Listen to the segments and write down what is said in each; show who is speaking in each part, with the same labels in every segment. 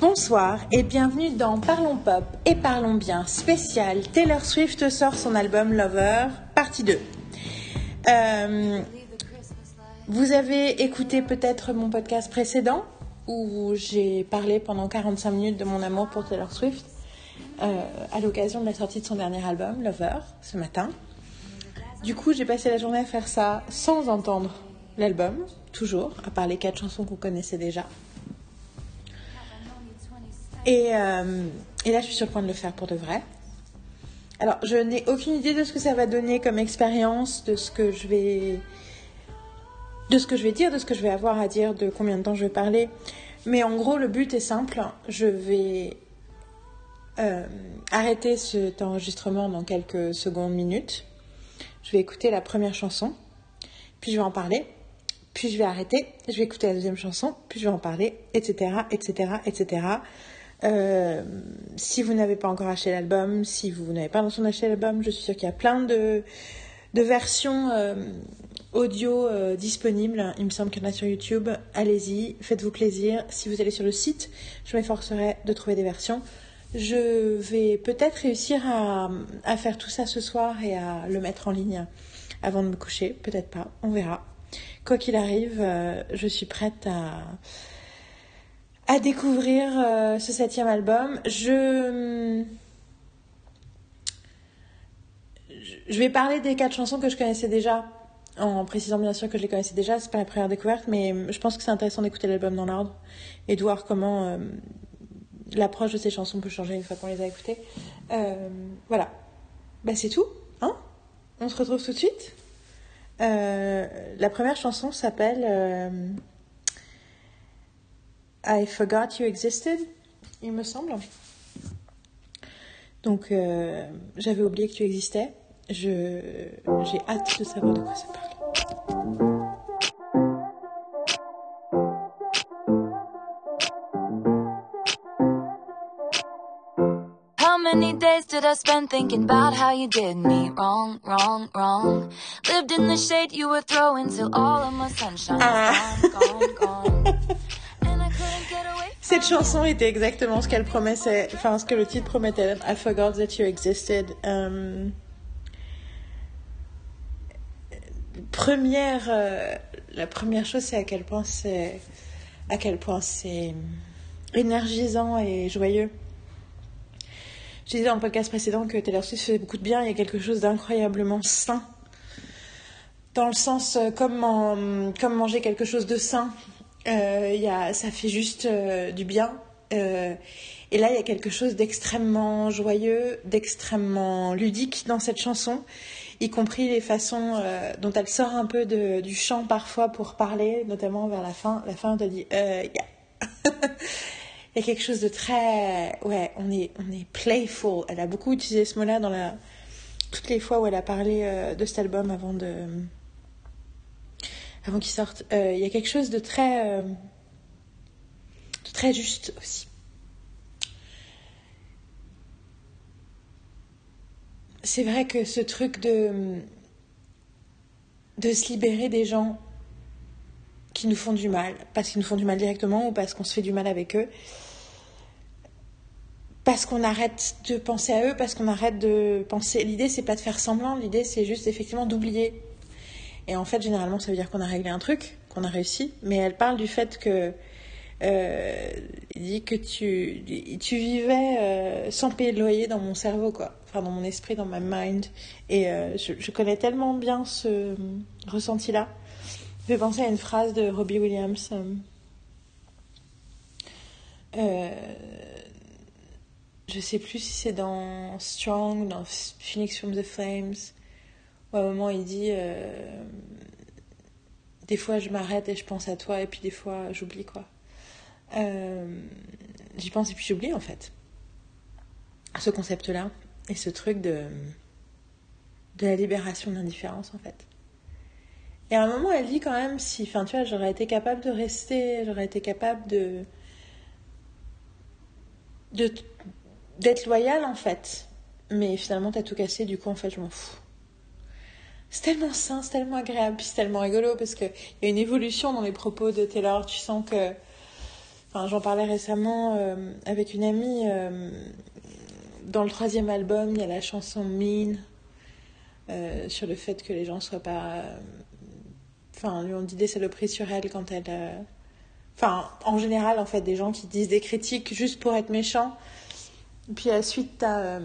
Speaker 1: Bonsoir et bienvenue dans Parlons Pop et Parlons Bien spécial Taylor Swift sort son album Lover, partie 2. Vous avez écouté peut-être mon podcast précédent où j'ai parlé pendant 45 minutes de mon amour pour Taylor Swift à l'occasion de la sortie de son dernier album Lover ce matin. Du coup, j'ai passé la journée à faire ça sans entendre l'album, toujours, à part les 4 chansons qu'on connaissait déjà. Et là, je suis sur le point de le faire pour de vrai. Alors, je n'ai aucune idée de ce que ça va donner comme expérience, de ce que je vais dire, de ce que je vais avoir à dire, de combien de temps je vais parler. Mais en gros, le but est simple. Je vais arrêter cet enregistrement dans quelques secondes, minutes. Je vais écouter la première chanson, puis je vais en parler, puis je vais arrêter, je vais écouter la deuxième chanson, puis je vais en parler, etc., etc., etc. Si vous n'avez pas encore acheté l'album, si vous n'avez pas l'intention d'acheter l'album, je suis sûre qu'il y a plein de versions audio disponibles. Il me semble qu'il y en a sur YouTube. Allez-y, faites-vous plaisir. Si vous allez sur le site, je m'efforcerai de trouver des versions. Je vais peut-être réussir à faire tout ça ce soir et à le mettre en ligne avant de me coucher. Peut-être pas, on verra. Quoi qu'il arrive, je suis prête à découvrir ce 7e album. Je vais parler des 4 chansons que je connaissais déjà, en précisant bien sûr que je les connaissais déjà. C'est pas la première découverte, mais je pense que c'est intéressant d'écouter l'album dans l'ordre et de voir comment l'approche de ces chansons peut changer une fois qu'on les a écoutées. Voilà. C'est tout, hein. On se retrouve tout de suite. La première chanson s'appelle I Forgot You Existed, il me semble. Donc, j'avais oublié que tu existais. J'ai hâte de savoir de quoi ça parle.
Speaker 2: How many days did I spend thinking about how you did me wrong, wrong, wrong? Lived in the shade you were throwing till all of my sunshine was gone, gone, gone.
Speaker 1: Cette chanson était exactement ce qu'elle promettait, enfin ce que le titre promettait. I Forgot That You Existed. La première chose, c'est à quel point c'est énergisant et joyeux. Je disais dans le podcast précédent que Taylor Swift faisait beaucoup de bien. Il y a quelque chose d'incroyablement sain, dans le sens comme manger quelque chose de sain. Ça fait juste du bien. Et là, il y a quelque chose d'extrêmement joyeux, d'extrêmement ludique dans cette chanson, y compris les façons dont elle sort un peu du chant parfois pour parler, notamment vers la fin. La fin, on te dit yeah. Il y a quelque chose de très... Ouais, on est playful. Elle a beaucoup utilisé ce mot-là toutes les fois où elle a parlé de cet album avant qu'il sorte. Il y a quelque chose de très juste aussi. C'est vrai que ce truc de se libérer des gens qui nous font du mal, parce qu'ils nous font du mal directement ou parce qu'on se fait du mal avec eux, parce qu'on arrête de penser à eux, parce qu'on arrête de penser... L'idée, c'est pas de faire semblant, l'idée, c'est juste effectivement d'oublier. Et en fait, généralement, ça veut dire qu'on a réglé un truc, qu'on a réussi. Mais elle parle du fait que... il dit que tu vivais sans payer de loyer dans mon cerveau, quoi. Enfin, dans mon esprit, dans ma mind. Et je connais tellement bien ce ressenti-là. Je vais penser à une phrase de Robbie Williams. Je sais plus si c'est dans Strong, dans Phoenix from the Flames, où à un moment il dit des fois je m'arrête et je pense à toi et puis des fois j'oublie, quoi. J'y pense et puis j'oublie, en fait, ce concept-là et ce truc de la libération de l'indifférence, en fait. Et à un moment elle dit quand même, tu vois, j'aurais été capable de rester, j'aurais été capable d'être loyale, en fait, mais finalement t'as tout cassé, du coup en fait je m'en fous. C'est tellement sain, c'est tellement agréable, puis c'est tellement rigolo parce qu'il y a une évolution dans les propos de Taylor. Tu sens que Enfin, j'en parlais récemment avec une amie. Dans le 3e album, il y a la chanson Mean, sur le fait que les gens soient pas... Enfin, lui ont dit des saloperies sur elle quand elle... Enfin, en général, en fait, des gens qui disent des critiques juste pour être méchants. Puis ensuite, t'as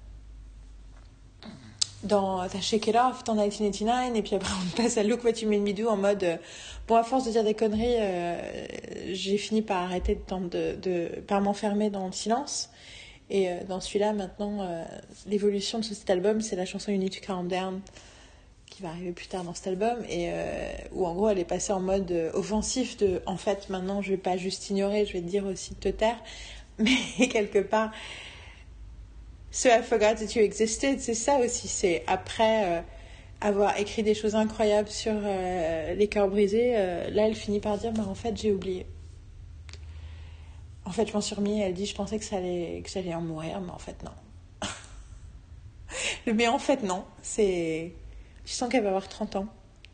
Speaker 1: Shake It Off, dans 1989, et puis après on passe à Look What You Made Me Do en mode bon, à force de dire des conneries, j'ai fini par arrêter par m'enfermer dans le silence. Et dans celui-là, maintenant, l'évolution de cet album, c'est la chanson You Need to Calm Down, qui va arriver plus tard dans cet album, et où en gros elle est passée en mode offensif de en fait maintenant je vais pas juste ignorer, je vais te dire aussi de te taire, mais quelque part So I Forgot That You Existed, c'est ça aussi, c'est après avoir écrit des choses incroyables sur les cœurs brisés, là elle finit par dire bah en fait j'ai oublié. En fait je m'en suis remis, elle dit je pensais que j'allais en mourir, mais en fait non. Mais en fait non, c'est... Je sens qu'elle va avoir 30 ans.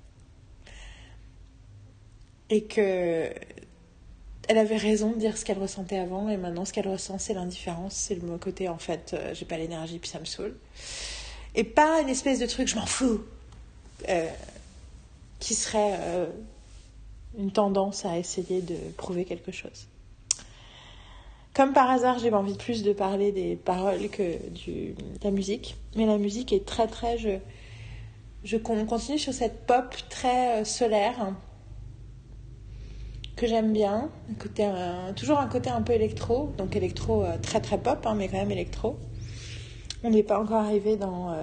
Speaker 1: Et que elle avait raison de dire ce qu'elle ressentait avant, et maintenant ce qu'elle ressent c'est l'indifférence, c'est le côté en fait j'ai pas l'énergie puis ça me saoule, et pas une espèce de truc je m'en fous qui serait une tendance à essayer de prouver quelque chose. Comme par hasard, j'ai envie de plus de parler des paroles que de la musique, mais la musique est très très je continue sur cette pop très solaire que j'aime bien, toujours un côté un peu électro, donc électro très très pop, mais quand même électro. On n'est pas encore arrivé dans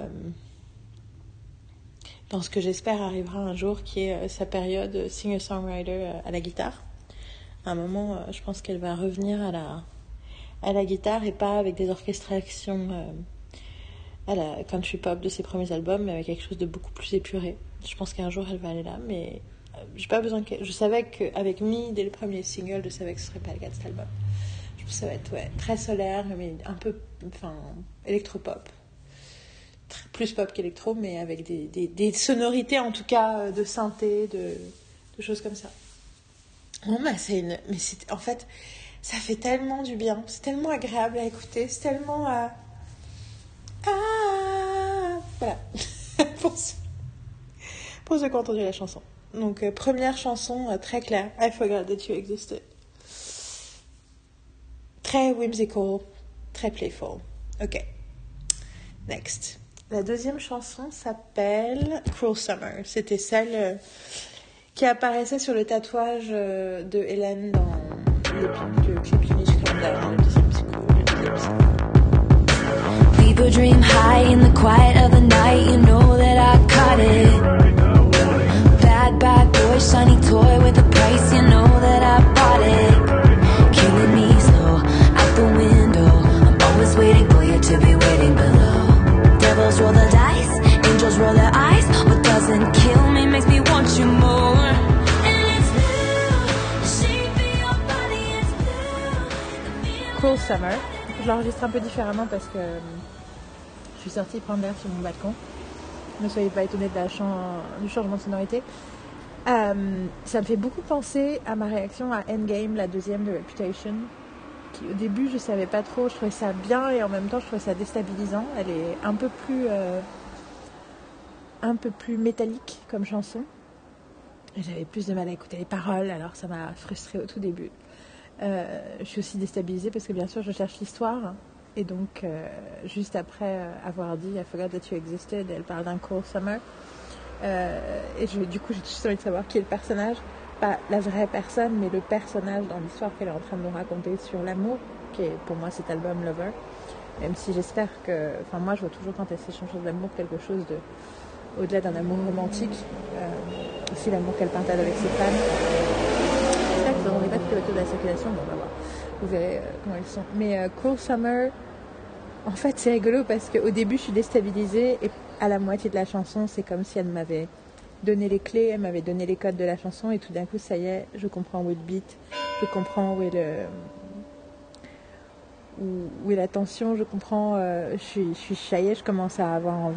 Speaker 1: ce que j'espère arrivera un jour, qui est sa période singer-songwriter à la guitare. À un moment, je pense qu'elle va revenir à la guitare, et pas avec des orchestrations à la country pop de ses premiers albums, mais avec quelque chose de beaucoup plus épuré. Je pense qu'un jour elle va aller là, mais j'ai pas besoin je savais qu'avec Me, dès le premier single, je savais que ce serait pas le cas de cet album. Je pense que ça va être très solaire, mais un peu électropop, plus pop qu'électro, mais avec des sonorités en tout cas de synthé, de choses comme ça. Bon, bah en fait ça fait tellement du bien, c'est tellement agréable à écouter, c'est tellement voilà. pour ceux qui ont entendu la chanson. Donc première chanson très claire, I Forgot That You Existed. Très whimsical, très playful. Ok. Next. La deuxième chanson s'appelle Cruel Summer. C'était celle qui apparaissait sur le tatouage de Hélène dans le clip You Need to Calm Down.
Speaker 2: People dream high in the quiet of the night. You know that I caught it. Bad boy, shiny toy with a price. You know that I bought it. Killing me slow out the window. I'm always waiting for you to be waiting below. Devils roll the dice, angels roll their eyes. What doesn't kill me makes me want you more. And it's blue, the shape of your body is blue.
Speaker 1: Cruel Summer. Je l'enregistre un peu différemment parce que je suis sortie prendre l'air sur mon balcon. Ne soyez pas étonnés du changement de sonorité. Ça me fait beaucoup penser à ma réaction à Endgame, la deuxième de Reputation, qui au début je savais pas trop, je trouvais ça bien et en même temps je trouvais ça déstabilisant. Elle est un peu plus métallique comme chanson, et j'avais plus de mal à écouter les paroles, alors ça m'a frustrée au tout début. Je suis aussi déstabilisée parce que bien sûr je cherche l'histoire, et donc juste après avoir dit I Forgot That You Existed, elle parle d'un Cruel Summer, et du coup j'ai tout de suite envie de savoir qui est le personnage, pas la vraie personne mais le personnage dans l'histoire qu'elle est en train de nous raconter sur l'amour, qui est pour moi cet album Lover, même si j'espère que, moi je vois toujours quand elle fait chansons d'amour quelque chose de au-delà d'un amour romantique, aussi l'amour qu'elle partage avec ses fans. On n'est pas tout le de la circulation, bon, on va voir. Vous verrez comment ils sont. Mais Cruel Summer, en fait, c'est rigolo parce qu'au début, je suis déstabilisée, et à la moitié de la chanson, c'est comme si elle m'avait donné les clés, elle m'avait donné les codes de la chanson, et tout d'un coup, ça y est, je comprends où est le beat, je comprends où est la tension, je comprends, je suis chaillée, je commence à avoir envie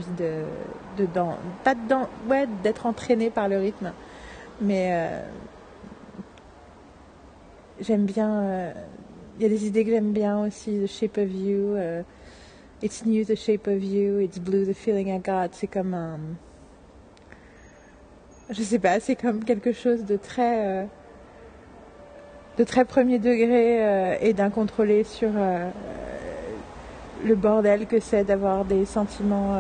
Speaker 1: d'être entraînée par le rythme, mais j'aime bien. Il y a des idées que j'aime bien aussi. The Shape of You. It's new, the shape of you. It's blue, the feeling I got. C'est comme un. Je sais pas, c'est comme quelque chose de très premier degré et d'incontrôlé sur le bordel que c'est d'avoir des sentiments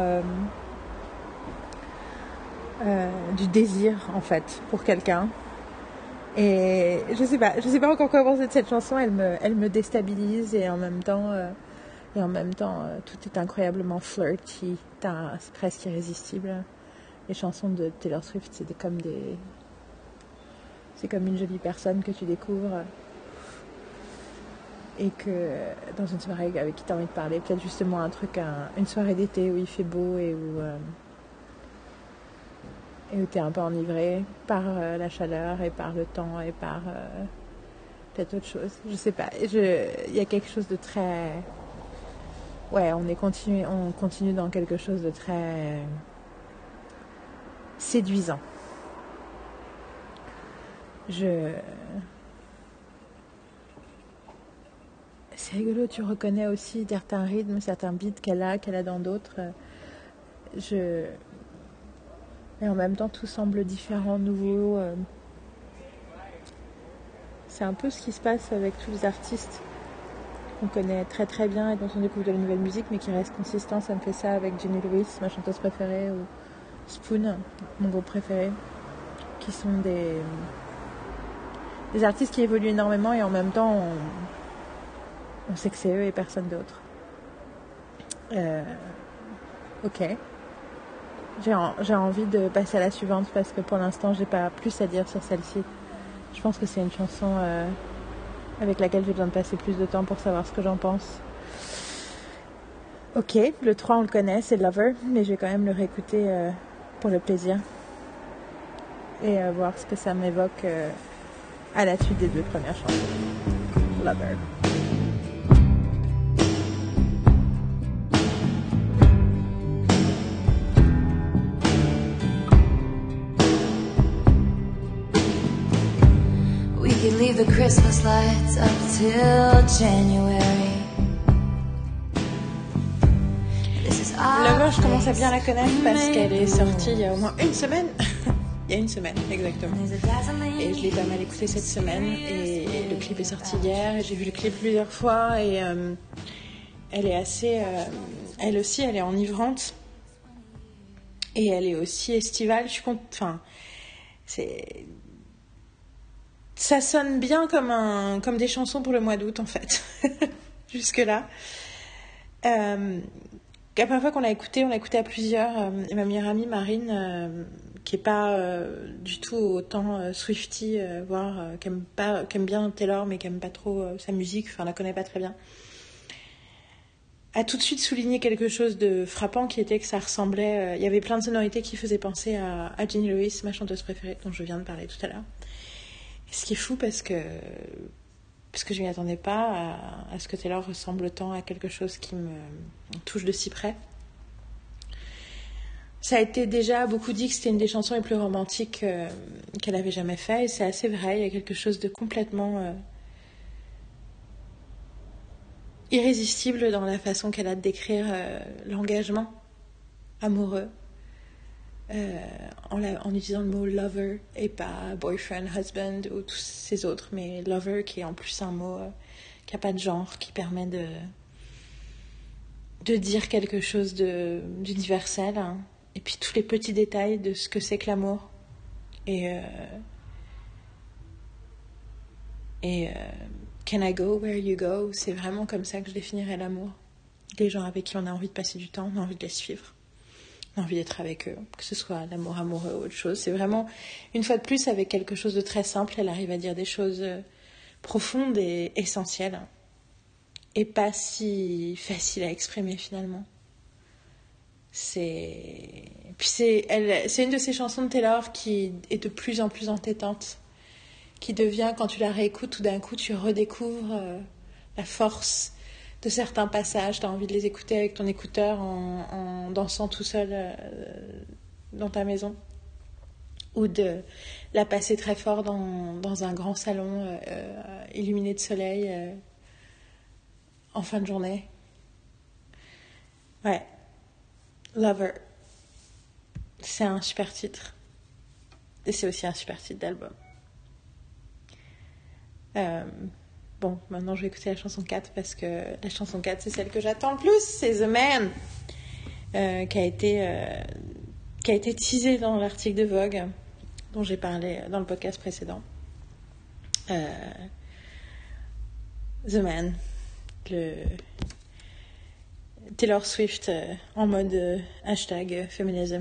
Speaker 1: du désir en fait pour quelqu'un. Et je sais pas encore quoi penser de cette chanson. Elle me déstabilise et en même temps tout est incroyablement flirty. C'est presque irrésistible. Les chansons de Taylor Swift, c'est comme une jolie personne que tu découvres et que dans une soirée avec qui tu as envie de parler, peut-être justement une soirée d'été où il fait beau et où tu es un peu enivré par la chaleur et par le temps et par peut-être autre chose. Je sais pas. Il y a quelque chose de très... Ouais, on continue dans quelque chose de très séduisant. C'est rigolo, tu reconnais aussi certains rythmes, certains beats qu'elle a dans d'autres. Mais en même temps, tout semble différent, nouveau. C'est un peu ce qui se passe avec tous les artistes qu'on connaît très très bien et dont on découvre de la nouvelle musique, mais qui restent consistants. Ça me fait ça avec Jenny Lewis, ma chanteuse préférée, ou Spoon, mon groupe préféré, qui sont des artistes qui évoluent énormément et en même temps on sait que c'est eux et personne d'autre. Ok. J'ai envie de passer à la suivante parce que pour l'instant j'ai pas plus à dire sur celle-ci. Je pense que c'est une chanson avec laquelle j'ai besoin de passer plus de temps pour savoir ce que j'en pense. Ok, le 3 on le connaît, c'est Lover, mais je vais quand même le réécouter pour le plaisir et voir ce que ça m'évoque à la suite des 2 premières chansons. Lover.
Speaker 2: We could leave the Christmas lights up till January.
Speaker 1: Lover, je commence à bien la connaître parce qu'elle est sortie il y a au moins une semaine. Il y a une semaine, exactement. Et je l'ai pas mal écoutée cette semaine. Et le clip est sorti hier. Et j'ai vu le clip plusieurs fois. Et elle est assez... elle aussi, elle est enivrante. Et elle est aussi estivale. Je suis enfin, ça sonne bien comme des chansons pour le mois d'août, en fait. Jusque-là. La première fois qu'on l'a écouté à plusieurs. Et ma meilleure amie, Marine... qui est pas du tout autant Swiftie, voire qui aime bien Taylor, mais qui aime pas trop sa musique, enfin la connaît pas très bien, a tout de suite souligné quelque chose de frappant qui était que ça ressemblait, il y avait plein de sonorités qui faisaient penser à Jenny Lewis, ma chanteuse préférée, dont je viens de parler tout à l'heure. Et ce qui est fou parce que je m'y attendais pas à ce que Taylor ressemble autant à quelque chose qui me touche de si près. Ça a été déjà beaucoup dit que c'était une des chansons les plus romantiques qu'elle avait jamais fait, et c'est assez vrai. Il y a quelque chose de complètement irrésistible dans la façon qu'elle a de décrire l'engagement amoureux en utilisant le mot lover et pas boyfriend, husband ou tous ces autres, mais lover qui est en plus un mot qui n'a pas de genre, qui permet de dire quelque chose d'universel, hein. Et puis tous les petits détails de ce que c'est que l'amour. Et can I go where you go? C'est vraiment comme ça que je définirais l'amour. Les gens avec qui on a envie de passer du temps, on a envie de les suivre. On a envie d'être avec eux, que ce soit l'amour amoureux ou autre chose. C'est vraiment, une fois de plus, avec quelque chose de très simple, elle arrive à dire des choses profondes et essentielles. Et pas si faciles à exprimer finalement. C'est une de ces chansons de Taylor qui est de plus en plus entêtante, qui devient, quand tu la réécoutes, tout d'un coup tu redécouvres la force de certains passages. Tu as envie de les écouter avec ton écouteur en dansant tout seul dans ta maison, ou de la passer très fort dans un grand salon illuminé de soleil en fin de journée. Ouais, Lover, c'est un super titre et c'est aussi un super titre d'album. Bon, maintenant je vais écouter la chanson 4 parce que la chanson 4 c'est celle que j'attends le plus, c'est The Man, qui a été teasée dans l'article de Vogue dont j'ai parlé dans le podcast précédent. The Man, le Taylor Swift en mode hashtag féminisme.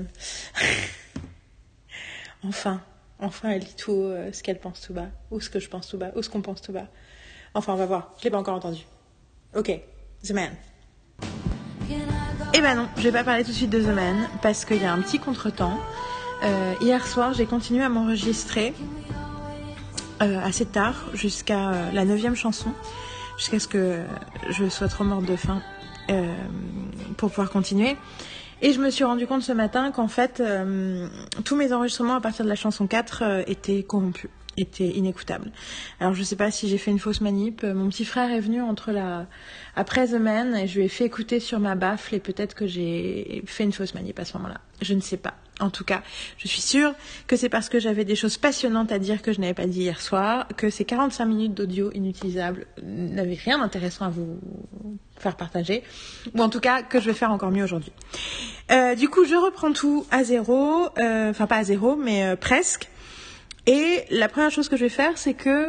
Speaker 1: Enfin elle dit tout haut ce qu'elle pense tout bas, ou ce que je pense tout bas, ou ce qu'on pense tout bas. Enfin, on va voir, je l'ai pas encore entendu. Ok, The Man. Eh ben non, je vais pas parler tout de suite de The Man, parce qu'il y a un petit contretemps. Hier soir, j'ai continué à m'enregistrer assez tard, jusqu'à la 9e chanson, jusqu'à ce que je sois trop morte de faim pour pouvoir continuer. Et je me suis rendu compte ce matin qu'en fait, tous mes enregistrements à partir de la chanson 4 étaient corrompus, étaient inécoutables. Alors je sais pas si j'ai fait une fausse manip. Mon petit frère est venu après The Man et je lui ai fait écouter sur ma baffle et peut-être que j'ai fait une fausse manip à ce moment-là. Je ne sais pas. En tout cas, je suis sûre que c'est parce que j'avais des choses passionnantes à dire que je n'avais pas dit hier soir, que ces 45 minutes d'audio inutilisables n'avaient rien d'intéressant à vous faire partager, ou en tout cas que je vais faire encore mieux aujourd'hui. Du coup, je reprends tout à zéro, enfin pas à zéro, mais presque. Et la première chose que je vais faire, c'est que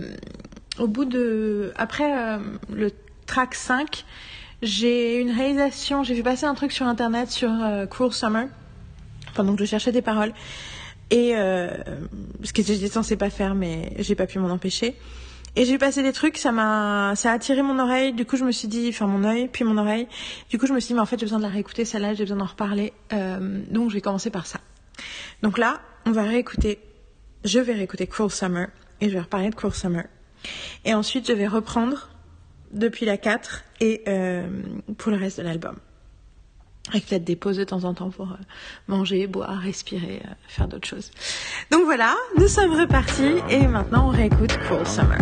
Speaker 1: après le track 5, j'ai une réalisation, j'ai vu passer un truc sur internet sur Cruel Summer, pendant que je cherchais des paroles, et ce que j'étais censée pas faire, mais j'ai pas pu m'en empêcher. Et j'ai vu passer des trucs, ça a attiré mon oreille, du coup je me suis dit, enfin mon œil, puis mon oreille, du coup je me suis dit, mais en fait j'ai besoin de la réécouter, celle-là, j'ai besoin d'en reparler, donc je vais commencer par ça. Donc là, je vais réécouter Cruel Summer, et je vais reparler de Cruel Summer. Et ensuite je vais reprendre depuis la 4, et pour le reste de l'album. Avec peut-être des pauses de temps en temps pour manger, boire, respirer, faire d'autres choses. Donc voilà, nous sommes repartis et maintenant on réécoute Cruel Summer.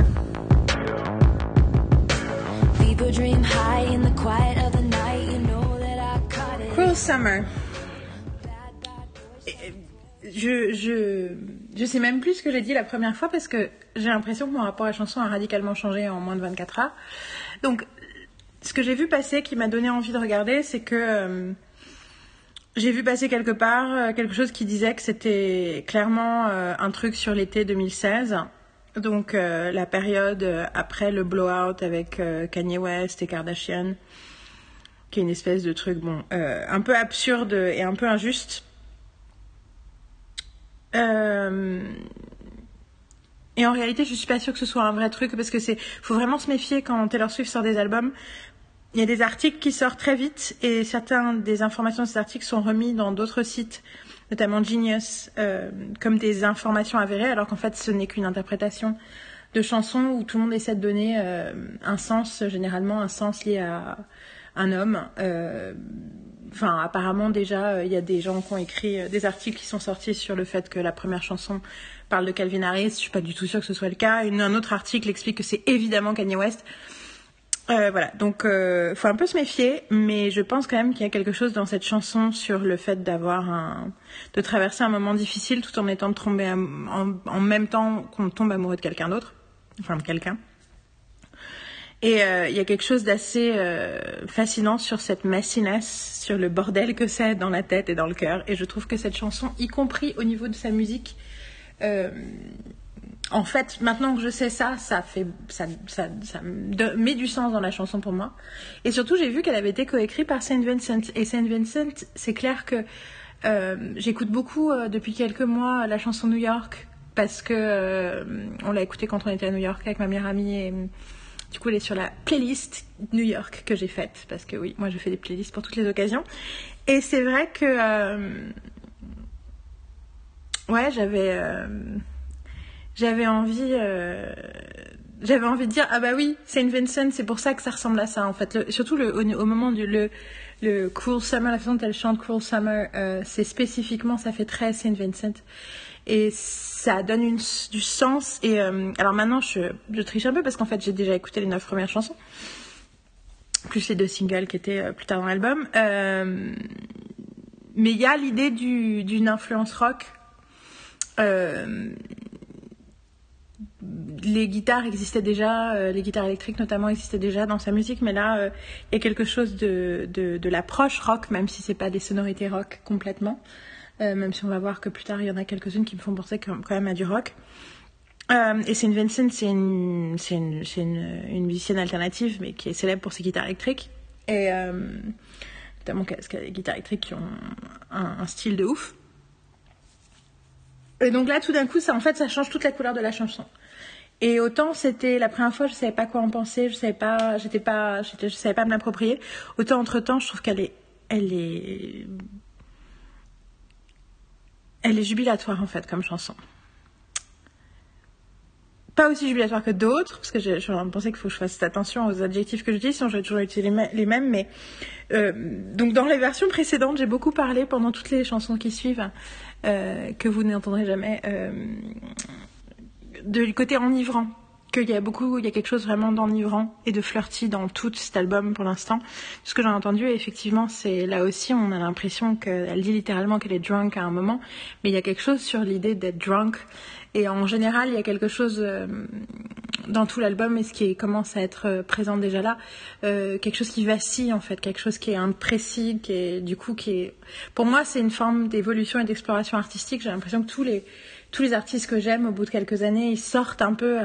Speaker 1: Cruel Summer. Je sais même plus ce que j'ai dit la première fois parce que j'ai l'impression que mon rapport à la chanson a radicalement changé en moins de 24 heures. Donc ce que j'ai vu passer qui m'a donné envie de regarder, c'est que j'ai vu passer quelque part quelque chose qui disait que c'était clairement un truc sur l'été 2016. Donc la période après le blowout avec Kanye West et Kardashian, qui est une espèce de truc un peu absurde et un peu injuste. Et en réalité, je suis pas sûre que ce soit un vrai truc parce que faut vraiment se méfier quand Taylor Swift sort des albums. Il y a des articles qui sortent très vite et certaines des informations de ces articles sont remises dans d'autres sites, notamment Genius, comme des informations avérées, alors qu'en fait ce n'est qu'une interprétation de chansons où tout le monde essaie de donner un sens, généralement un sens lié à un homme. Enfin, apparemment déjà, il y a des gens qui ont écrit des articles qui sont sortis sur le fait que la première chanson parle de Calvin Harris. Je suis pas du tout sûre que ce soit le cas. Un autre article explique que c'est évidemment Kanye West. Voilà, donc faut un peu se méfier, mais je pense quand même qu'il y a quelque chose dans cette chanson sur le fait de traverser un moment difficile tout en étant tombé en même temps qu'on tombe amoureux de quelqu'un d'autre, enfin de quelqu'un. Et il y a quelque chose d'assez fascinant sur cette messiness, sur le bordel que c'est dans la tête et dans le cœur. Et je trouve que cette chanson, y compris au niveau de sa musique, en fait, maintenant que je sais ça met du sens dans la chanson pour moi. Et surtout, j'ai vu qu'elle avait été coécrite par Saint Vincent. Et Saint Vincent, c'est clair que j'écoute beaucoup depuis quelques mois la chanson New York parce que on l'a écoutée quand on était à New York avec ma meilleure amie et du coup elle est sur la playlist New York que j'ai faite parce que oui, moi je fais des playlists pour toutes les occasions. Et c'est vrai que ouais, j'avais envie de dire ah bah oui, Saint Vincent, c'est pour ça que ça ressemble à ça en fait. Surtout au moment du le Cruel Summer, la façon dont elle chante Cruel Summer, c'est spécifiquement, ça fait très Saint Vincent. et ça donne du sens. Et alors maintenant, je triche un peu parce qu'en fait, j'ai déjà écouté les 9 premières chansons, plus les 2 singles qui étaient plus tard dans l'album. Mais il y a l'idée d'une influence rock. Les guitares existaient déjà, les guitares électriques notamment existaient déjà dans sa musique, mais là, il y a quelque chose de l'approche rock, même si c'est pas des sonorités rock complètement. Même si on va voir que plus tard, il y en a quelques-unes qui me font penser quand même à du rock. Et St. Vincent, c'est une musicienne alternative, mais qui est célèbre pour ses guitares électriques. Et notamment parce qu'elle a des guitares électriques qui ont un style de ouf. Et donc là, tout d'un coup, ça change toute la couleur de la chanson. Et autant c'était la première fois, je savais pas quoi en penser, je savais pas me l'approprier. Autant entre-temps, je trouve qu'elle est jubilatoire en fait comme chanson. Pas aussi jubilatoire que d'autres, parce que je suis en train de penser qu'il faut que je fasse attention aux adjectifs que j'utilise, sinon je vais toujours utiliser les mêmes. Mais donc dans les versions précédentes, j'ai beaucoup parlé pendant toutes les chansons qui suivent, que vous n'entendrez jamais, du côté enivrant. Qu'il y a quelque chose vraiment d'enivrant et de flirty dans tout cet album pour l'instant. Ce que j'ai entendu, et effectivement, c'est là aussi, on a l'impression qu'elle dit littéralement qu'elle est drunk à un moment, mais il y a quelque chose sur l'idée d'être drunk. Et en général, il y a quelque chose dans tout l'album, et ce qui commence à être présent déjà là, quelque chose qui vacille en fait, quelque chose qui est imprécis, pour moi, c'est une forme d'évolution et d'exploration artistique. J'ai l'impression que tous les artistes que j'aime, au bout de quelques années, ils sortent un peu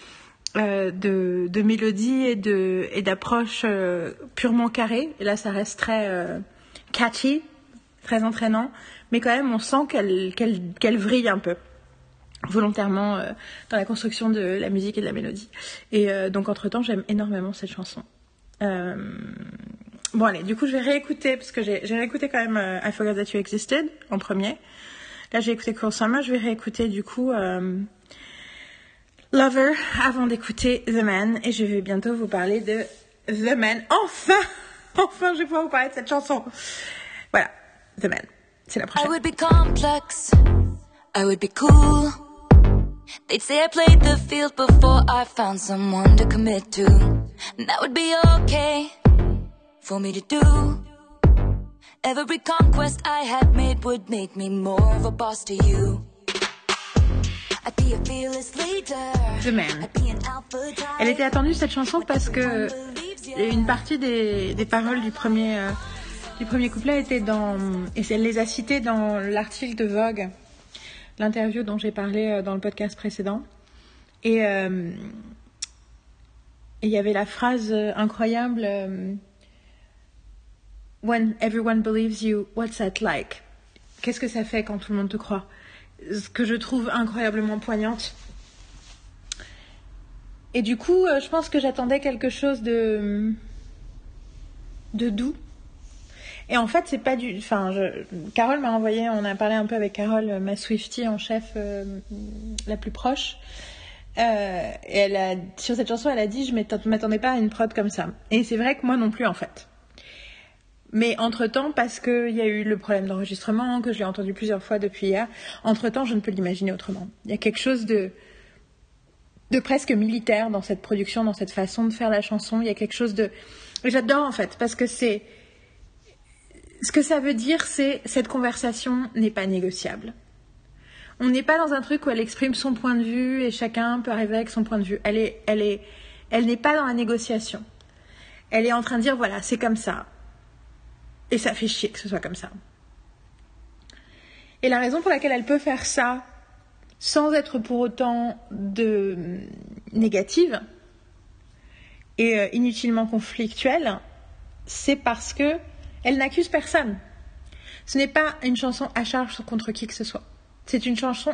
Speaker 1: de mélodies et d'approches purement carrées. Et là, ça reste très catchy, très entraînant, mais quand même, on sent qu'elle vrille un peu volontairement dans la construction de la musique et de la mélodie. Et donc, entre-temps, j'aime énormément cette chanson. Bon, allez, du coup, je vais réécouter, parce que j'ai réécouté quand même I Forgot That You Existed en premier. Là, j'ai écouté Cruel Summer. Je vais réécouter, du coup, Lover avant d'écouter The Man. Et je vais bientôt vous parler de The Man. Enfin, je vais pouvoir vous parler de cette chanson. Voilà, The Man. C'est la prochaine.
Speaker 2: I would be complex. I would be cool. They'd say I played the field before I found someone to commit to. And that would be okay for me to do. Every conquest I had made would make me more of a boss to you. I'd be a fearless leader.
Speaker 1: The Man. Elle était attendue cette chanson parce que une partie des paroles du premier couplet était et elle les a citées dans l'article de Vogue, l'interview dont j'ai parlé dans le podcast précédent. Et il y avait la phrase incroyable When everyone believes you, what's that like? Qu'est-ce que ça fait quand tout le monde te croit? Ce que je trouve incroyablement poignante. Et du coup, je pense que j'attendais quelque chose de doux. Et en fait, c'est pas du... Carole m'a envoyé, on a parlé un peu avec Carole, ma Swiftie en chef la plus proche. Et sur cette chanson, elle a dit, je m'attendais pas à une prod comme ça. Et c'est vrai que moi non plus, en fait. Mais entre-temps, parce qu'il y a eu le problème d'enregistrement, que je l'ai entendu plusieurs fois depuis hier, entre-temps, je ne peux l'imaginer autrement. Il y a quelque chose de presque militaire dans cette production, dans cette façon de faire la chanson. Il y a quelque chose de... Et j'adore, en fait, parce que ce que ça veut dire, c'est cette conversation n'est pas négociable. On n'est pas dans un truc où elle exprime son point de vue et chacun peut arriver avec son point de vue. Elle n'est pas dans la négociation. Elle est en train de dire, voilà, c'est comme ça. Et ça fait chier que ce soit comme ça. Et la raison pour laquelle elle peut faire ça, sans être pour autant négative et inutilement conflictuelle, c'est parce que elle n'accuse personne. Ce n'est pas une chanson à charge contre qui que ce soit. C'est une chanson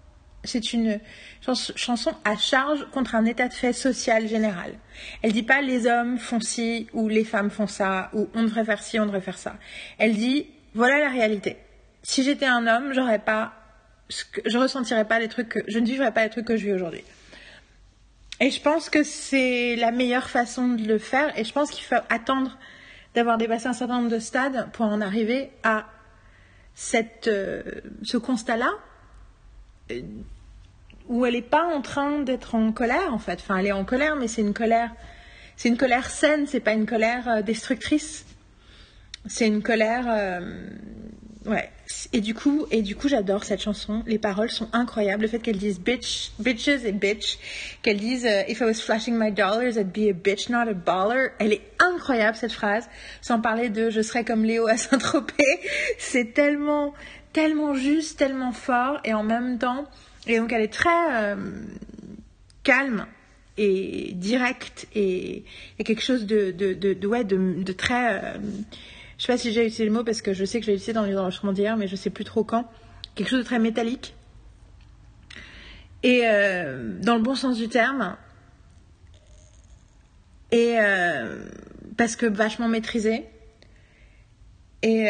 Speaker 1: à charge contre un état de fait social général. Elle dit pas les hommes font ci ou les femmes font ça ou on devrait faire ci, on devrait faire ça. Elle dit voilà la réalité. Si j'étais un homme, je ressentirais pas les trucs je ne vivrais pas les trucs que je vis aujourd'hui. Et je pense que c'est la meilleure façon de le faire et je pense qu'il faut attendre d'avoir dépassé un certain nombre de stades pour en arriver à ce constat-là où elle est pas en train d'être en colère en fait. Enfin, elle est en colère, mais c'est une colère saine, c'est pas une colère destructrice. C'est une colère ouais. Et du coup, j'adore cette chanson. Les paroles sont incroyables. Le fait qu'elle dise bitches et bitch, qu'elle dise if I was flashing my dollars, I'd be a bitch, not a baller. Elle est incroyable cette phrase. Sans parler de je serais comme Léo à Saint-Tropez. C'est tellement juste, tellement fort et en même temps. Et donc elle est très calme et directe et quelque chose de très. Je sais pas si j'ai utilisé le mot parce que je sais que je l'ai utilisé dans les enregistrements d'hier, mais je sais plus trop quand. Quelque chose de très métallique. Et dans le bon sens du terme. Et parce que vachement maîtrisé. Et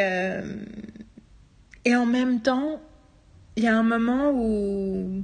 Speaker 1: en même temps, il y a un moment où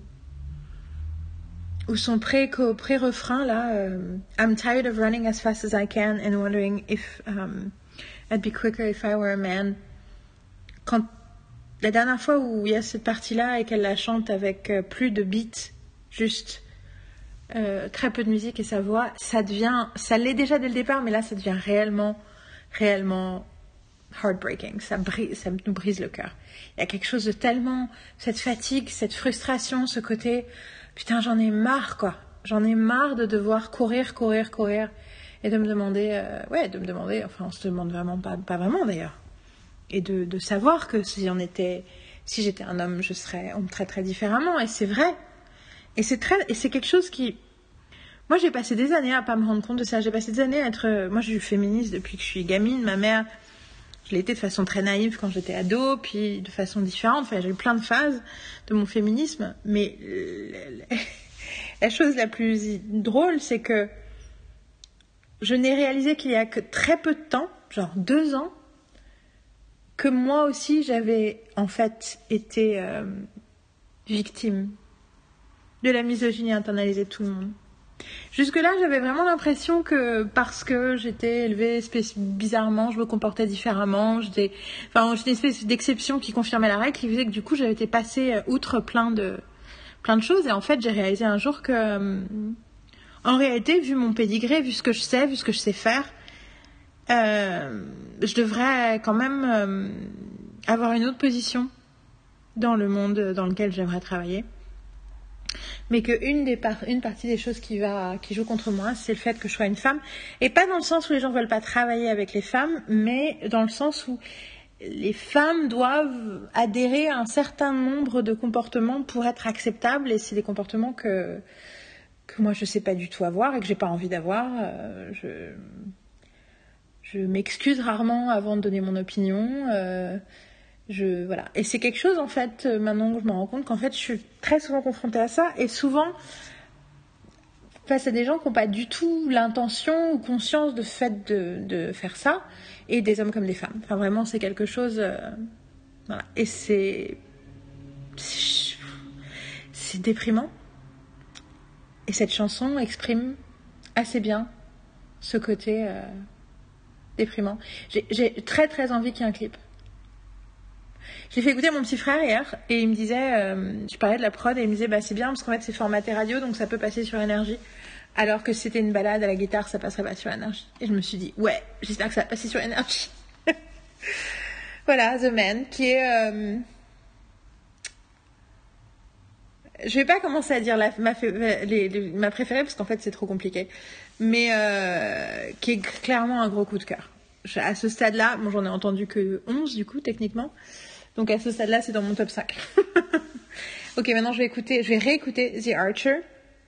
Speaker 1: son pré-refrain là, I'm tired of running as fast as I can and wondering if I'd be quicker if I were a man. Quand la dernière fois où il y a cette partie-là et qu'elle la chante avec plus de beats, juste très peu de musique et sa voix, ça l'est déjà dès le départ, mais là ça devient réellement heartbreaking. Ça nous brise le cœur. Il y a quelque chose de tellement, cette fatigue, cette frustration, ce côté, putain j'en ai marre quoi. J'en ai marre de devoir courir. Et de me demander, enfin on se demande vraiment pas vraiment d'ailleurs. Et de savoir que si j'étais un homme, on me traiterait différemment. Et c'est vrai. Et c'est quelque chose qui, moi j'ai passé des années à pas me rendre compte de ça. J'ai passé des années à être, moi je suis féministe depuis que je suis gamine. Ma mère, je l'ai été de façon très naïve quand j'étais ado, puis de façon différente. Enfin j'ai eu plein de phases de mon féminisme. Mais la chose la plus drôle, c'est que je n'ai réalisé qu'il y a que très peu de temps, genre 2 ans, que moi aussi j'avais en fait été victime de la misogynie internalisée de tout le monde. Jusque-là, j'avais vraiment l'impression que parce que j'étais élevée bizarrement, je me comportais différemment, j'étais une espèce d'exception qui confirmait la règle, qui faisait que du coup j'avais été passée outre plein de choses. Et en fait, j'ai réalisé un jour que en réalité, vu mon pédigré, vu ce que je sais faire, je devrais quand même avoir une autre position dans le monde dans lequel j'aimerais travailler. Mais qu'une partie des choses qui joue contre moi, c'est le fait que je sois une femme. Et pas dans le sens où les gens veulent pas travailler avec les femmes, mais dans le sens où les femmes doivent adhérer à un certain nombre de comportements pour être acceptables. Et c'est des comportements que moi je sais pas du tout avoir et que j'ai pas envie d'avoir. Je m'excuse rarement avant de donner mon opinion. Voilà. Et c'est quelque chose en fait maintenant que je me rends compte qu'en fait je suis très souvent confrontée à ça et souvent face à des gens qui n'ont pas du tout l'intention ou conscience de fait de faire ça, et des hommes comme des femmes. Enfin vraiment c'est quelque chose. Voilà. Et c'est déprimant. Et cette chanson exprime assez bien ce côté déprimant. J'ai très très envie qu'il y ait un clip. J'ai fait écouter à mon petit frère hier et il me disait, je parlais de la prod et il me disait c'est bien parce qu'en fait c'est formaté radio donc ça peut passer sur Énergie, alors que si c'était une balade à la guitare ça passerait pas sur Énergie. Et je me suis dit ouais, j'espère que ça va passer sur Énergie. Voilà, The Man qui est je vais pas commencer à dire ma préférée parce qu'en fait c'est trop compliqué, mais qui est clairement un gros coup de cœur. À ce stade-là, j'en ai entendu que 11 du coup techniquement, donc à ce stade-là c'est dans mon top 5. Ok, maintenant je vais réécouter The Archer,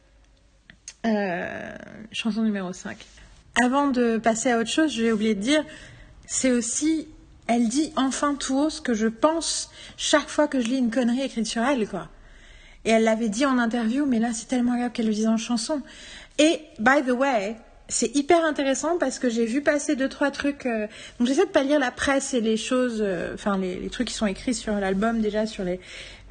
Speaker 1: chanson numéro 5. Avant de passer à autre chose, je vais oublier de dire, c'est aussi, elle dit enfin tout haut ce que je pense chaque fois que je lis une connerie écrite sur elle, quoi. Et elle l'avait dit en interview, mais là c'est tellement agréable qu'elle le dise en chanson. Et by the way, c'est hyper intéressant parce que j'ai vu passer 2-3 trucs. Donc j'essaie de pas lire la presse et les choses, les trucs qui sont écrits sur l'album déjà, sur les.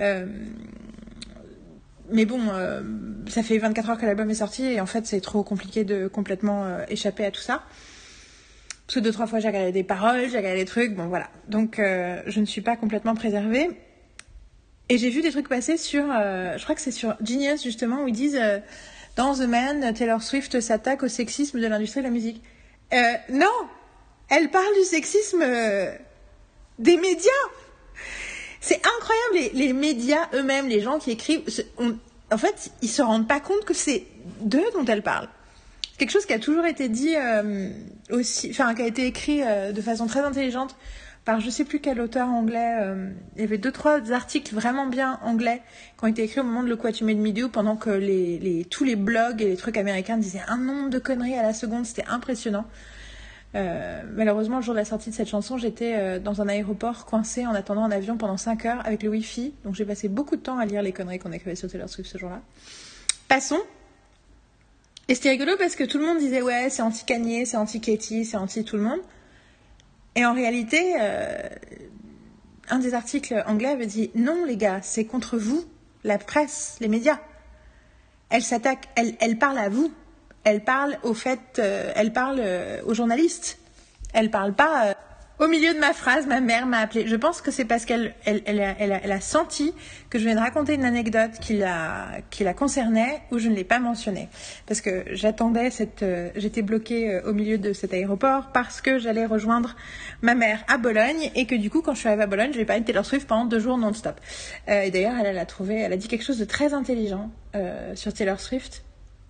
Speaker 1: Mais bon, ça fait 24 heures que l'album est sorti et en fait c'est trop compliqué de complètement échapper à tout ça. Parce que 2-3 fois j'ai regardé des paroles, j'ai regardé des trucs, bon voilà. Donc je ne suis pas complètement préservée. Et j'ai vu des trucs passer sur, je crois que c'est sur Genius justement, où ils disent dans The Man, Taylor Swift s'attaque au sexisme de l'industrie de la musique. Non, elle parle du sexisme des médias. C'est incroyable, les médias eux-mêmes, les gens qui écrivent, en fait, ils se rendent pas compte que c'est d'eux dont elle parle. Quelque chose qui a toujours été dit aussi, enfin qui a été écrit de façon très intelligente par je sais plus quel auteur anglais. Il y avait 2-3 articles vraiment bien anglais qui ont été écrits au moment de Look What You Made Me Do, pendant que tous les blogs et les trucs américains disaient un nombre de conneries à la seconde, c'était impressionnant. Malheureusement, le jour de la sortie de cette chanson, j'étais dans un aéroport coincée en attendant un avion pendant 5 heures avec le Wi-Fi, donc j'ai passé beaucoup de temps à lire les conneries qu'on écrivait sur Taylor Swift ce jour-là. Passons. Et c'était rigolo parce que tout le monde disait ouais, c'est anti-Kanye, c'est anti-Katy, c'est anti-tout le monde. Et en réalité, un des articles anglais avait dit non les gars, c'est contre vous, la presse, les médias. Elle s'attaque, elle parle à vous. Elle parle elle parle aux journalistes. Elle parle pas. Au milieu de ma phrase, ma mère m'a appelée. Je pense que c'est parce qu'elle a senti que je venais de raconter une anecdote qui la concernait ou je ne l'ai pas mentionnée. Parce que j'étais bloquée au milieu de cet aéroport parce que j'allais rejoindre ma mère à Bologne et que du coup, quand je suis arrivée à Bologne, je lui ai parlé de Taylor Swift pendant 2 jours non-stop. Et d'ailleurs, elle a dit quelque chose de très intelligent sur Taylor Swift.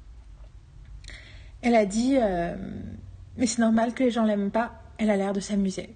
Speaker 1: Elle a dit mais c'est normal que les gens l'aiment pas. Elle a l'air de s'amuser.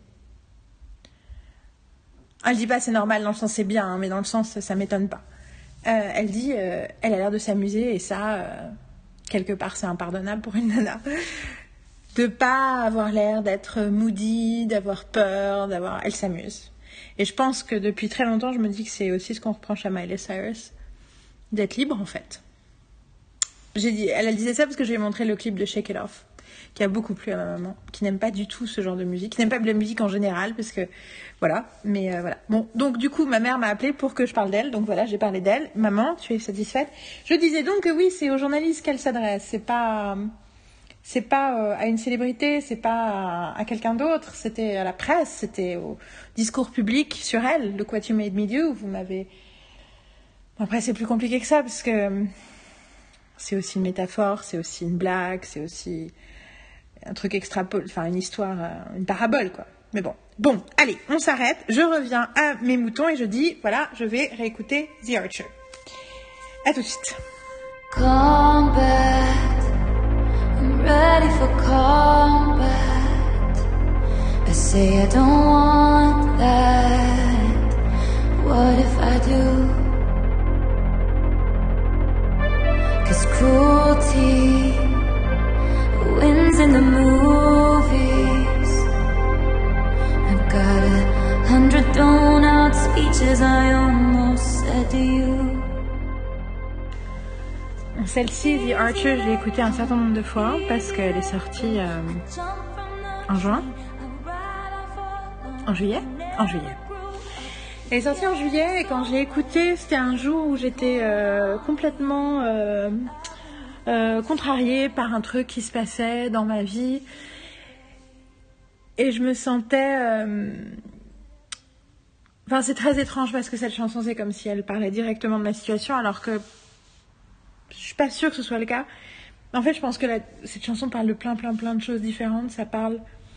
Speaker 1: Elle dit pas c'est normal dans le sens c'est bien, hein, mais dans le sens ça m'étonne pas. Elle dit elle a l'air de s'amuser et ça quelque part c'est impardonnable pour une nana de pas avoir l'air d'être moody, d'avoir peur, elle s'amuse. Et je pense que depuis très longtemps je me dis que c'est aussi ce qu'on reproche à Miley Cyrus, d'être libre en fait. Elle disait ça parce que je lui ai montré le clip de Shake It Off, qui a beaucoup plu à ma maman, qui n'aime pas du tout ce genre de musique, qui n'aime pas la musique en général, parce que, voilà, mais voilà. Bon, donc du coup, ma mère m'a appelée pour que je parle d'elle, donc voilà, j'ai parlé d'elle. Maman, tu es satisfaite? Je disais donc que oui, c'est aux journalistes qu'elle s'adresse, c'est pas à une célébrité, c'est pas à quelqu'un d'autre, c'était à la presse, c'était au discours public sur elle, Look What You Made Me Do, vous m'avez... Après, c'est plus compliqué que ça, parce que c'est aussi une métaphore, c'est aussi une blague, c'est aussi un truc une histoire, une parabole, quoi. Mais bon, allez, on s'arrête, je reviens à mes moutons et je dis, voilà, je vais réécouter The Archer. À tout de suite.
Speaker 2: Combat, I'm ready for combat. I say I don't want that. What if I do? 'Cause cruelty wins in the movies. I've got 100 thrown out speeches I almost said to you.
Speaker 1: Celle-ci, The Archer, je l'ai écoutée un certain nombre de fois parce qu'elle est sortie en juillet. Elle est sortie en juillet et quand je l'ai écoutée, c'était un jour où j'étais complètement contrariée par un truc qui se passait dans ma vie. Et je me sentais... Enfin, c'est très étrange parce que cette chanson, c'est comme si elle parlait directement de ma situation, alors que je suis pas sûre que ce soit le cas. En fait, je pense que cette chanson parle de plein de choses différentes. Ça parle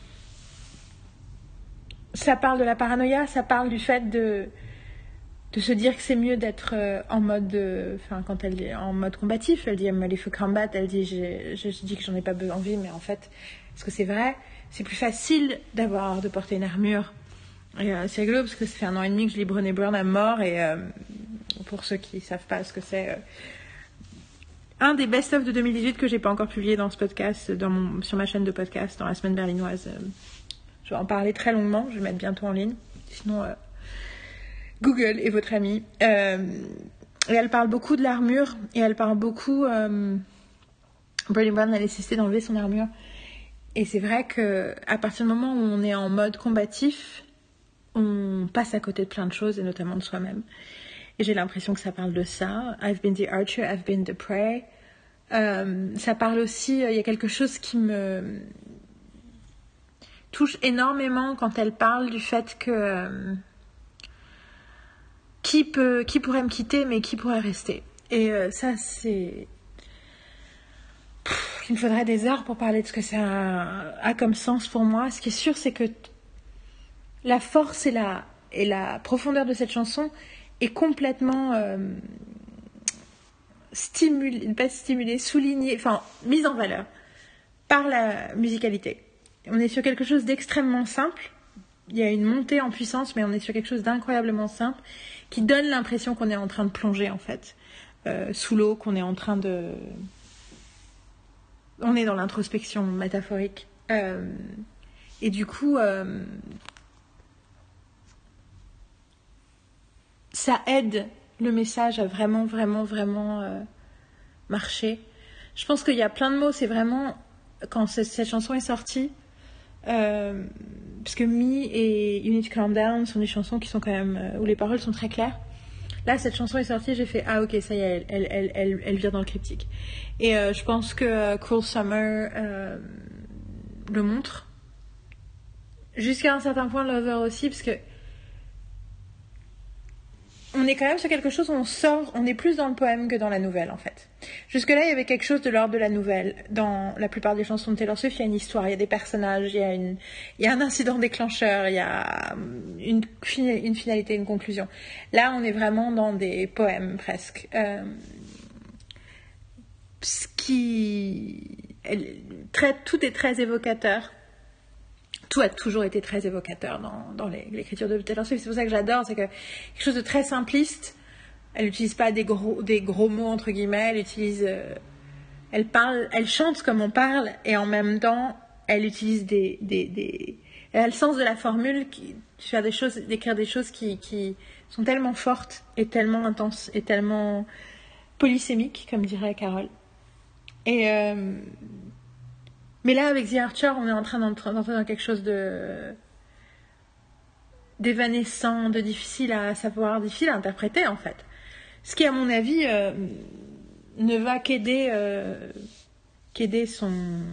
Speaker 1: de la paranoïa, ça parle du fait de se dire que c'est mieux d'être en mode... quand elle dit en mode combatif, elle dit I'm ready for combat, elle dit je dis que j'en ai pas envie, mais en fait, est-ce que c'est vrai? C'est plus facile de porter une armure. Et c'est rigolo parce que ça fait 1 an et demi que je lis Brené Brown à mort et pour ceux qui savent pas ce que c'est... un des best-of de 2018 que j'ai pas encore publié dans ce podcast, sur ma chaîne de podcast, dans la semaine berlinoise. Je vais en parler très longuement, je vais mettre bientôt en ligne. Sinon, Google est votre ami. Et elle parle beaucoup de l'armure, et elle parle beaucoup... Brené Brown a décidé d'enlever son armure. Et c'est vrai qu'à partir du moment où on est en mode combatif, on passe à côté de plein de choses, et notamment de soi-même. Et j'ai l'impression que ça parle de ça. I've been the archer, I've been the prey. Ça parle aussi... Il y a quelque chose qui me touche énormément quand elle parle du fait que... qui pourrait me quitter, mais qui pourrait rester. Et ça, c'est... Il me faudrait des heures pour parler de ce que ça a comme sens pour moi. Ce qui est sûr, c'est que la force et la profondeur de cette chanson est complètement soulignée, enfin mise en valeur par la musicalité. On est sur quelque chose d'extrêmement simple. Il y a une montée en puissance, mais on est sur quelque chose d'incroyablement simple qui donne l'impression qu'on est en train de plonger en fait sous l'eau, qu'on est en train de... On est dans l'introspection métaphorique. Et du coup, ça aide le message à vraiment, vraiment, vraiment marcher. Je pense qu'il y a plein de mots, c'est vraiment... Quand cette chanson est sortie, parce que Me et You Need to Calm Down sont des chansons qui sont quand même... où les paroles sont très claires. Là, cette chanson est sortie, j'ai fait « Ah ok, ça y est, elle vient dans le cryptique. » Et je pense que Cruel Summer le montre. Jusqu'à un certain point, Lover aussi, parce que on est quand même sur quelque chose où on est plus dans le poème que dans la nouvelle, en fait. Jusque-là, il y avait quelque chose de l'ordre de la nouvelle. Dans la plupart des chansons de Taylor Swift, il y a une histoire, il y a des personnages, il y a un incident déclencheur, il y a une finalité, une conclusion. Là, on est vraiment dans des poèmes, presque. Tout est très évocateur. Tout a toujours été très évocateur dans l'écriture de Taylor Swift. C'est pour ça que j'adore, c'est que quelque chose de très simpliste. Elle n'utilise pas des gros mots entre guillemets. Elle chante comme on parle et en même temps, elle utilise elle a le sens de la formule d'écrire des choses qui sont tellement fortes et tellement intenses et tellement polysémiques, comme dirait Carole. Mais là, avec The Archer, on est en train d'entrer dans quelque chose d'évanescent, de difficile à savoir, difficile à interpréter, en fait. Ce qui, à mon avis, ne va qu'aider son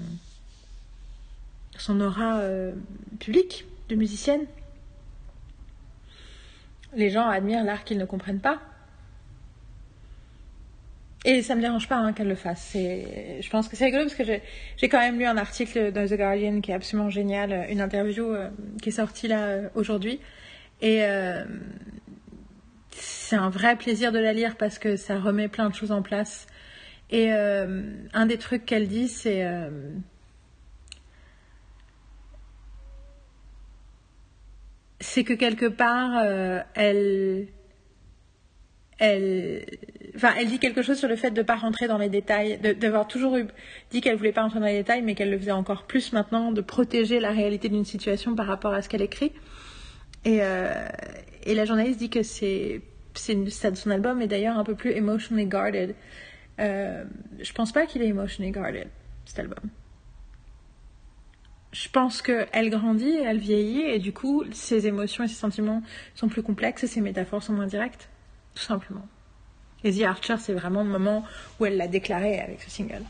Speaker 1: aura publique de musicienne. Les gens admirent l'art qu'ils ne comprennent pas. Et ça me dérange pas qu'elle le fasse. Je pense que c'est rigolo parce que j'ai quand même lu un article dans The Guardian qui est absolument génial, une interview qui est sortie là aujourd'hui. Et c'est un vrai plaisir de la lire parce que ça remet plein de choses en place. Et un des trucs qu'elle dit, c'est que quelque part, elle dit quelque chose sur le fait de ne pas rentrer dans les détails, d'avoir toujours dit qu'elle ne voulait pas rentrer dans les détails, mais qu'elle le faisait encore plus maintenant, de protéger la réalité d'une situation par rapport à ce qu'elle écrit. Et la journaliste dit que son album est d'ailleurs un peu plus emotionally guarded. Je pense pas qu'il est emotionally guarded, cet album. Je pense qu'elle grandit, elle vieillit, et du coup, ses émotions et ses sentiments sont plus complexes et ses métaphores sont moins directes. Tout simplement. Et The Archer, c'est vraiment le moment où elle l'a déclaré avec ce single.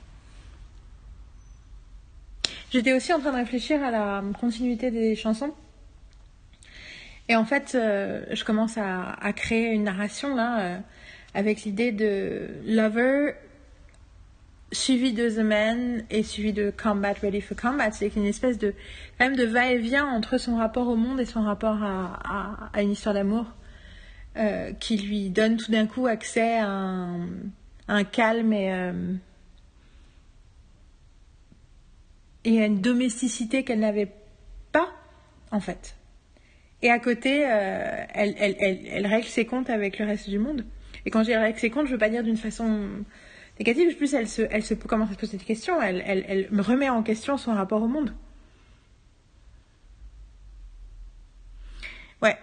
Speaker 1: J'étais aussi en train de réfléchir à la continuité des chansons. Et en fait, je commence à créer une narration là, avec l'idée de Lover suivi de The Man et suivi de Combat, Ready for Combat. C'est une espèce de va-et-vient entre son rapport au monde et son rapport à une histoire d'amour. Qui lui donne tout d'un coup accès à un calme et à une domesticité qu'elle n'avait pas, en fait. Et à côté, elle règle ses comptes avec le reste du monde. Et quand je dis elle règle ses comptes, je ne veux pas dire d'une façon négative, plus elle commence à se poser des questions, elle me remet en question son rapport au monde. Ouais.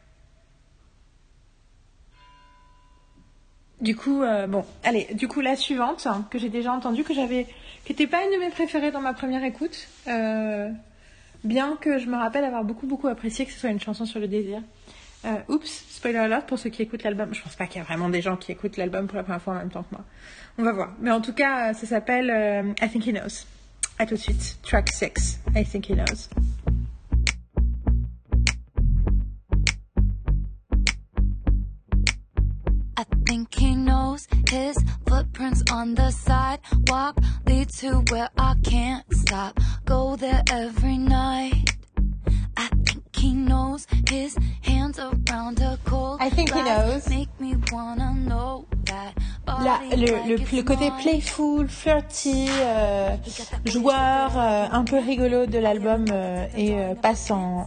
Speaker 1: Du coup, la suivante, que j'ai déjà entendue, qui n'était pas une de mes préférées dans ma première écoute, bien que je me rappelle avoir beaucoup apprécié que ce soit une chanson sur le désir. Oups, spoiler alert pour ceux qui écoutent l'album. Je pense pas qu'il y a vraiment des gens qui écoutent l'album pour la première fois en même temps que moi. On va voir. Mais en tout cas, ça s'appelle I Think He Knows. À tout de suite. Track 6, I Think He Knows.
Speaker 2: His footprints on the sidewalk lead to where I can't stop. Go there every night. I think he knows. His hands around her cold.
Speaker 1: I think he knows.
Speaker 2: Make me wanna know that.
Speaker 1: Le côté playful, flirty, joueur, un peu rigolo de l'album passe en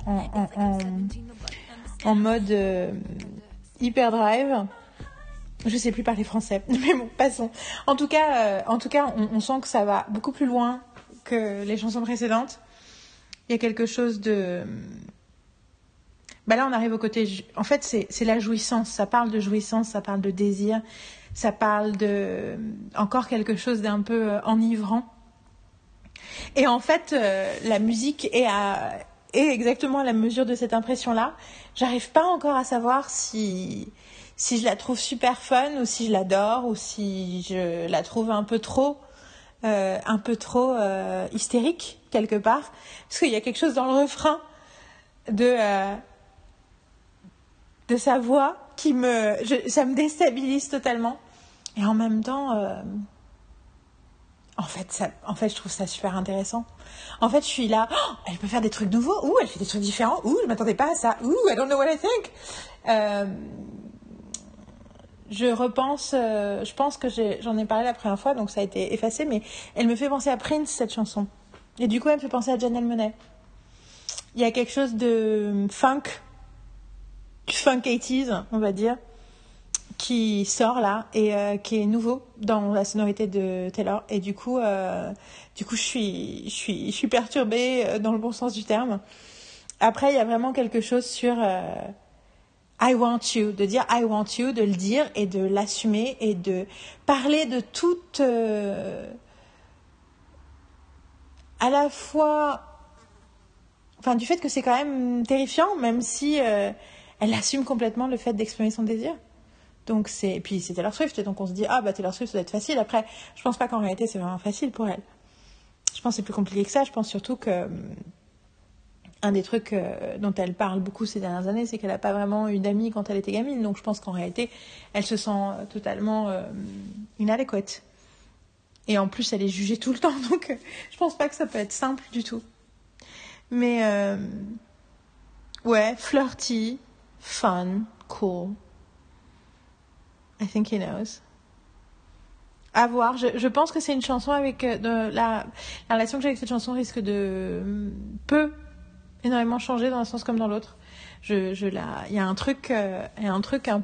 Speaker 1: mode hyperdrive. Je sais plus parler français, mais bon, passons. En tout cas, on sent que ça va beaucoup plus loin que les chansons précédentes. Il y a quelque chose de... là, on arrive au côté... En fait, c'est la jouissance. Ça parle de jouissance, ça parle de désir. Ça parle de... Encore quelque chose d'un peu enivrant. Et en fait, la musique est exactement à la mesure de cette impression-là. J'arrive pas encore à savoir si je la trouve super fun ou si je l'adore ou si je la trouve un peu trop hystérique quelque part, parce qu'il y a quelque chose dans le refrain de sa voix qui ça me déstabilise totalement, et en même temps en fait je trouve ça super intéressant. En fait je suis là, elle peut faire des trucs nouveaux, elle fait des trucs différents, je m'attendais pas à ça, I don't know what I think. Je pense que j'en ai parlé la première fois, donc ça a été effacé, mais elle me fait penser à Prince, cette chanson. Et du coup, elle me fait penser à Janelle Monáe. Il y a quelque chose de funk 80s, on va dire, qui sort là et qui est nouveau dans la sonorité de Taylor. Et du coup, je suis perturbée dans le bon sens du terme. Après, il y a vraiment quelque chose sur... I want you, de dire I want you, de le dire et de l'assumer et de parler de toute... à la fois... Enfin, du fait que c'est quand même terrifiant, même si elle assume complètement le fait d'exprimer son désir. Donc et puis c'est Taylor Swift, et donc on se dit Taylor Swift, ça doit être facile. Après, je pense pas qu'en réalité c'est vraiment facile pour elle. Je pense que c'est plus compliqué que ça. Je pense surtout que... Un des trucs dont elle parle beaucoup ces dernières années, c'est qu'elle n'a pas vraiment eu d'amis quand elle était gamine. Donc je pense qu'en réalité, elle se sent totalement inadequate. Et en plus, elle est jugée tout le temps. Donc je pense pas que ça peut être simple du tout. Mais flirty, fun, cool. I think he knows. À voir. Je pense que c'est une chanson avec... la relation que j'ai avec cette chanson risque de... énormément changé dans un sens comme dans l'autre. Il y a un truc un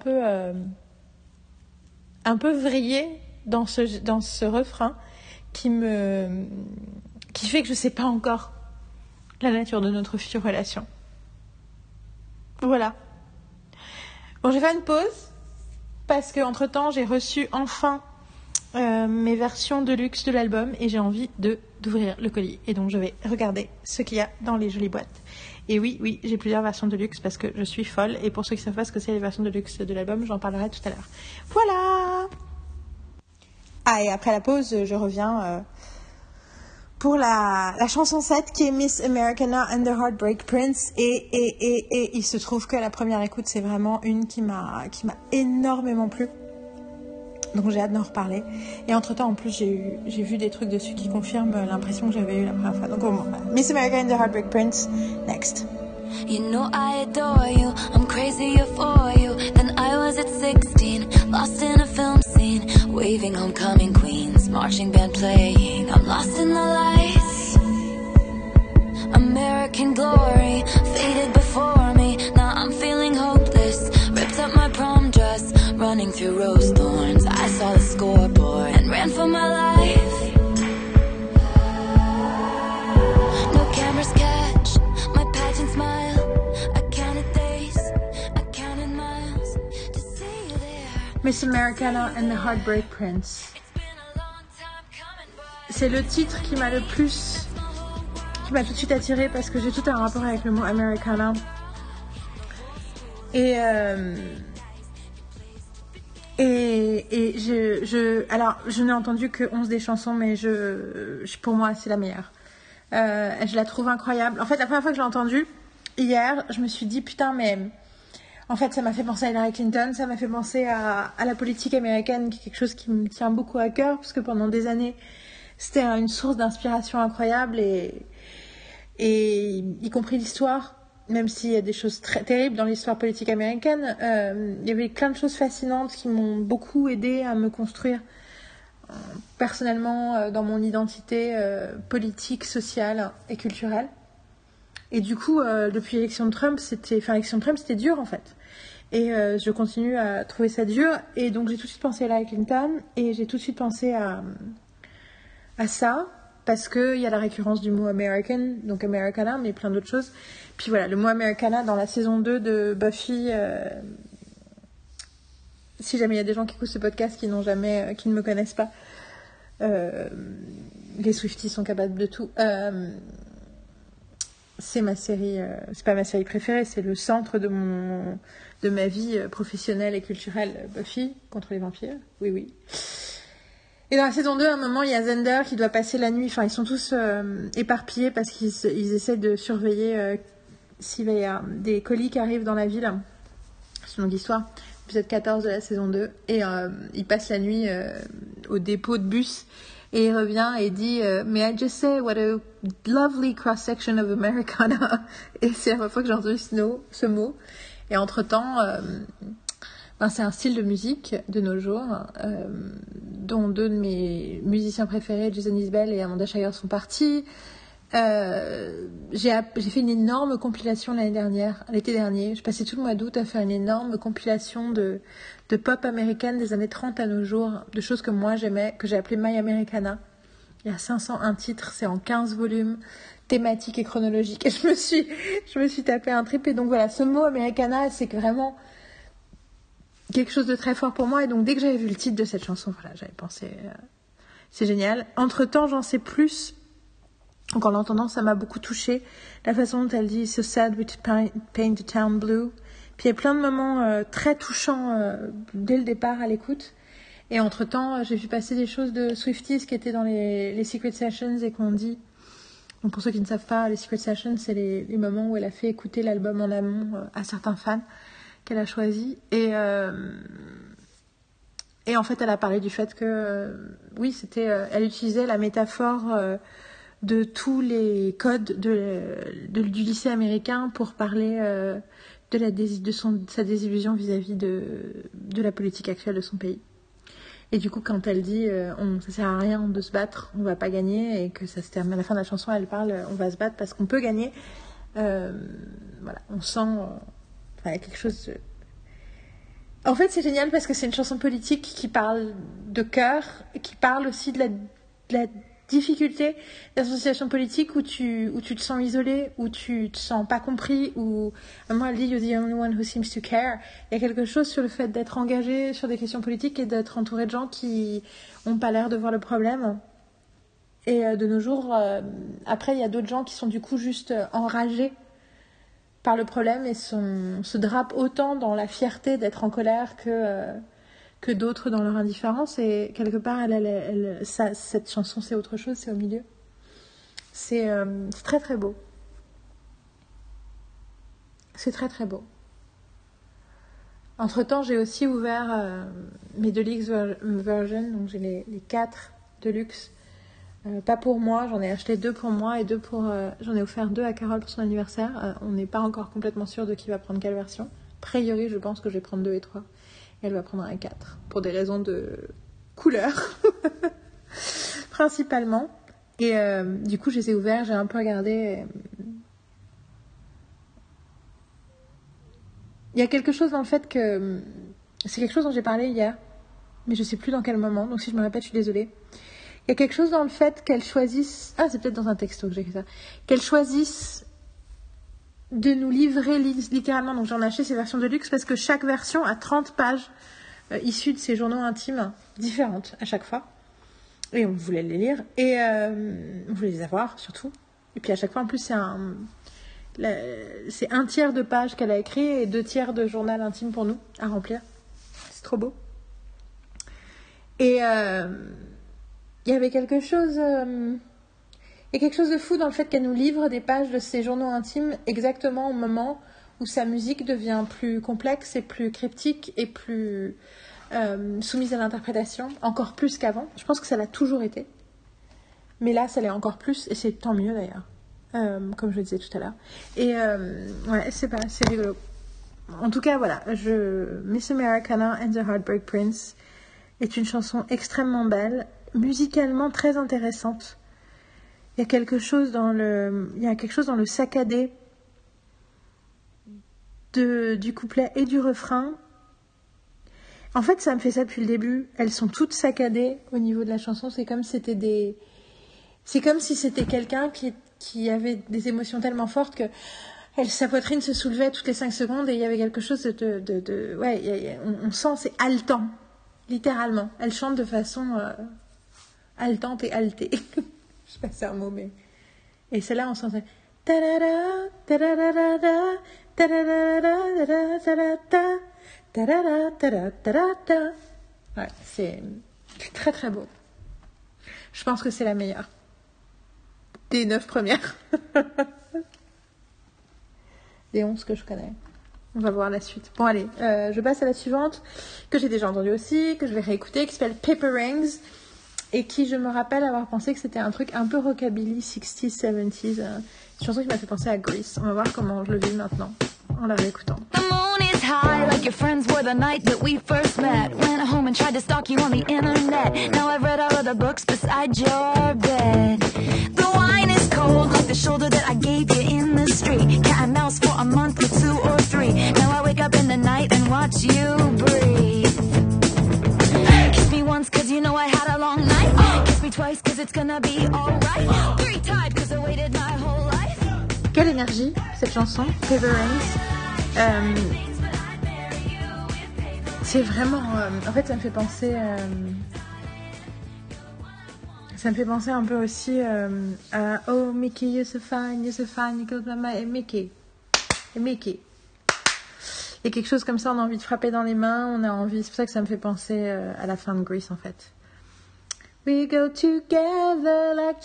Speaker 1: peu vrillé dans ce refrain qui fait que je sais pas encore la nature de notre future relation. Voilà. Bon, j'ai fait une pause parce que entre temps j'ai reçu enfin mes versions de luxe de l'album et j'ai envie d'ouvrir le colis, et donc je vais regarder ce qu'il y a dans les jolies boîtes. Et oui, j'ai plusieurs versions de luxe parce que je suis folle, et pour ceux qui savent pas ce que c'est les versions de luxe de l'album, j'en parlerai tout à l'heure. Voilà. Et après la pause, je reviens pour la chanson 7 qui est Miss Americana and the Heartbreak Prince, et il se trouve que la première écoute, c'est vraiment une qui m'a énormément plu. Donc j'ai hâte d'en reparler. Et entre-temps, en plus, j'ai vu des trucs dessus qui confirment l'impression que j'avais eue la première fois. Donc Miss America and the Heartbreak Prince, next.
Speaker 2: You know I adore you, I'm crazier for you than I was at 16. Lost in a film scene, waving homecoming queens, marching band playing, I'm lost in the lights. American glory, faded before me, now I'm feeling hopeless. Ripped up my prom dress, running through rose thorns. I saw the scoreboard and ran for my life. No cameras catch my pageant smile. I counted days, I counted miles to see you there.
Speaker 1: Miss Americana and the Heartbreak Prince. C'est le titre qui m'a tout de suite attirée parce que j'ai tout un rapport avec le mot Americana. Et alors je n'ai entendu que 11 des chansons, mais pour moi c'est la meilleure. Je la trouve incroyable. En fait, la première fois que je l'ai entendue hier, je me suis dit putain, mais En fait, ça m'a fait penser à Hillary Clinton, ça m'a fait penser à la politique américaine, qui est quelque chose qui me tient beaucoup à cœur, parce que pendant des années, c'était une source d'inspiration incroyable, et y compris l'histoire, même s'il y a des choses très terribles dans l'histoire politique américaine, il y avait plein de choses fascinantes qui m'ont beaucoup aidé à me construire personnellement dans mon identité politique, sociale et culturelle. Et du coup, depuis l'élection de Trump, c'était dur en fait. Et je continue à trouver ça dur. Et donc j'ai tout de suite pensé à Hillary Clinton, et j'ai tout de suite pensé à ça, parce qu'il y a la récurrence du mot American, donc Americana, mais plein d'autres choses. Puis voilà, le mot Americana dans la saison 2 de Buffy, si jamais il y a des gens qui écoutent ce podcast qui ne me connaissent pas, les Swifties sont capables de tout. C'est ma série, c'est pas ma série préférée, c'est le centre de ma vie professionnelle et culturelle, Buffy contre les vampires. Oui, oui. Et dans la saison 2, à un moment, il y a Xander qui doit passer la nuit. Enfin, ils sont tous éparpillés parce qu'ils essaient de surveiller s'il y a des colis qui arrivent dans la ville. C'est une longue histoire. Épisode 14 de la saison 2. Et il passe la nuit au dépôt de bus. Et il revient et dit May I just say what a lovely cross-section of Americana. Et c'est la première fois que j'ai entendu ce mot. Et entre-temps, c'est un style de musique de nos jours, dont deux de mes musiciens préférés, Jason Isbell et Amanda Shire, sont partis. J'ai fait une énorme compilation l'été dernier. Je passais tout le mois d'août à faire une énorme compilation de pop américaine des années 30 à nos jours, de choses que moi j'aimais, que j'ai appelé My Americana. Il y a 501 titres, c'est en 15 volumes, thématiques et chronologiques. Et je me suis tapé un trip. Et donc voilà, ce mot Americana, c'est vraiment quelque chose de très fort pour moi. Et donc dès que j'avais vu le titre de cette chanson, voilà, j'avais pensé, c'est génial. Entre-temps, j'en sais plus. Donc en l'entendant, ça m'a beaucoup touchée. La façon dont elle dit « So sad we paint the town blue ». Puis il y a plein de moments très touchants dès le départ à l'écoute. Et entre-temps, j'ai vu passer des choses de Swifties qui étaient dans les Secret Sessions et qu'on dit... Donc pour ceux qui ne savent pas, les Secret Sessions, c'est les moments où elle a fait écouter l'album en amont à certains fans qu'elle a choisis. Et en fait, elle a parlé du fait que... oui, elle utilisait la métaphore... de tous les codes du lycée américain pour parler de sa désillusion vis-à-vis de la politique actuelle de son pays. Et du coup, quand elle dit ça sert à rien de se battre, on va pas gagner, et que ça se termine à la fin de la chanson, elle parle on va se battre parce qu'on peut gagner. Voilà, on sent il y a quelque chose. En fait, c'est génial parce que c'est une chanson politique qui parle de cœur, et qui parle aussi de la difficulté d'association politique où tu te sens isolé, où tu te sens pas compris, où moi elle dit you're the only one who seems to care. Il y a quelque chose sur le fait d'être engagé sur des questions politiques et d'être entouré de gens qui ont pas l'air de voir le problème. Et de nos jours, après il y a d'autres gens qui sont du coup juste enragés par le problème et se drapent autant dans la fierté d'être en colère que d'autres dans leur indifférence. Et quelque part, cette chanson, c'est autre chose, c'est au milieu. C'est très très beau. C'est très très beau. Entre-temps, j'ai aussi ouvert mes Deluxe versions, donc j'ai les 4 Deluxe. Pas pour moi, j'en ai acheté 2 pour moi et j'en ai offert 2 à Carole pour son anniversaire. On n'est pas encore complètement sûr de qui va prendre quelle version. A priori, je pense que je vais prendre 2 et 3. Elle va prendre un 4 pour des raisons de couleur principalement. Et du coup je les ai ouverts, j'ai un peu regardé. Il y a quelque chose dans le fait que c'est quelque chose dont j'ai parlé hier, mais je sais plus dans quel moment, donc si je me répète, je suis désolée. Il y a quelque chose dans le fait qu'elle choisisse, c'est peut-être dans un texto que j'ai écrit ça, qu'elle choisisse de nous livrer littéralement, donc j'en ai acheté ces versions de luxe parce que chaque version a 30 pages issues de ses journaux intimes différentes à chaque fois, et on voulait les lire et on voulait les avoir surtout, et puis à chaque fois en plus c'est un tiers de pages qu'elle a écrit et 2 tiers de journal intime pour nous à remplir. C'est trop beau. Et il y avait quelque chose il y a quelque chose de fou dans le fait qu'elle nous livre des pages de ses journaux intimes exactement au moment où sa musique devient plus complexe et plus cryptique et plus soumise à l'interprétation, encore plus qu'avant. Je pense que ça l'a toujours été. Mais là, ça l'est encore plus, et c'est tant mieux d'ailleurs, comme je le disais tout à l'heure. Et ouais, c'est rigolo. En tout cas, voilà, Miss Americana and the Heartbreak Prince est une chanson extrêmement belle, musicalement très intéressante. Il y a quelque chose dans le saccadé du couplet et du refrain. En fait, ça me fait ça depuis le début. Elles sont toutes saccadées au niveau de la chanson. C'est comme si c'était quelqu'un qui avait des émotions tellement fortes que sa poitrine se soulevait toutes les 5 secondes et il y avait quelque chose on sent, c'est haletant, littéralement. Elle chante de façon haletante et haletée. Je sais pas si c'est un mot, mais... Et celle-là, on sentait... Ouais, c'est très très beau. Je pense que c'est la meilleure des 9 premières. Des 11 que je connais. On va voir la suite. Bon allez, je passe à la suivante, que j'ai déjà entendue aussi, que je vais réécouter, qui s'appelle Paper Rings, et qui, je me rappelle avoir pensé que c'était un truc un peu rockabilly, 60s, 70s. Une chanson qui m'a fait penser à Grease. On va voir comment je le vis maintenant, en la réécoutant.
Speaker 2: The moon is high, like your friends were the night that we first met. Went home and tried to stalk you on the internet. Now I've read all of the books beside your bed. The wine is cold, like the shoulder that I gave you in the street. Cat and mouse for a month or 2 or 3. Now I wake up in the night and watch you breathe. Kiss me once cause you know I had a long night. Kiss me twice cause it's gonna be alright. 3 times cause I waited my whole life.
Speaker 1: Quelle énergie, cette chanson, Paper Rings. C'est vraiment... en fait, ça me fait penser... ça me fait penser un peu aussi à Oh, Mickey, you're so fine, you killed my et Mickey. Et Mickey. Il y a quelque chose comme ça, on a envie de frapper dans les mains, on a envie... C'est pour ça que ça me fait penser à la fin de Grease, en fait. We go together like...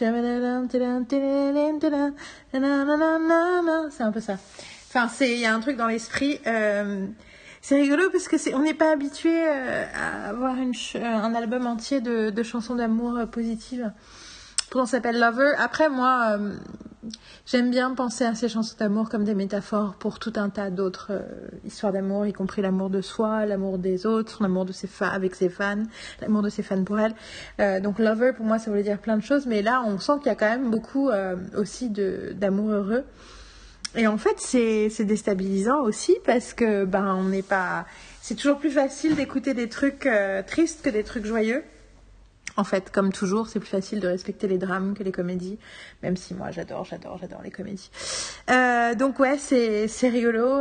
Speaker 1: C'est un peu ça. Enfin, il y a un truc dans l'esprit. C'est rigolo parce que on n'est pas habitué à avoir un album entier de chansons d'amour positives. Pourtant, ça s'appelle Lover. Après, moi, j'aime bien penser à ces chansons d'amour comme des métaphores pour tout un tas d'autres histoires d'amour, y compris l'amour de soi, l'amour des autres, l'amour de avec ses fans, l'amour de ses fans pour elle. Donc Lover, pour moi, ça voulait dire plein de choses. Mais là, on sent qu'il y a quand même beaucoup aussi d'amour heureux. Et en fait, c'est déstabilisant aussi parce que on n'est pas... C'est toujours plus facile d'écouter des trucs tristes que des trucs joyeux. En fait, comme toujours, c'est plus facile de respecter les drames que les comédies, même si moi j'adore les comédies. Donc ouais, c'est rigolo.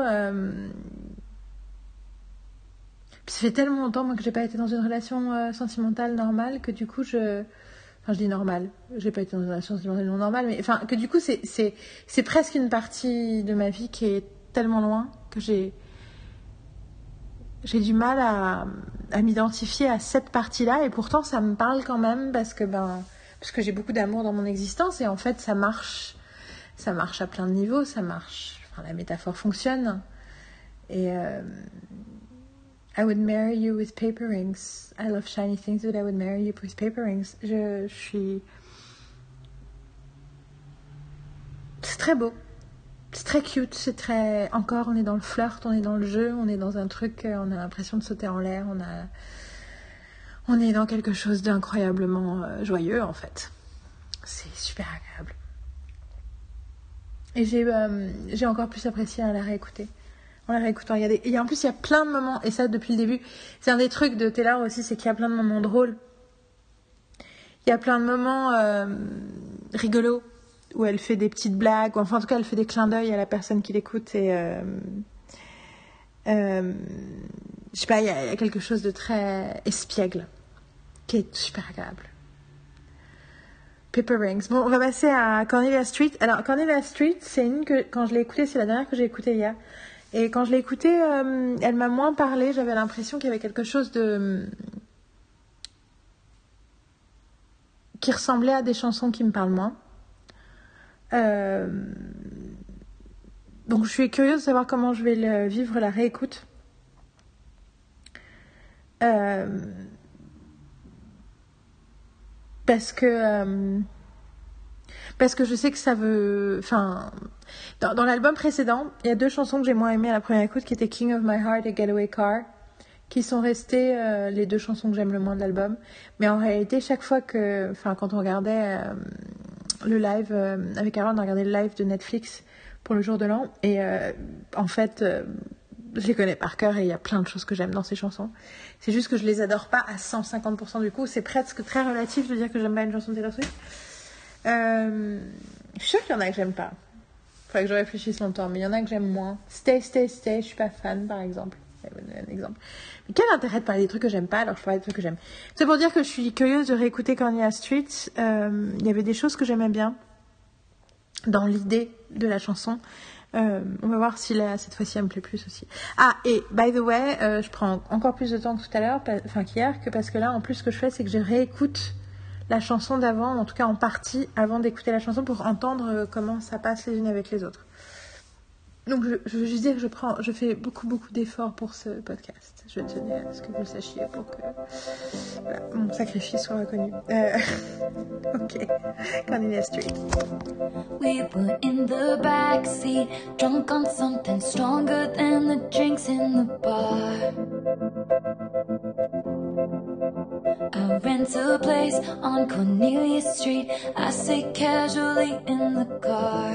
Speaker 1: Ça fait tellement longtemps moi que j'ai pas été dans une relation sentimentale normale que du coup je dis normale, j'ai pas été dans une relation sentimentale non normale, mais enfin que du coup c'est presque une partie de ma vie qui est tellement loin que j'ai du mal à m'identifier à cette partie-là, et pourtant ça me parle quand même parce que j'ai beaucoup d'amour dans mon existence, et en fait ça marche à plein de niveaux, ça marche, enfin, la métaphore fonctionne, et I would marry you with paper rings. I love shiny things, but I would marry you with paper rings. C'est très beau. C'est très cute, Encore, on est dans le flirt, on est dans le jeu, on est dans un truc, on a l'impression de sauter en l'air, on est dans quelque chose d'incroyablement joyeux, en fait. C'est super agréable. Et j'ai encore plus apprécié à la réécouter. En la réécoutant, en plus, il y a plein de moments, et ça, depuis le début, c'est un des trucs de Taylor aussi, c'est qu'il y a plein de moments drôles. Il y a plein de moments rigolos, où elle fait des petites blagues, ou enfin en tout cas elle fait des clins d'œil à la personne qui l'écoute, et je sais pas, il y a quelque chose de très espiègle qui est super agréable. Paper Rings. Bon, on va passer à Cornelia Street. Alors Cornelia Street, c'est une que quand je l'ai écoutée, c'est la dernière que j'ai écoutée hier, et quand je l'ai écoutée, elle m'a moins parlé. J'avais l'impression qu'il y avait quelque chose qui ressemblait à des chansons qui me parlent moins. Donc je suis curieuse de savoir comment je vais vivre la réécoute. Parce que je sais que ça veut... Enfin, dans l'album précédent, il y a 2 chansons que j'ai moins aimées à la première écoute, qui étaient King of My Heart et Getaway Car, qui sont restées les 2 chansons que j'aime le moins de l'album. Mais en réalité, chaque fois que... Enfin, quand on regardait le live... avec Aaron, on a regardé le live de Netflix pour le jour de l'an. Et en fait... je les connais par cœur et il y a plein de choses que j'aime dans ces chansons. C'est juste que je les adore pas à 150% du coup. C'est presque très relatif de dire que j'aime pas une chanson de Taylor Swift. Je suis sûre qu'il y en a que j'aime pas. Faudrait que je réfléchisse longtemps, mais il y en a que j'aime moins. Stay, Stay, Stay, je suis pas fan par exemple. Un exemple. Mais quel intérêt de parler des trucs que j'aime pas alors je parle des trucs que j'aime. C'est pour dire que je suis curieuse de réécouter Cornelia Street. Il y avait des choses que j'aimais bien dans l'idée de la chanson. On va voir si là, cette fois-ci elle me plaît plus aussi. Ah, et by the way, je prends encore plus de temps que tout à l'heure, qu'hier, parce que là en plus ce que je fais c'est que je réécoute la chanson d'avant, en tout cas en partie avant d'écouter la chanson pour entendre comment ça passe les unes avec les autres. Donc je veux juste dire que je fais beaucoup d'efforts pour ce podcast. Je tenais à ce que vous le sachiez pour que voilà, mon sacrifice soit reconnu. Ok, Cornelia Street.
Speaker 2: We were in the backseat, drunk on something stronger than the drinks in the bar. I rent a place on Cornelia Street. I sit casually in the car.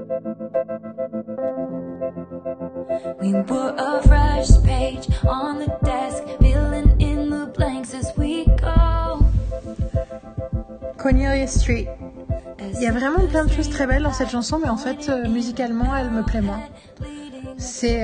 Speaker 2: We were a fresh page on the desk, filling in the blanks as we go.
Speaker 1: Cornelia Street. Il y a vraiment plein de choses très belles dans cette chanson, mais en fait, musicalement, elle me plaît moins. C'est...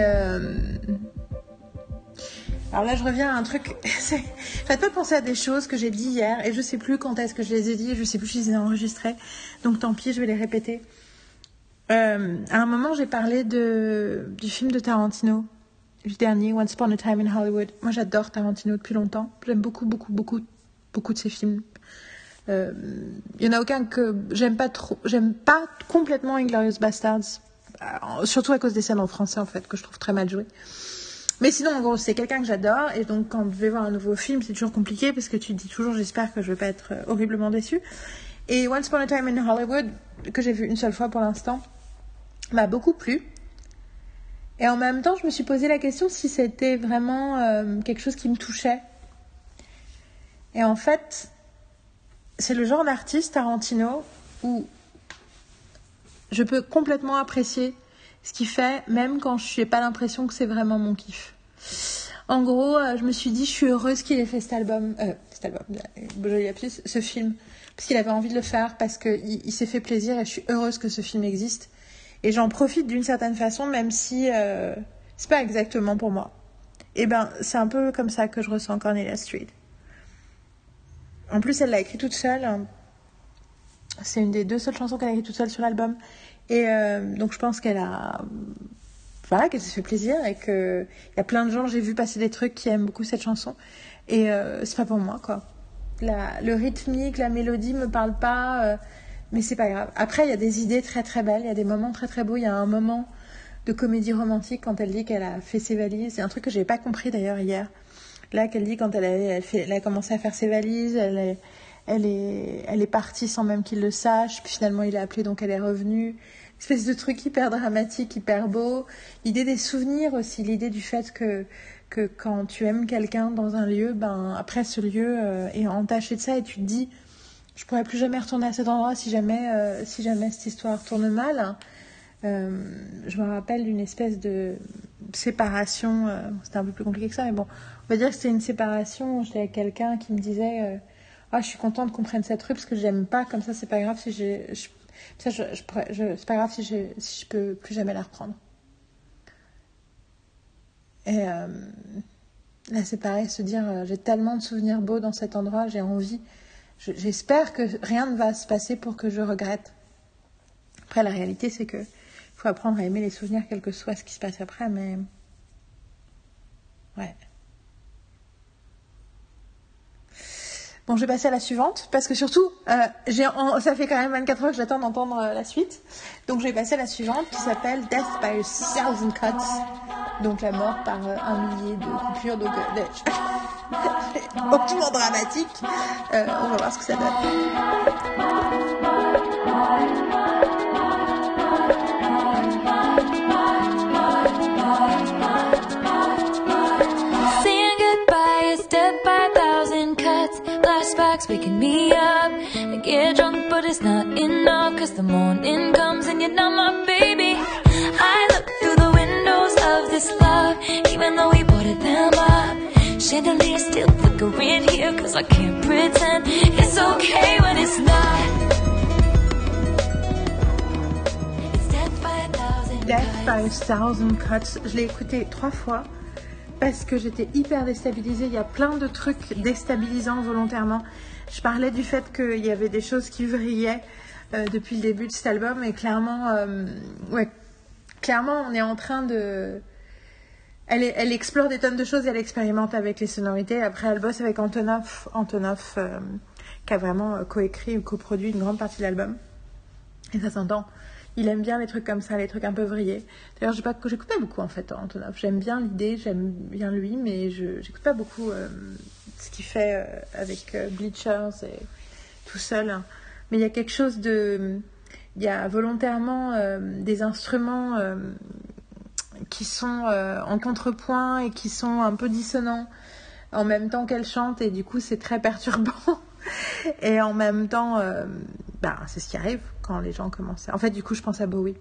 Speaker 1: Alors là, je reviens à un truc... Faites pas penser à des choses que j'ai dit hier, et je sais plus quand est-ce que je les ai dit, je sais plus si je les ai enregistrées, donc tant pis, je vais les répéter. À un moment, j'ai parlé du film de Tarantino, du dernier, Once Upon a Time in Hollywood. Moi, j'adore Tarantino depuis longtemps. J'aime beaucoup de ses films. Il y en a aucun que j'aime pas trop. J'aime pas complètement Inglourious Basterds, surtout à cause des scènes en français en fait que je trouve très mal jouées. Mais sinon, en gros, c'est quelqu'un que j'adore et donc quand je vais voir un nouveau film, c'est toujours compliqué parce que tu te dis toujours, j'espère que je vais pas être horriblement déçue. Et Once Upon a Time in Hollywood, que j'ai vu une seule fois pour l'instant, m'a beaucoup plu. Et en même temps, je me suis posé la question si c'était vraiment quelque chose qui me touchait. Et en fait, c'est le genre d'artiste, Tarantino, où je peux complètement apprécier ce qu'il fait, même quand je n'ai pas l'impression que c'est vraiment mon kiff. En gros, je me suis dit, je suis heureuse qu'il ait fait ce film, parce qu'il avait envie de le faire, parce qu'il s'est fait plaisir, et je suis heureuse que ce film existe. Et j'en profite d'une certaine façon, même si c'est pas exactement pour moi. Et ben, c'est un peu comme ça que je ressens Cornelia Street. En plus, elle l'a écrit toute seule. C'est une des 2 seules chansons qu'elle a écrites toute seule sur l'album. Et donc, je pense qu'elle s'est fait plaisir et qu'il y a plein de gens, j'ai vu passer des trucs qui aiment beaucoup cette chanson. Et c'est pas pour moi, quoi. Le rythmique, la mélodie me parle pas, mais c'est pas grave. Après, il y a des idées très très belles, il y a des moments très très beaux. Il y a un moment de comédie romantique quand elle dit qu'elle a fait ses valises. C'est un truc que j'avais pas compris d'ailleurs hier. Là, qu'elle dit quand elle a commencé à faire ses valises, elle est partie sans même qu'il le sache, puis finalement il a appelé donc elle est revenue. Une espèce de truc hyper dramatique, hyper beau. L'idée des souvenirs aussi, l'idée du fait que quand tu aimes quelqu'un dans un lieu, ben après ce lieu est entaché de ça et tu te dis je pourrais plus jamais retourner à cet endroit si jamais cette histoire tourne mal. Je me rappelle d'une espèce de séparation, c'était un peu plus compliqué que ça, mais bon, on va dire que c'était une séparation. J'étais avec quelqu'un qui me disait je suis contente qu'on prenne cette rue parce que j'aime pas, comme ça c'est pas grave si c'est pas grave si je peux plus jamais la reprendre. Et là c'est pareil, se dire j'ai tellement de souvenirs beaux dans cet endroit, j'ai envie, j'espère que rien ne va se passer pour que je regrette. Après la réalité c'est que faut apprendre à aimer les souvenirs quel que soit ce qui se passe après, mais ouais. Bon, je vais passer à la suivante, parce que surtout, ça fait quand même 24 heures que j'attends d'entendre la suite. Donc je vais passer à la suivante, qui s'appelle Death by a Thousand Cuts. Donc la mort par 1 millier de coupures. Donc hautement dramatique. On va voir ce que ça donne.
Speaker 2: Flashbacks waking me up. I get drunk, but it's not enough. Cause the morning comes and you're not my baby. I look through the windows of this love, even though we boarded them up. Chandelier still flickering here, cause I can't pretend it's okay when it's not. It's death by a thousand
Speaker 1: Death by a Thousand Cuts. Je l'ai écouté 3 fois. Parce que j'étais hyper déstabilisée. Il y a plein de trucs déstabilisants volontairement. Je parlais du fait qu'il y avait des choses qui vrillaient depuis le début de cet album. Et clairement, clairement, on est en train de... Elle explore des tonnes de choses. Elle expérimente avec les sonorités. Après, elle bosse avec Antonov qui a vraiment coécrit ou coproduit une grande partie de l'album. Et ça s'entend. Il aime bien les trucs comme ça, les trucs un peu vrillés. D'ailleurs, j'écoute pas beaucoup en fait Antonov. J'aime bien l'idée, j'aime bien lui, mais j'écoute pas beaucoup ce qu'il fait avec Bleachers et tout seul. Mais il y a quelque chose de... Il y a volontairement des instruments qui sont en contrepoint et qui sont un peu dissonants en même temps qu'elle chante, et du coup c'est très perturbant. Et en même temps, c'est ce qui arrive quand les gens commencent à... En fait, du coup, je pense à Bowie.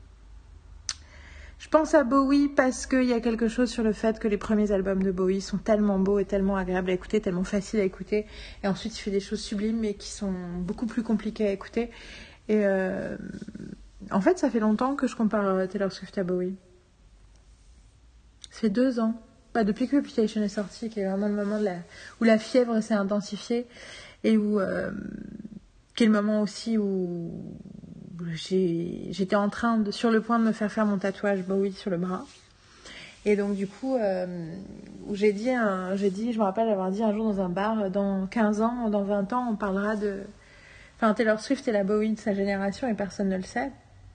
Speaker 1: Je pense à Bowie parce qu'il y a quelque chose sur le fait que les premiers albums de Bowie sont tellement beaux et tellement agréables à écouter, tellement faciles à écouter. Et ensuite, il fait des choses sublimes mais qui sont beaucoup plus compliquées à écouter. Et en fait, ça fait longtemps que je compare Taylor Swift à Bowie. Ça fait 2 ans. Depuis que Reputation est sorti, qui est vraiment le moment où la fièvre s'est intensifiée. Et où, qui est le moment aussi où j'étais sur le point de me faire mon tatouage Bowie sur le bras. Et donc du coup, où je me rappelle avoir dit un jour dans un bar, dans 15 ans, dans 20 ans, on parlera de... Enfin, Taylor Swift est la Bowie de sa génération et personne ne le sait.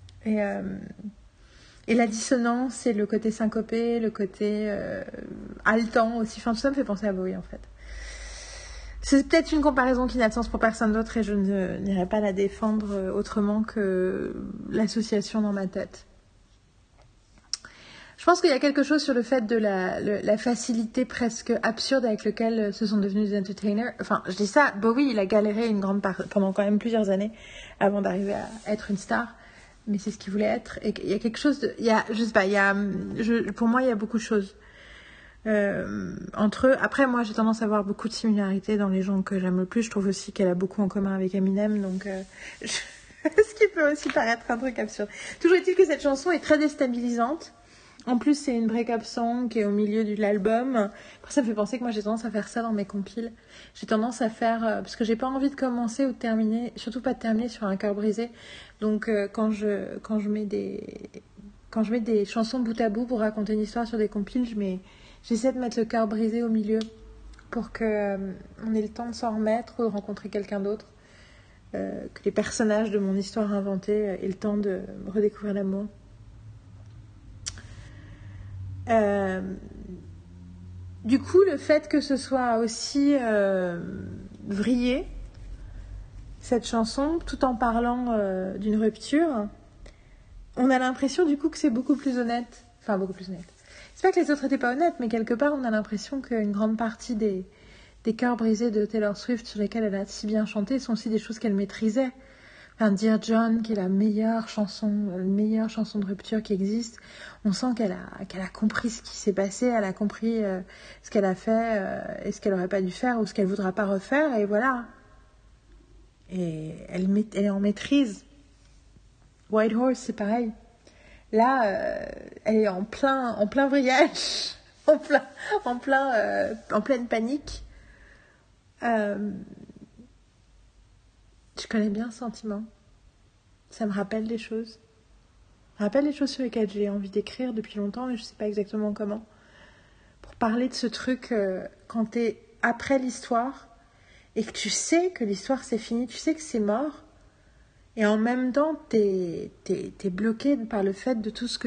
Speaker 1: Et la dissonance et le côté syncopé, le côté haletant aussi, enfin tout ça me fait penser à Bowie en fait. C'est peut-être une comparaison qui n'a de sens pour personne d'autre et je n'irai pas la défendre autrement que l'association dans ma tête. Je pense qu'il y a quelque chose sur le fait de la facilité presque absurde avec laquelle se sont devenus des entertainers. Enfin, je dis ça, Bowie, il a galéré pendant quand même plusieurs années avant d'arriver à être une star. Mais c'est ce qu'il voulait être. Et il y a quelque chose de... pour moi, il y a beaucoup de choses. Entre eux. Après, moi, j'ai tendance à voir beaucoup de similarités dans les gens que j'aime le plus. Je trouve aussi qu'elle a beaucoup en commun avec Eminem, donc ce qui peut aussi paraître un truc absurde. Toujours est-il que cette chanson est très déstabilisante. En plus, c'est une break-up song qui est au milieu de l'album. Après, ça me fait penser que moi, j'ai tendance à faire ça dans mes compiles. J'ai tendance à faire... parce que j'ai pas envie de commencer ou de terminer, surtout pas de terminer sur un cœur brisé. Donc, quand je mets des chansons bout à bout pour raconter une histoire sur des compiles, j'essaie de mettre le cœur brisé au milieu pour qu'on ait le temps de s'en remettre ou de rencontrer quelqu'un d'autre. Que les personnages de mon histoire inventée aient le temps de redécouvrir l'amour. Du coup, le fait que ce soit aussi vrillé, cette chanson, tout en parlant d'une rupture, on a l'impression du coup que c'est beaucoup plus honnête. Enfin, beaucoup plus honnête. C'est pas que les autres étaient pas honnêtes, mais quelque part, on a l'impression qu'une grande partie des cœurs brisés de Taylor Swift, sur lesquels elle a si bien chanté, sont aussi des choses qu'elle maîtrisait. Enfin, Dear John, qui est la meilleure chanson de rupture qui existe. On sent qu'elle a compris ce qui s'est passé, elle a compris ce qu'elle a fait et ce qu'elle aurait pas dû faire ou ce qu'elle voudra pas refaire, et voilà. Et elle est en maîtrise. White Horse, c'est pareil. Là, elle est en plein vrillage, en pleine panique. Je connais bien ce sentiment. Ça me rappelle des choses. Ça me rappelle des choses sur lesquelles j'ai envie d'écrire depuis longtemps et je ne sais pas exactement comment. Pour parler de ce truc quand t'es après l'histoire et que tu sais que l'histoire c'est fini, tu sais que c'est mort, et en même temps t'es bloqué par le fait de tout ce que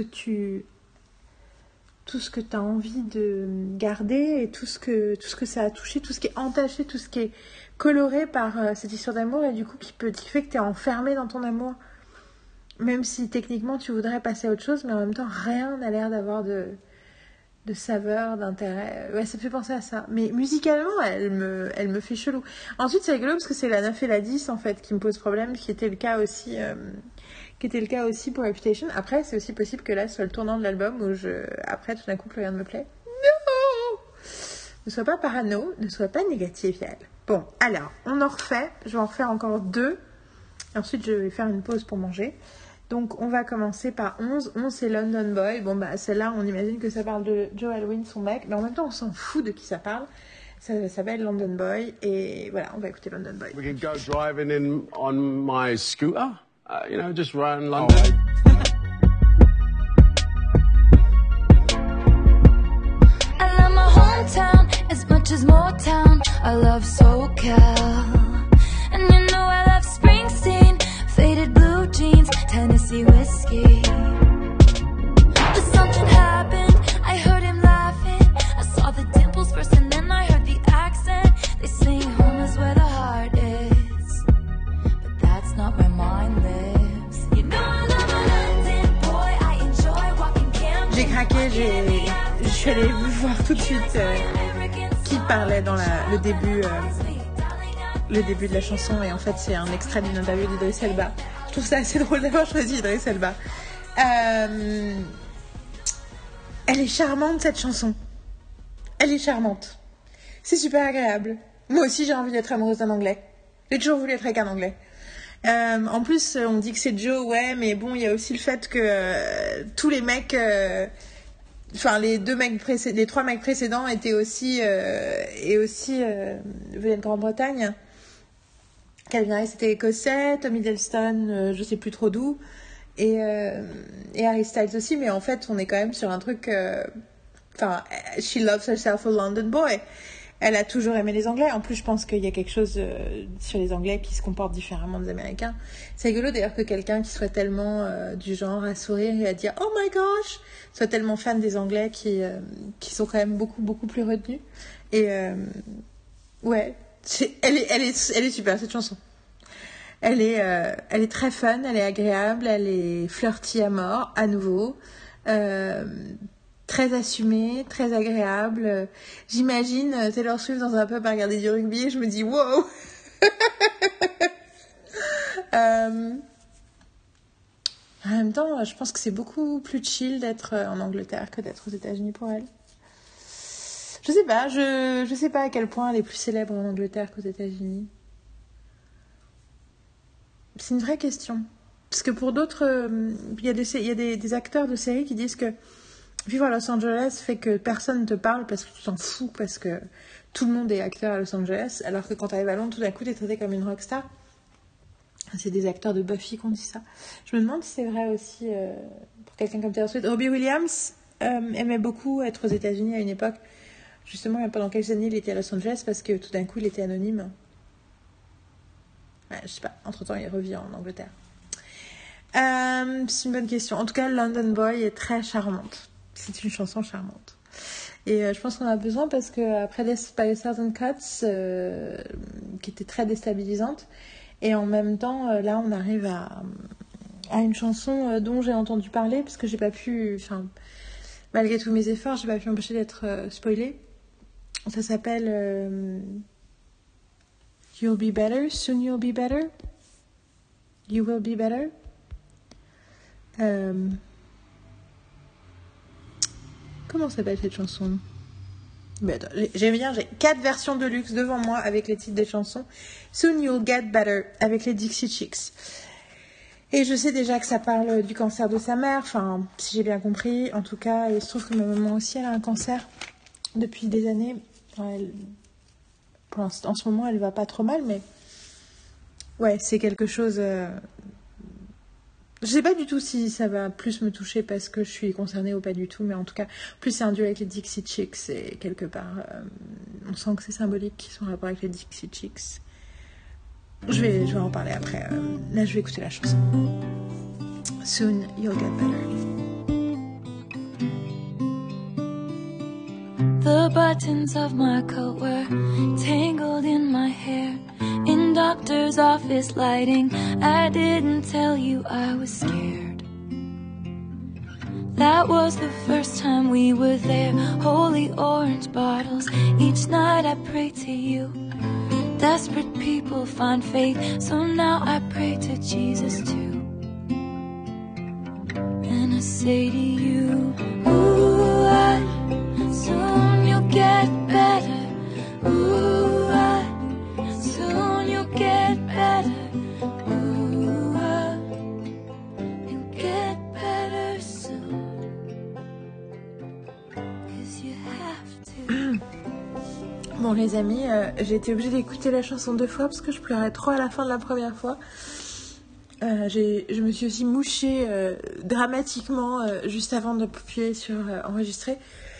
Speaker 1: t'as envie de garder, et tout ce que ça a touché, tout ce qui est entaché, tout ce qui est coloré par cette histoire d'amour, et du coup qui fait que t'es enfermé dans ton amour, même si techniquement tu voudrais passer à autre chose, mais en même temps rien n'a l'air d'avoir de saveur, d'intérêt. Ouais, ça me fait penser à ça. Mais musicalement, elle me fait chelou. Ensuite, c'est rigolo parce que c'est la 9 et la 10 en fait qui me posent problème, qui était le cas aussi pour Reputation. Après, c'est aussi possible que là ce soit le tournant de l'album où après tout d'un coup plus rien ne me plaît. Non, ne sois pas parano, ne sois pas négative, Yael. Bon, alors, on en refait. Je vais en refaire encore 2. Ensuite, je vais faire une pause pour manger. Donc, on va commencer par 11. 11, c'est London Boy. Bon, bah, celle-là, on imagine que ça parle de Joe Alwyn, son mec. Mais en même temps, on s'en fout de qui ça parle. Ça s'appelle London Boy. Et voilà, on va écouter London Boy.
Speaker 3: We could go driving in on my scooter. Just around London.
Speaker 2: I love my hometown as much as Motown. I love SoCal. And you know I love Springsteen. Faded blue jeans, Tennessee whiskey. But something happened, I heard him laughing. I saw the dimples first and then I heard the accent. They say home is where the heart is, but that's not where mine lives. You know I love a London boy, I enjoy walking Camden.
Speaker 1: J'ai craqué, je suis allée voir tout de suite qui parlait dans le début de la chanson, et en fait c'est un extrait d'une interview d'Idriss Elba. Je trouve ça assez drôle d'avoir choisi Idriss Elba. Elle est charmante cette chanson. Elle est charmante. C'est super agréable. Moi aussi j'ai envie d'être amoureuse d'un Anglais. J'ai toujours voulu être avec un Anglais. En plus on dit que c'est Joe, ouais, mais bon il y a aussi le fait que tous les mecs... les 3 mecs précédents étaient aussi venaient de Grande-Bretagne. Calvin Harris était écossais, Tom Hiddleston, je sais plus trop d'où, et Harry Styles aussi, mais en fait on est quand même sur un truc. She loves herself a London boy. Elle a toujours aimé les Anglais. En plus, je pense qu'il y a quelque chose sur les Anglais qui se comportent différemment des Américains. C'est rigolo d'ailleurs que quelqu'un qui soit tellement du genre à sourire et à dire « Oh my gosh !» soit tellement fan des Anglais qui sont quand même beaucoup, beaucoup plus retenus. Et ouais, elle est super cette chanson. Elle est très fun, elle est agréable, elle est flirty à mort, à nouveau. Très assumée, très agréable. J'imagine Taylor Swift dans un pub à regarder du rugby et je me dis wow. En même temps, je pense que c'est beaucoup plus chill d'être en Angleterre que d'être aux États-Unis pour elle. Je sais pas, je sais pas à quel point elle est plus célèbre en Angleterre qu'aux États-Unis. C'est une vraie question. Parce que pour d'autres, il y a des acteurs de séries qui disent que vivre à Los Angeles fait que personne ne te parle parce que tu t'en fous, parce que tout le monde est acteur à Los Angeles, alors que quand tu arrives à Londres, tout d'un coup, tu es traité comme une rockstar. C'est des acteurs de Buffy qui ont dit ça. Je me demande si c'est vrai aussi pour quelqu'un comme Taylor Swift. Robbie Williams aimait beaucoup être aux États-Unis à une époque. Justement, pendant quelques années, il était à Los Angeles parce que tout d'un coup, il était anonyme. Ouais, je sais pas. Entre-temps, il revient en Angleterre. C'est une bonne question. En tout cas, London Boy est très charmante. C'est une chanson charmante. Et je pense qu'on a besoin parce qu'après Death by a Thousand Cuts, qui était très déstabilisante, et en même temps, là, on arrive à une chanson dont j'ai entendu parler, parce que j'ai pas pu, malgré tous mes efforts, j'ai pas pu m'empêcher d'être spoilée. Ça s'appelle You'll Be Better, Soon You'll Be Better, You Will Be Better. Comment s'appelle cette chanson? Attends, j'ai 4 versions de luxe devant moi avec les titres des chansons. Soon You'll Get Better avec les Dixie Chicks. Et je sais déjà que ça parle du cancer de sa mère, si j'ai bien compris. En tout cas, il se trouve que ma maman aussi, elle a un cancer depuis des années. En ce moment, elle va pas trop mal, mais ouais, c'est quelque chose... Je sais pas du tout si ça va plus me toucher parce que je suis concernée ou pas du tout, mais en tout cas, plus c'est un duo avec les Dixie Chicks et quelque part, on sent que c'est symbolique qu'ils sont en rapport avec les Dixie Chicks. Je vais en parler après. Là, je vais écouter la chanson. Soon you'll get better.
Speaker 2: The buttons of my coat were tangled in my hair. In doctor's office lighting, I didn't tell you I was scared. That was the first time we were there. Holy orange bottles, each night I pray to you. Desperate people find faith, so now I pray to Jesus too. And I say to you, ooh, soon you'll get better. Ooh, soon you'll get better. Ooh, you'll get better soon. 'Cause you have to.
Speaker 1: Bon les amis, j'ai été obligée d'écouter la chanson 2 fois parce que je pleurais trop à la fin de la première fois. Je me suis aussi mouchée dramatiquement juste avant d'appuyer sur enregistrer.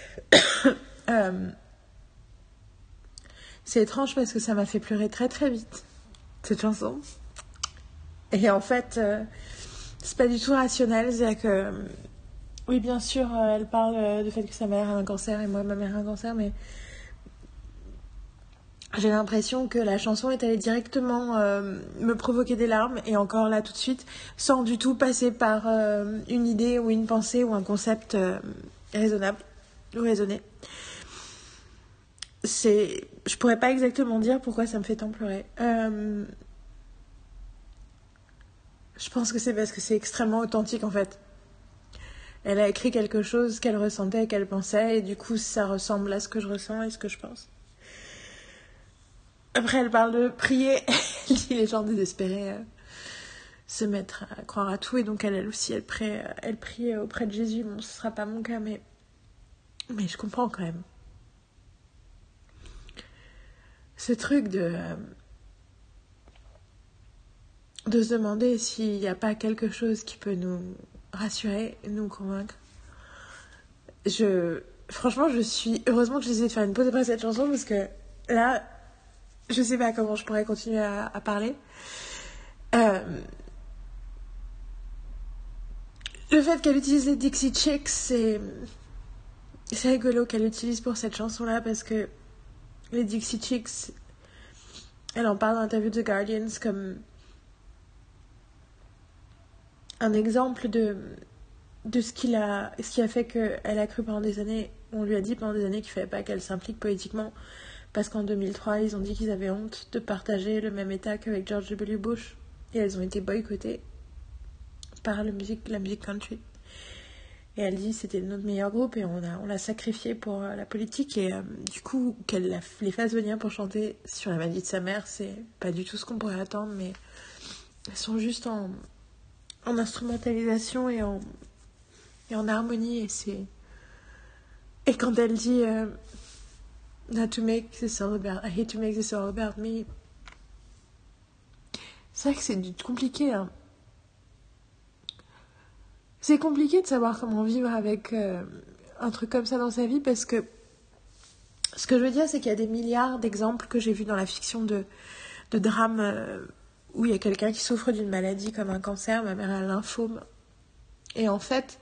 Speaker 1: C'est étrange parce que ça m'a fait pleurer très très vite, cette chanson. Et en fait, c'est pas du tout rationnel. C'est-à-dire que, oui bien sûr, elle parle du fait que sa mère a un cancer et moi ma mère a un cancer, mais j'ai l'impression que la chanson est allée directement me provoquer des larmes, et encore là tout de suite, sans du tout passer par une idée ou une pensée ou un concept raisonnable ou raisonné. Je pourrais pas exactement dire pourquoi ça me fait tant pleurer. Je pense que c'est parce que c'est extrêmement authentique en fait. Elle a écrit quelque chose qu'elle ressentait, qu'elle pensait, et du coup ça ressemble à ce que je ressens et ce que je pense. Après, elle parle de prier. Elle dit les gens désespérés se mettre à croire à tout. Et donc, elle aussi, elle prie auprès de Jésus. Bon, ce ne sera pas mon cas, mais je comprends quand même. Ce truc de se demander s'il n'y a pas quelque chose qui peut nous rassurer, nous convaincre. Franchement, heureusement que j'essaie de faire une pause après cette chanson, parce que là, je sais pas comment je pourrais continuer à parler. Le fait qu'elle utilise les Dixie Chicks, c'est rigolo qu'elle l'utilise pour cette chanson-là, parce que les Dixie Chicks, elle en parle dans l'interview de The Guardian comme un exemple de ce qui a fait qu'elle a cru pendant des années. On lui a dit pendant des années qu'il fallait pas qu'elle s'implique politiquement, parce qu'en 2003, ils ont dit qu'ils avaient honte de partager le même état qu'avec George W. Bush. Et elles ont été boycottées par la musique country. Et elle dit que c'était notre meilleur groupe et on l'a sacrifié pour la politique. Et du coup, qu'elle les fasse venir pour chanter sur la maladie de sa mère, c'est pas du tout ce qu'on pourrait attendre, mais elles sont juste en instrumentalisation et en harmonie. Et quand elle dit... Not to make this all about... I hate to make this all about me. C'est vrai que c'est compliqué. Hein. C'est compliqué de savoir comment vivre avec un truc comme ça dans sa vie, parce que ce que je veux dire, c'est qu'il y a des milliards d'exemples que j'ai vus dans la fiction de drames où il y a quelqu'un qui souffre d'une maladie comme un cancer. Ma mère a un lymphome. Et en fait...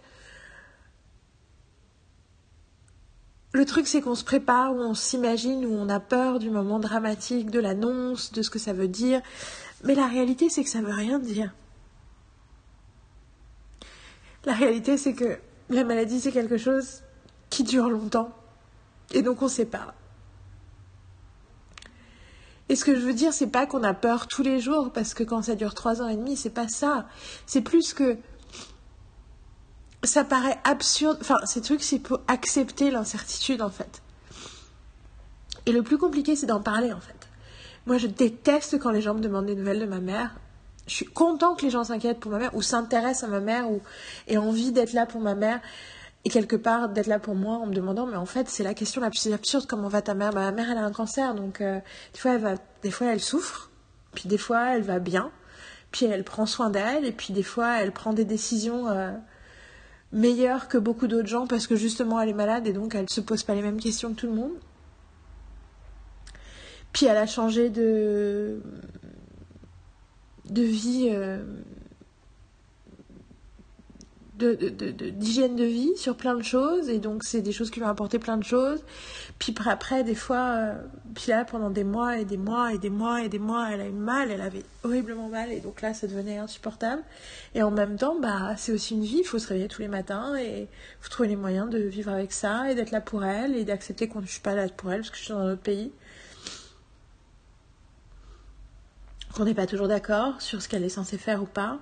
Speaker 1: Le truc, c'est qu'on se prépare, ou on s'imagine, ou on a peur du moment dramatique, de l'annonce, de ce que ça veut dire. Mais la réalité, c'est que ça veut rien dire. La réalité, c'est que la maladie, c'est quelque chose qui dure longtemps. Et donc, on sait pas. Et ce que je veux dire, c'est pas qu'on a peur tous les jours, parce que quand ça dure 3 ans et demi, c'est pas ça. C'est plus que... Ça paraît absurde. Enfin, ces trucs, c'est pour accepter l'incertitude, en fait. Et le plus compliqué, c'est d'en parler, en fait. Moi, je déteste quand les gens me demandent des nouvelles de ma mère. Je suis contente que les gens s'inquiètent pour ma mère, ou s'intéressent à ma mère, ou aient envie d'être là pour ma mère, et quelque part d'être là pour moi, en me demandant, mais en fait, c'est la question la plus absurde, comment va ta mère ? Bah, ma mère, elle a un cancer, donc des fois, elle souffre, puis des fois, elle va bien. Puis elle prend soin d'elle, et puis des fois elle prend des décisions meilleures que beaucoup d'autres gens parce que justement elle est malade et donc elle se pose pas les mêmes questions que tout le monde. Puis elle a changé de vie, d'hygiène de vie sur plein de choses, et donc c'est des choses qui lui ont apporté plein de choses. Puis après des fois, puis là pendant des mois et des mois et des mois et des mois, elle a eu mal, elle avait horriblement mal, et donc là ça devenait insupportable. Et en même temps, c'est aussi une vie, il faut se réveiller tous les matins et il faut trouver les moyens de vivre avec ça et d'être là pour elle et d'accepter qu'on ne suis pas là pour elle parce que je suis dans un autre pays, qu'on n'est pas toujours d'accord sur ce qu'elle est censée faire ou pas.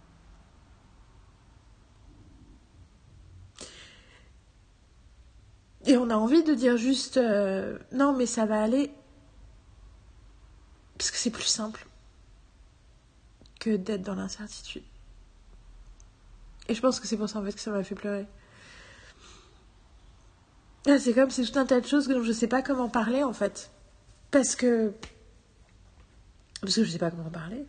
Speaker 1: Et on a envie de dire juste non mais ça va aller, parce que c'est plus simple que d'être dans l'incertitude. Et je pense que c'est pour ça en fait que ça m'a fait pleurer. C'est comme c'est tout un tas de choses dont je sais pas comment parler en fait, parce que je sais pas comment parler.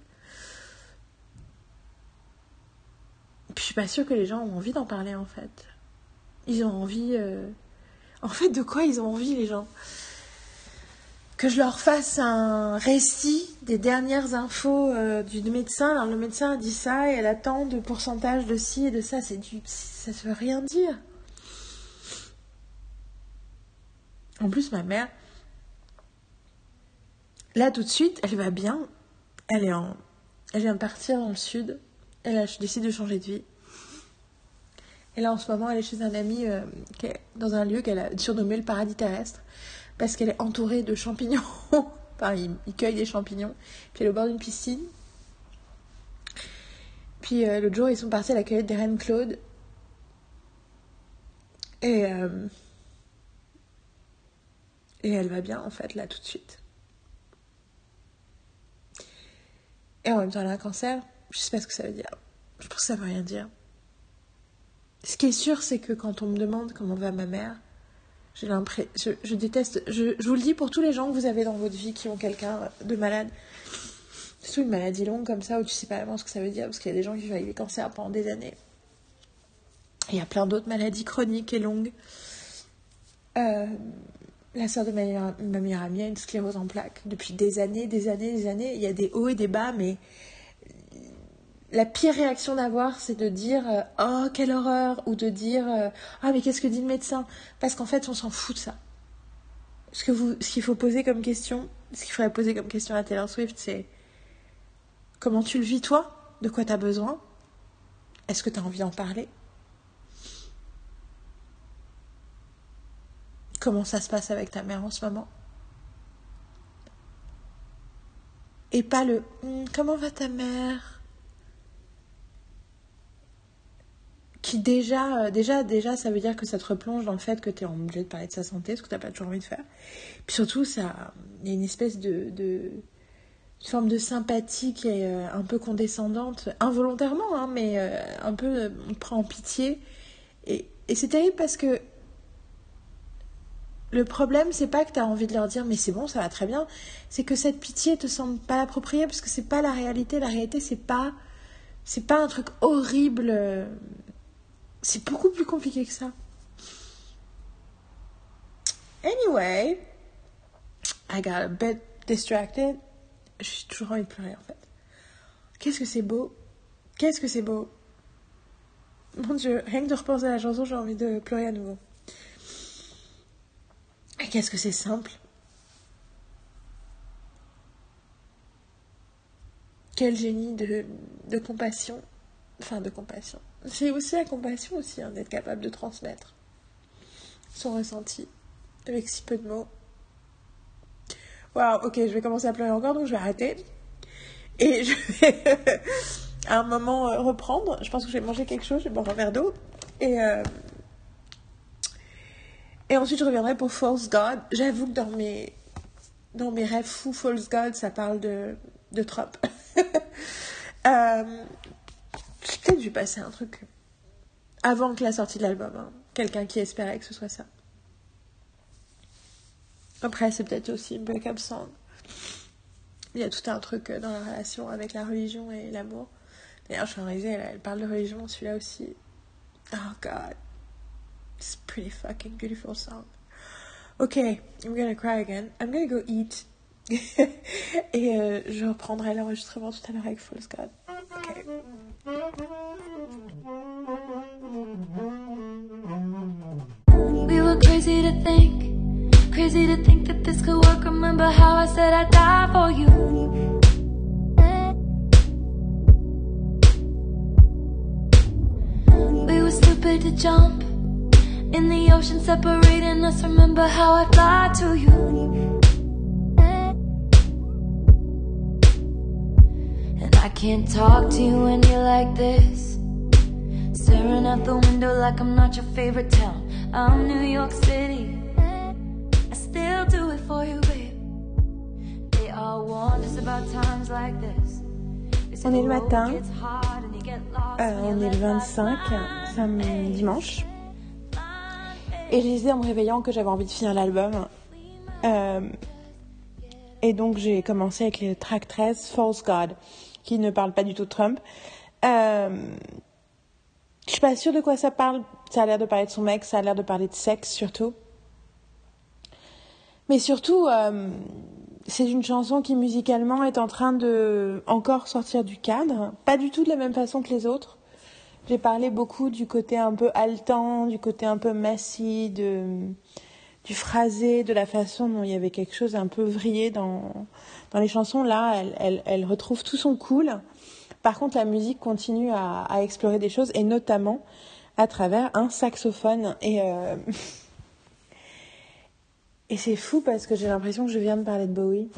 Speaker 1: Puis je suis pas sûre que les gens ont envie d'en parler en fait. Ils ont envie en fait, de quoi ils ont envie, les gens? Que je leur fasse un récit des dernières infos du médecin. Alors, le médecin a dit ça et elle attend de pourcentage de ci et de ça. Ça ne veut rien dire. En plus, ma mère, là, tout de suite, elle va bien. Elle vient de partir dans le sud. Elle a décidé de changer de vie. Et là, en ce moment, elle est chez un ami qui est dans un lieu qu'elle a surnommé le paradis terrestre, parce qu'elle est entourée de champignons. Enfin, il cueille des champignons. Puis elle est au bord d'une piscine. Puis l'autre jour, ils sont partis à la cueillette des reines Claude. Et elle va bien, en fait, là, tout de suite. Et en même temps, elle a un cancer. Je sais pas ce que ça veut dire. Je pense que ça veut rien dire. Ce qui est sûr, c'est que quand on me demande comment va ma mère, j'ai l'impression... Je déteste... Je vous le dis pour tous les gens que vous avez dans votre vie qui ont quelqu'un de malade. Surtout une maladie longue comme ça, où tu sais pas vraiment ce que ça veut dire, parce qu'il y a des gens qui vivent avec des cancers pendant des années. Et il y a plein d'autres maladies chroniques et longues. La sœur de ma meilleure amie a une sclérose en plaques depuis des années. Il y a des hauts et des bas, mais... La pire réaction d'avoir, c'est de dire « Oh, quelle horreur !» ou de dire « Ah, mais qu'est-ce que dit le médecin ?» Parce qu'en fait, on s'en fout de ça. Ce qu'il faut poser comme question, ce qu'il faudrait poser comme question à Taylor Swift, c'est « Comment tu le vis, toi ? De quoi tu as besoin ? Est-ce que tu as envie d'en parler ? Comment ça se passe avec ta mère en ce moment ? Et pas le « Comment va ta mère ?» qui déjà, ça veut dire que ça te replonge dans le fait que tu es obligé de parler de sa santé, ce que tu n'as pas toujours envie de faire. Puis surtout, il y a une espèce de forme de sympathie qui est un peu condescendante, involontairement, hein, mais un peu, on te prend en pitié. Et c'est terrible parce que le problème, c'est pas que tu as envie de leur dire « mais c'est bon, ça va très bien », c'est que cette pitié te semble pas appropriée parce que c'est pas la réalité. La réalité, c'est pas un truc horrible... C'est beaucoup plus compliqué que ça. Anyway, I got a bit distracted. J'ai toujours envie de pleurer en fait. Qu'est-ce que c'est beau. Qu'est-ce que c'est beau. Mon Dieu, rien que de repenser à la chanson, j'ai envie de pleurer à nouveau. Et qu'est-ce que c'est simple. Quel génie de compassion. Enfin, de compassion. C'est aussi la compassion aussi, hein, d'être capable de transmettre son ressenti avec si peu de mots. Waouh, ok, je vais commencer à pleurer encore, donc je vais arrêter. Et je vais à un moment reprendre. Je pense que je vais manger quelque chose, je vais boire un verre d'eau. Et ensuite, je reviendrai pour False God. J'avoue que dans mes rêves fous, False God, ça parle de Trump. Peut-être je vais passer un truc avant que la sortie de l'album. Hein. Quelqu'un qui espérait que ce soit ça. Après, c'est peut-être aussi une break-up song. il y a tout un truc dans la relation avec la religion et l'amour. D'ailleurs, je suis en réalisée, elle parle de religion, celui-là aussi. Oh God, it's a pretty fucking beautiful song. Okay, I'm gonna cry again. I'm gonna go eat. Et je reprendrai l'enregistrement tout à l'heure avec False God. Okay.
Speaker 2: We were crazy to think that this could work. Remember how I said I'd die for you. We were stupid to jump in the ocean separating us. Remember how I fly to you. And I can't talk to you when you're like this, staring out the window like I'm not your favorite town. I'm New York City, I still do it for you, babe. They all warned us about times like this.
Speaker 1: On est le matin, on est le 25, dimanche. Et je disais en me réveillant que j'avais envie de finir l'album. Et donc j'ai commencé avec le track 13, False God, qui ne parle pas du tout de Trump. Je suis pas sûre de quoi ça parle. Ça a l'air de parler de son mec, ça a l'air de parler de sexe surtout. Mais surtout, c'est une chanson qui musicalement est en train de encore sortir du cadre. Pas du tout de la même façon que les autres. J'ai parlé beaucoup du côté un peu haletant, du côté un peu messy, du phrasé, de la façon dont il y avait quelque chose un peu vrillé dans les chansons. Là, elle retrouve tout son cool. Par contre, la musique continue à explorer des choses, et notamment à travers un saxophone. Et c'est fou parce que j'ai l'impression que je viens de parler de Bowie.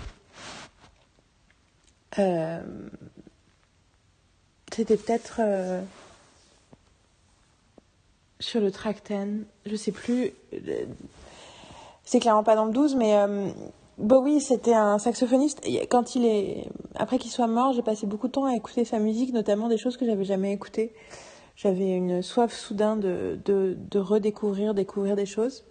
Speaker 1: C'était peut-être sur le track 10, je sais plus. C'est clairement pas dans le 12, mais Bowie, c'était un saxophoniste. Après qu'il soit mort, j'ai passé beaucoup de temps à écouter sa musique, notamment des choses que j'avais jamais écoutées. J'avais une soif soudain de découvrir des choses.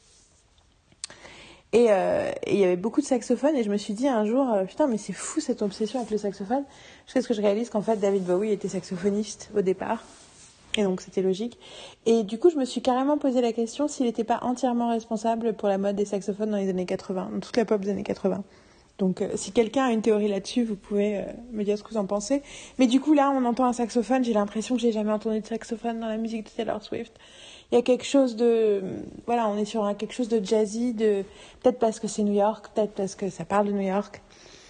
Speaker 1: Et il y avait beaucoup de saxophones, et je me suis dit un jour, putain, mais c'est fou cette obsession avec le saxophone. Jusqu'à ce que je réalise qu'en fait, David Bowie était saxophoniste au départ. Et donc c'était logique. Et du coup, je me suis carrément posé la question s'il n'était pas entièrement responsable pour la mode des saxophones dans les années 80, dans toute la pop des années 80. Donc si quelqu'un a une théorie là-dessus, vous pouvez me dire ce que vous en pensez. Mais du coup, là, on entend un saxophone. J'ai l'impression que j'ai jamais entendu de saxophone dans la musique de Taylor Swift. Il y a quelque chose de... Voilà, on est sur quelque chose de jazzy, peut-être parce que c'est New York, peut-être parce que ça parle de New York.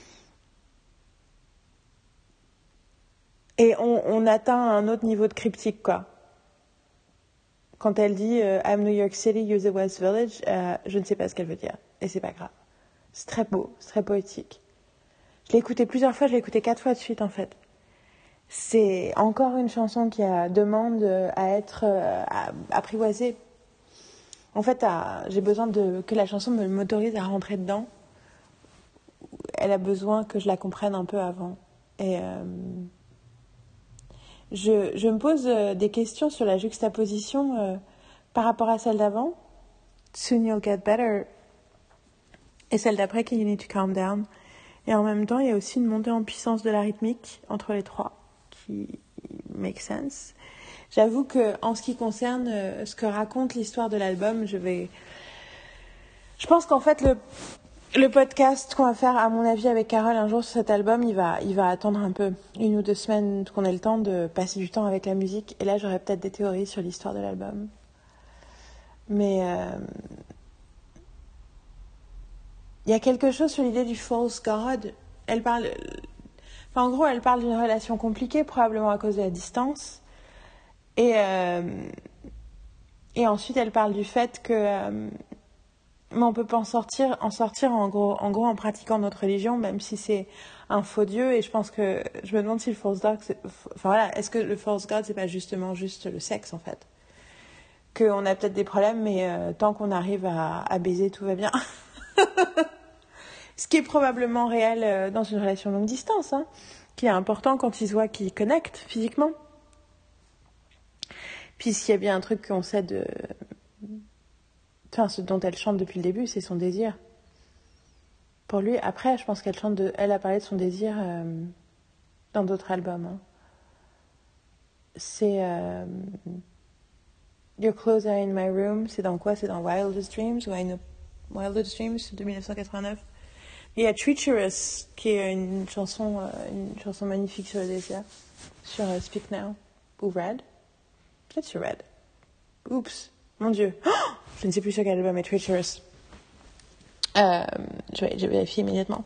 Speaker 1: Et on atteint un autre niveau de cryptique, quoi. Quand elle dit I'm New York City, you're the West Village, je ne sais pas ce qu'elle veut dire. Et c'est pas grave. C'est très beau, c'est très poétique. Je l'ai écouté plusieurs fois, je l'ai écouté 4 fois de suite, en fait. C'est encore une chanson qui demande à être apprivoisée. En fait, j'ai besoin que la chanson m'autorise à rentrer dedans. Elle a besoin que je la comprenne un peu avant. Et... Je me pose des questions sur la juxtaposition par rapport à celle d'avant, Soon You'll Get Better, et celle d'après, You Need to Calm Down. Et en même temps, il y a aussi une montée en puissance de la rythmique entre les trois qui make sense. J'avoue que en ce qui concerne ce que raconte l'histoire de l'album, je pense qu'en fait le podcast qu'on va faire, à mon avis, avec Carole un jour sur cet album, il va attendre un peu, 1 ou 2 semaines, qu'on ait le temps de passer du temps avec la musique. Et là, j'aurai peut-être des théories sur l'histoire de l'album. Mais il y a quelque chose sur l'idée du false God. En gros, elle parle d'une relation compliquée, probablement à cause de la distance. Et ensuite, elle parle du fait que... mais on peut pas en sortir en gros en pratiquant notre religion, même si c'est un faux Dieu. Et je me demande si le false God, est-ce que le false God, c'est pas justement juste le sexe, en fait? Qu'on a peut-être des problèmes, mais tant qu'on arrive à baiser, tout va bien. Ce qui est probablement réel dans une relation longue distance, hein, qui est important quand ils se voient, qu'ils connectent physiquement. Puis s'il y a bien un truc qu'on sait ce dont elle chante depuis le début, c'est son désir. pour lui. Après, je pense qu'elle chante elle a parlé de son désir dans d'autres albums. Hein. C'est Your Clothes Are in My Room. C'est dans quoi? C'est dans Wildest Dreams ou Wildest Dreams de 1989. Il y a Treacherous qui est une chanson magnifique sur le désir, sur Speak Now ou Red. Peut-être sur Red. Oups, mon Dieu. Oh, je ne sais plus sur quel album est Treacherous. Je vérifie immédiatement.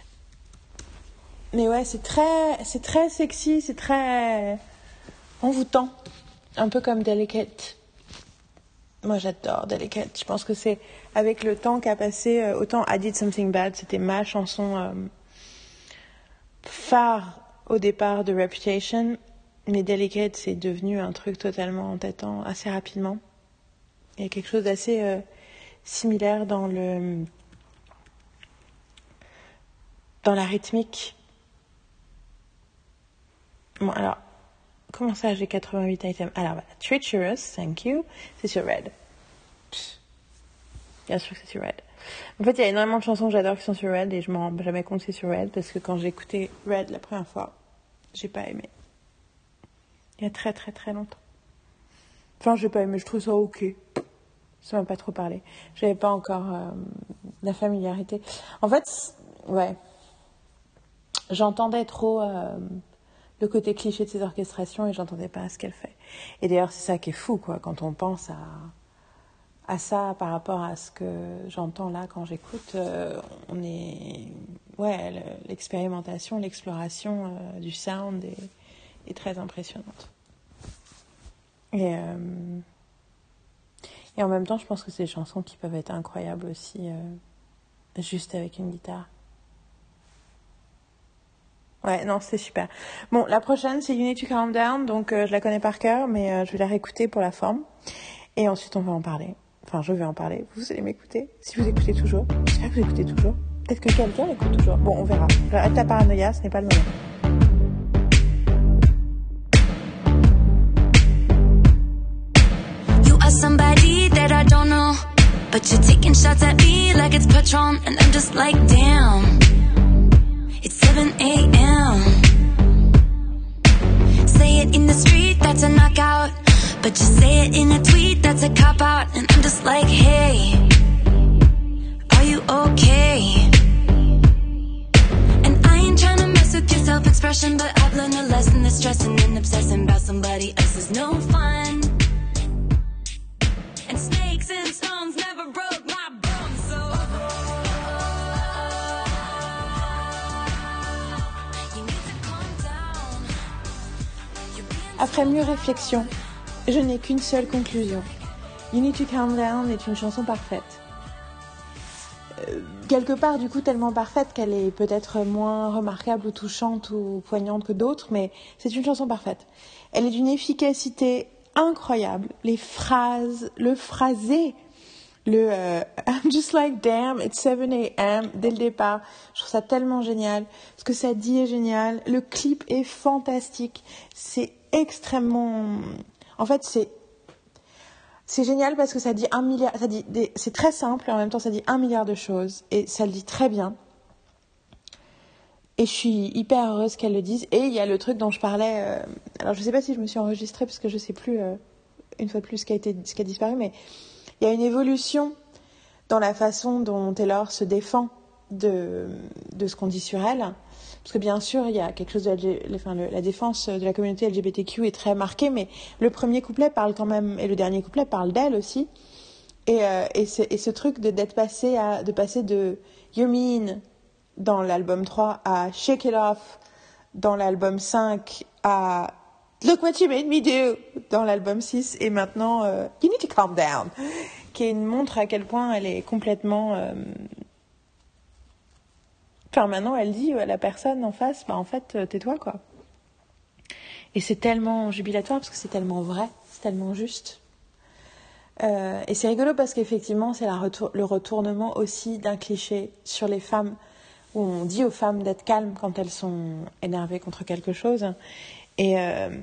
Speaker 1: Mais ouais, c'est très sexy, c'est très envoûtant. Un peu comme Delicate. Moi, j'adore Delicate. Je pense que c'est avec le temps qu'a passé, autant I Did Something Bad, c'était ma chanson phare au départ de Reputation. Mais Delicate, c'est devenu un truc totalement entêtant assez rapidement. Il y a quelque chose d'assez similaire dans la rythmique. Bon, alors, comment ça, j'ai 88 items? Alors, voilà, Treacherous, thank you, c'est sur Red. Bien sûr que c'est sur Red. En fait, il y a énormément de chansons que j'adore qui sont sur Red et je m'en rends jamais compte que c'est sur Red parce que quand j'ai écouté Red la première fois, j'ai pas aimé. Il y a très très très longtemps. Enfin, j'ai pas aimé, je trouve ça ok. Ça m'a pas trop parlé. J'avais pas encore la familiarité. En fait, ouais. J'entendais trop le côté cliché de ces orchestrations et j'entendais pas ce qu'elle fait. Et d'ailleurs, c'est ça qui est fou, quoi, quand on pense à ça par rapport à ce que j'entends là quand j'écoute. On est... Ouais, l'expérimentation, l'exploration du sound est très impressionnante. Et en même temps, je pense que c'est des chansons qui peuvent être incroyables aussi, juste avec une guitare. Ouais, non, c'est super. Bon, la prochaine, c'est You Need to Calm Down, donc je la connais par cœur, mais je vais la réécouter pour la forme. Et ensuite, on va en parler. Enfin, je vais en parler. Vous allez m'écouter, si vous écoutez toujours. J'espère que vous écoutez toujours. Peut-être que quelqu'un écoute toujours. Bon, on verra. Arrête ta paranoïa, ce n'est pas le moment.
Speaker 2: Somebody that I don't know, but you're taking shots at me like it's Patron, and I'm just like, damn, it's 7 a.m. Say it in the street, that's a knockout, but you say it in a tweet, that's a cop-out, and I'm just like, hey, are you okay? And I ain't trying to mess with your self-expression, but I've learned a lesson that stressing and obsessing about somebody else is no fun. And snakes and stones never broke my bones, so you need to calm down.
Speaker 1: Après mûre réflexion, je n'ai qu'une seule conclusion. You Need to Calm Down est une chanson parfaite. Quelque part, du coup, tellement parfaite qu'elle est peut-être moins remarquable ou touchante ou poignante que d'autres, mais c'est une chanson parfaite. Elle est d'une efficacité incroyable, les phrases, le phrasé, I'm just like damn, it's 7 a.m. dès le départ. Je trouve ça tellement génial. Ce que ça dit est génial. Le clip est fantastique. C'est extrêmement... En fait, c'est génial parce que ça dit 1 milliard... C'est très simple et en même temps, ça dit 1 milliard de choses. Et ça le dit très bien. Et je suis hyper heureuse qu'elle le dise. Et il y a le truc dont je parlais... alors, je ne sais pas si je me suis enregistrée parce que je ne sais plus, une fois de plus, ce qui a disparu. Mais il y a une évolution dans la façon dont Taylor se défend de ce qu'on dit sur elle. Parce que bien sûr, il y a quelque chose de la défense de la communauté LGBTQ est très marquée. Mais le premier couplet parle quand même... Et le dernier couplet parle d'elle aussi. Et ce truc de passer de You're Mean dans l'album 3 à Shake It Off dans l'album 5 à Look What You Made Me Do dans l'album 6 et maintenant You Need to Calm Down qui est une montre à quel point elle est complètement enfin maintenant elle dit à la personne en face en fait tais-toi quoi. Et c'est tellement jubilatoire parce que c'est tellement vrai, c'est tellement juste. Et c'est rigolo parce qu'effectivement c'est le retournement aussi d'un cliché sur les femmes où on dit aux femmes d'être calmes quand elles sont énervées contre quelque chose. Et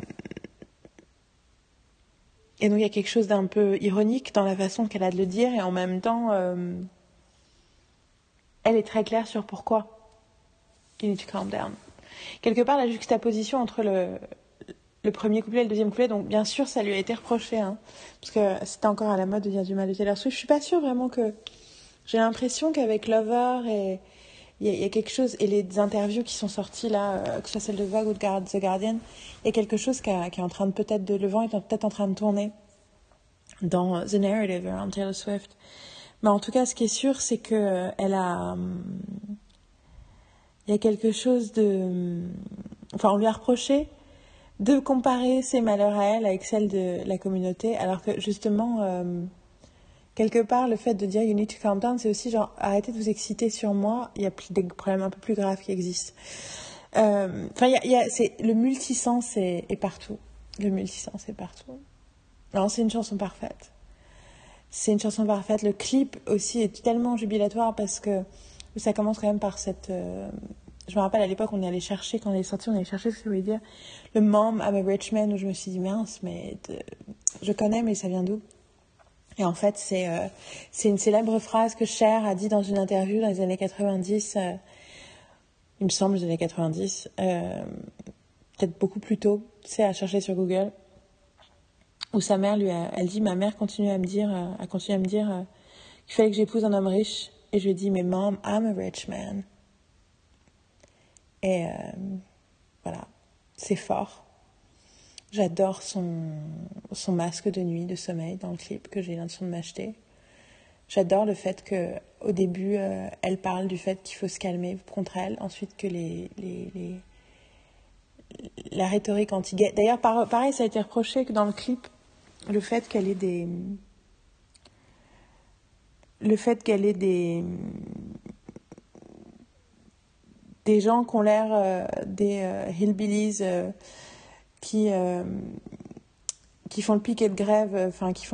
Speaker 1: donc il y a quelque chose d'un peu ironique dans la façon qu'elle a de le dire et en même temps elle est très claire sur pourquoi you need to calm down. Quelque part, la juxtaposition entre le premier couplet et le deuxième couplet, donc bien sûr, ça lui a été reproché, hein, parce que c'était encore à la mode de dire du mal de Taylor Swift. Je suis pas sûre vraiment que... J'ai l'impression qu'avec Lover et... Il y a quelque chose, et les interviews qui sont sorties là, que ce soit celle de Vogue ou de The Guardian, il y a quelque chose qui est en train de peut-être le vent est peut-être en train de tourner dans The Narrative around Taylor Swift. Mais en tout cas, ce qui est sûr, c'est que il y a quelque chose de... Enfin, on lui a reproché de comparer ses malheurs à elle avec celles de la communauté, alors que justement... quelque part, le fait de dire « you need to calm down », c'est aussi genre « arrêtez de vous exciter sur moi, il y a des problèmes un peu plus graves qui existent ». Enfin, le multisens est partout. Le multisens est partout. Non, c'est une chanson parfaite. C'est une chanson parfaite. Le clip aussi est tellement jubilatoire parce que ça commence quand même par cette... je me rappelle à l'époque, on est allé chercher, quand on est sorti, on est allé chercher ce que ça voulait dire. Le Mom, I'm a Rich Man, où je me suis dit « mince, mais je connais, mais ça vient d'où ?» Et en fait, c'est une célèbre phrase que Cher a dit dans une interview dans les années 90, il me semble, les années 90, peut-être beaucoup plus tôt, c'est à chercher sur Google, où sa mère elle dit, ma mère a continué à me dire qu'il fallait que j'épouse un homme riche. Et je lui ai dit, mais Mom, I'm a rich man. Et voilà, c'est fort. J'adore son masque de nuit, de sommeil dans le clip que j'ai l'intention de m'acheter. J'adore le fait qu'au début, elle parle du fait qu'il faut se calmer contre elle. Ensuite, que la rhétorique anti-gay... D'ailleurs, pareil, ça a été reproché que dans le clip, le fait qu'elle ait des gens qui ont l'air des hillbillies... qui font le piquet de grève, enfin c'est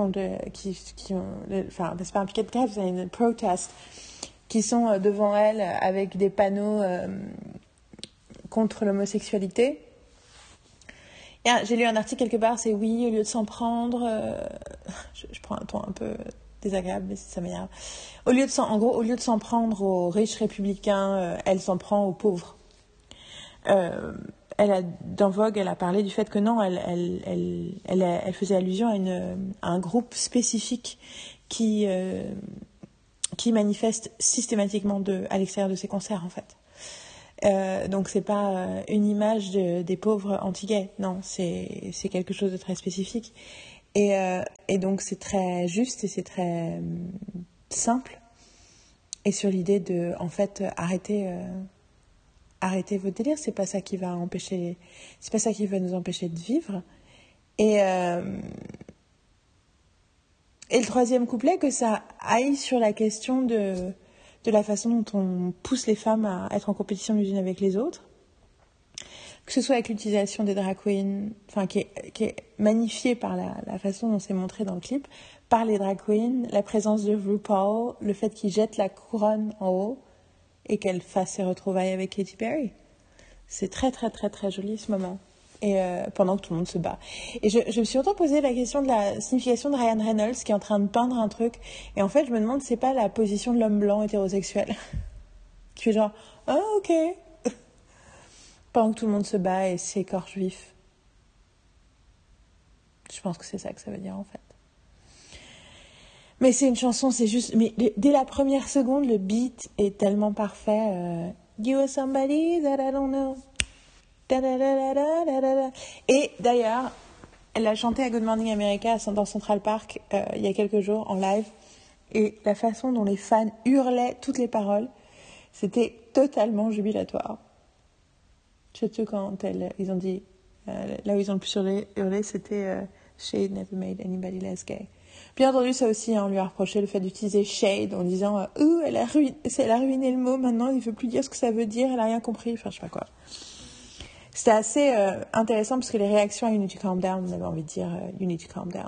Speaker 1: pas un piquet de grève, c'est une protest, qui sont devant elle avec des panneaux contre l'homosexualité. Et j'ai lu un article quelque part, c'est oui, au lieu de s'en prendre, je prends un ton un peu désagréable, mais ça m'énerve. Au lieu de s'en prendre aux riches républicains, elle s'en prend aux pauvres. Dans Vogue, elle a parlé du fait que non, elle faisait allusion à un groupe spécifique qui manifeste systématiquement à l'extérieur de ses concerts, en fait. Donc c'est pas une image des pauvres anti-gays, non, c'est quelque chose de très spécifique. Et donc c'est très juste et c'est très simple. Et sur l'idée de, en fait, arrêtez vos délires, c'est pas ça qui va nous empêcher de vivre. Et le troisième couplet, que ça aille sur la question de la façon dont on pousse les femmes à être en compétition les unes avec les autres, que ce soit avec l'utilisation des drag queens, enfin qui est magnifiée par la façon dont c'est montré dans le clip, par les drag queens, la présence de RuPaul, le fait qu'il jette la couronne en haut et qu'elle fasse ses retrouvailles avec Katy Perry. C'est très très très très joli ce moment. Et pendant que tout le monde se bat. Et je me suis autant posé la question de la signification de Ryan Reynolds qui est en train de peindre un truc. Et en fait, je me demande si c'est pas la position de l'homme blanc hétérosexuel. Qui fait genre, ah ok. Pendant que tout le monde se bat et s'écorche vif. Je pense que c'est ça que ça veut dire en fait. Mais c'est une chanson, c'est juste... Mais dès la première seconde, le beat est tellement parfait. You are somebody that I don't know. Da, da, da, da, da, da, da. Et d'ailleurs, elle a chanté à Good Morning America dans Central Park il y a quelques jours en live. Et la façon dont les fans hurlaient toutes les paroles, c'était totalement jubilatoire. Surtout quand ils ont dit... là où ils ont le plus hurlé, c'était Shade never made anybody less gay. Bien entendu, ça aussi, on lui a reproché le fait d'utiliser shade en disant elle a ruiné le mot, maintenant il ne veut plus dire ce que ça veut dire, elle n'a rien compris, enfin je sais pas quoi. C'était assez intéressant parce que les réactions à You Need to Calm Down, on avait envie de dire You Need to Calm Down.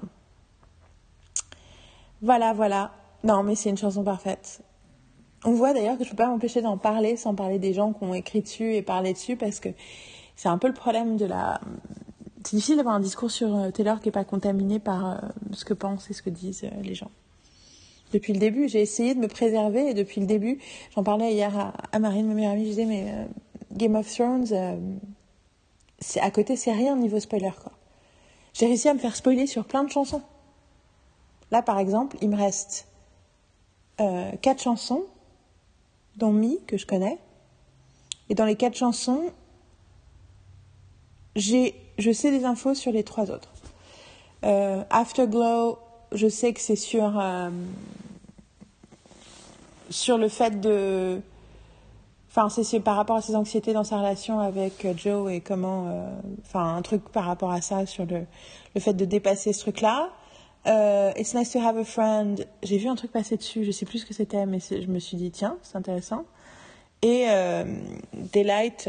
Speaker 1: Voilà. Non, mais c'est une chanson parfaite. On voit d'ailleurs que je ne peux pas m'empêcher d'en parler sans parler des gens qui ont écrit dessus et parlé dessus parce que c'est un peu le problème de la... C'est difficile d'avoir un discours sur Taylor qui n'est pas contaminé par ce que pensent et ce que disent les gens. Depuis le début, j'ai essayé de me préserver et depuis le début, j'en parlais hier à Marine, ma meilleure amie, je disais mais Game of Thrones, c'est à côté, c'est rien niveau spoiler quoi. J'ai réussi à me faire spoiler sur plein de chansons. Là par exemple, il me reste 4 chansons, dont Me que je connais, et dans les 4 chansons, je sais des infos sur les 3 autres. Afterglow, je sais que c'est sur le fait de... Enfin, c'est par rapport à ses anxiétés dans sa relation avec Joe et comment... Enfin, un truc par rapport à ça, sur le fait de dépasser ce truc-là. It's Nice to Have a Friend. J'ai vu un truc passer dessus, je sais plus ce que c'était, mais je me suis dit, tiens, c'est intéressant. Et Daylight...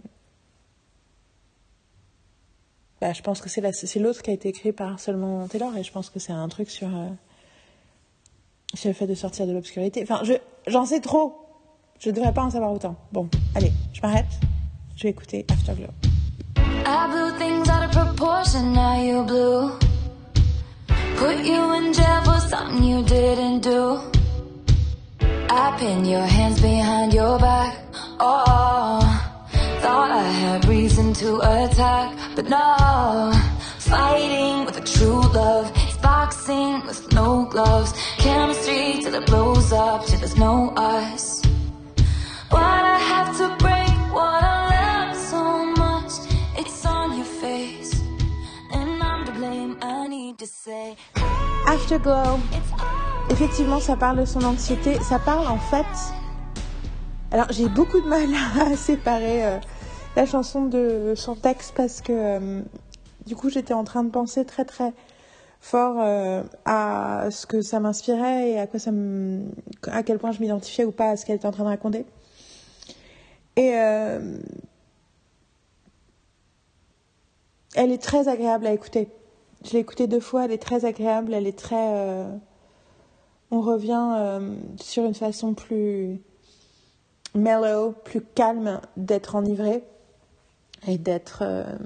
Speaker 1: je pense que c'est l'autre qui a été écrit par seulement Taylor et je pense que c'est un truc sur le fait de sortir de l'obscurité. Enfin, j'en sais trop. Je devrais pas en savoir autant. Bon, allez, je m'arrête. Je vais écouter Afterglow.
Speaker 2: I blew things out of proportion, now you blew. Put you in jail for something you didn't do. I pinned your hands behind your back. Oh. Thought I had reason to attack, but no. Fighting with a true love, it's boxing with no gloves. Chemistry till it blows up, till there's no us. Why'd I have to break what I love so much? It's on your face, and I'm to blame, I need to say.
Speaker 1: Afterglow, effectivement ça parle de son anxiété, ça parle en fait... Alors j'ai beaucoup de mal à séparer la chanson de son texte parce que du coup j'étais en train de penser très très fort à ce que ça m'inspirait et à quel point je m'identifiais ou pas à ce qu'elle était en train de raconter. Et elle est très agréable à écouter. Je l'ai écoutée 2 fois, elle est très agréable, elle est très... on revient sur une façon plus... mellow, plus calme d'être enivré et d'être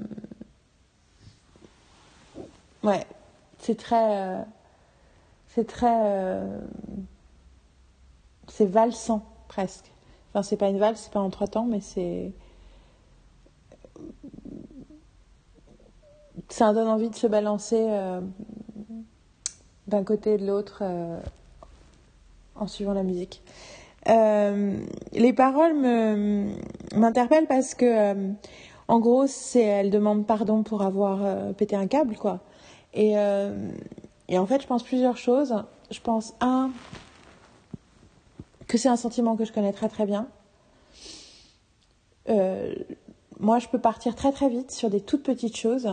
Speaker 1: ouais, c'est valsant presque. Enfin, c'est pas une valse, c'est pas en 3 temps, mais ça donne envie de se balancer d'un côté et de l'autre en suivant la musique. Les paroles m'interpellent parce que en gros elle demande pardon pour avoir pété un câble quoi et en fait je pense plusieurs choses. Je pense que c'est un sentiment que je connais très très bien. Moi je peux partir très très vite sur des toutes petites choses.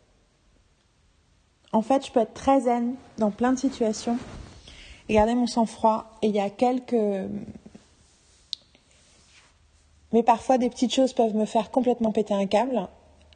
Speaker 1: En fait je peux être très zen dans plein de situations et garder mon sang-froid et il y a mais parfois, des petites choses peuvent me faire complètement péter un câble.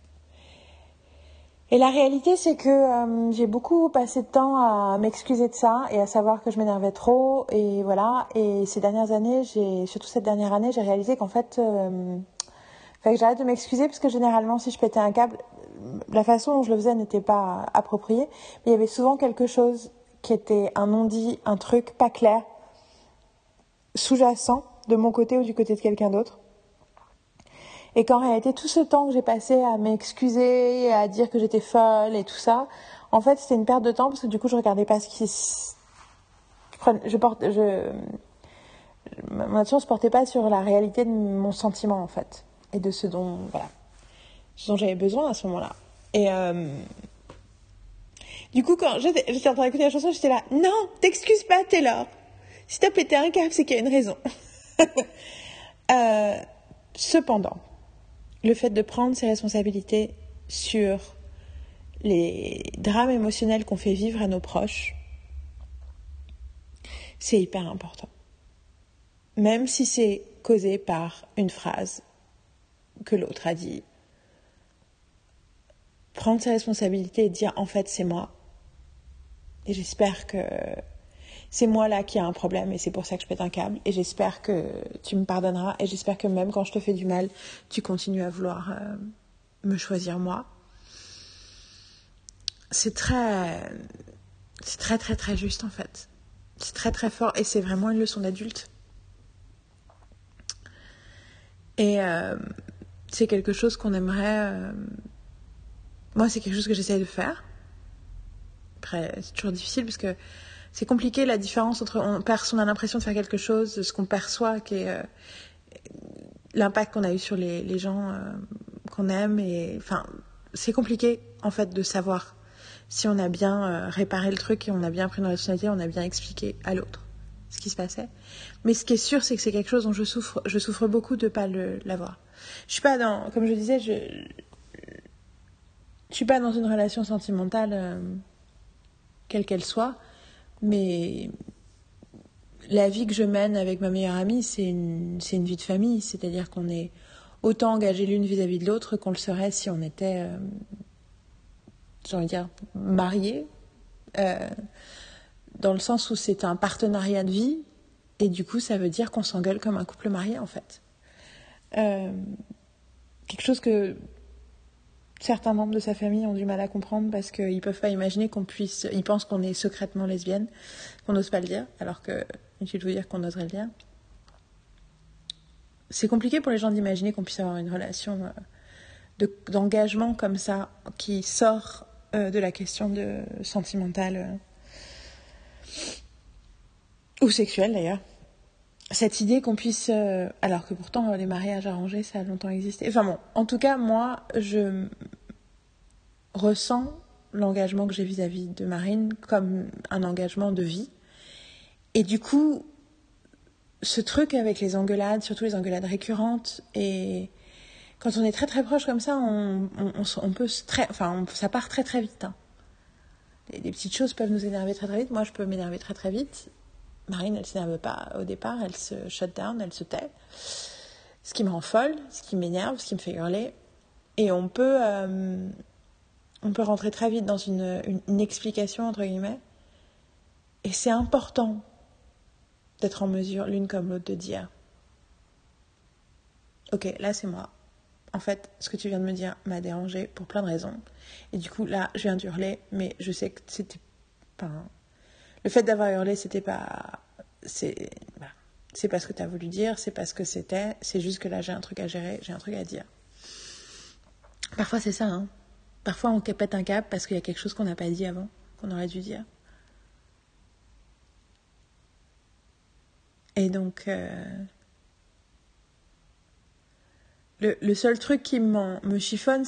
Speaker 1: Et la réalité, c'est que j'ai beaucoup passé de temps à m'excuser de ça et à savoir que je m'énervais trop. Et voilà. Et ces dernières années, surtout cette dernière année, j'ai réalisé qu'en fait, fallait que j'arrête de m'excuser parce que généralement, si je pétais un câble, la façon dont je le faisais n'était pas appropriée. Mais il y avait souvent quelque chose qui était un non-dit, un truc pas clair, sous-jacent de mon côté ou du côté de quelqu'un d'autre. Et qu'en réalité, tout ce temps que j'ai passé à m'excuser, à dire que j'étais folle et tout ça, en fait, c'était une perte de temps parce que du coup, je regardais pas ce qui... Mon attention ne se portait pas sur la réalité de mon sentiment, en fait. Et de ce dont j'avais besoin à ce moment-là. Et du coup, quand j'étais en train d'écouter la chanson, j'étais là, non, t'excuses pas, Taylor. Si t'as pété un câble, c'est qu'il y a une raison. Cependant, le fait de prendre ses responsabilités sur les drames émotionnels qu'on fait vivre à nos proches, c'est hyper important. Même si c'est causé par une phrase que l'autre a dit. Prendre ses responsabilités et dire en fait c'est moi. Et j'espère que c'est moi là qui a un problème et c'est pour ça que je pète un câble. Et j'espère que tu me pardonneras. Et j'espère que même quand je te fais du mal, tu continues à vouloir me choisir moi. C'est très très très juste en fait. C'est très très fort et c'est vraiment une leçon d'adulte. Et c'est quelque chose qu'on aimerait... Moi, c'est quelque chose que j'essaie de faire. Après, c'est toujours difficile parce que c'est compliqué la différence entre on a l'impression de faire quelque chose, ce qu'on perçoit, qui est l'impact qu'on a eu sur les gens qu'on aime. Et enfin, c'est compliqué en fait de savoir si on a bien réparé le truc et on a bien pris une responsabilité, on a bien expliqué à l'autre ce qui se passait. Mais ce qui est sûr, c'est que c'est quelque chose dont je souffre beaucoup de pas l'avoir. Je suis pas dans, comme je disais, je suis pas dans une relation sentimentale quelle qu'elle soit, mais la vie que je mène avec ma meilleure amie, c'est une vie de famille, c'est-à-dire qu'on est autant engagés l'une vis-à-vis de l'autre qu'on le serait si on était, j'ai envie de dire, mariés, dans le sens où c'est un partenariat de vie, et du coup ça veut dire qu'on s'engueule comme un couple marié en fait. Quelque chose que certains membres de sa famille ont du mal à comprendre parce qu'ils ne peuvent pas imaginer ils pensent qu'on est secrètement lesbienne, qu'on n'ose pas le dire, alors que inutile de vous dire qu'on oserait le dire. C'est compliqué pour les gens d'imaginer qu'on puisse avoir une relation d'engagement comme ça, qui sort de la question sentimentale ou sexuelle d'ailleurs. Cette idée qu'on puisse... alors que pourtant, les mariages arrangés, ça a longtemps existé. Enfin bon, en tout cas, moi, je ressens l'engagement que j'ai vis-à-vis de Marine comme un engagement de vie. Et du coup, ce truc avec les engueulades, surtout les engueulades récurrentes, et quand on est très très proche comme ça, on peut ça part très très vite. Hein. Des petites choses peuvent nous énerver très très vite. Moi, je peux m'énerver très très vite. Marine, elle ne s'énerve pas au départ, elle se shut down, elle se tait. Ce qui me rend folle, ce qui m'énerve, ce qui me fait hurler. Et on peut rentrer très vite dans une explication, entre guillemets. Et c'est important d'être en mesure, l'une comme l'autre, de dire « Ok, là c'est moi. En fait, ce que tu viens de me dire m'a dérangé pour plein de raisons. Et du coup, là, je viens d'hurler, mais je sais que c'était pas... Le fait d'avoir hurlé, c'était pas... C'est pas ce que tu as voulu dire, c'est pas ce que c'était, c'est juste que là, j'ai un truc à gérer, j'ai un truc à dire. » Parfois, c'est ça, hein. Parfois, on pète un câble parce qu'il y a quelque chose qu'on n'a pas dit avant, qu'on aurait dû dire. Et donc... Le seul truc qui me chiffonne,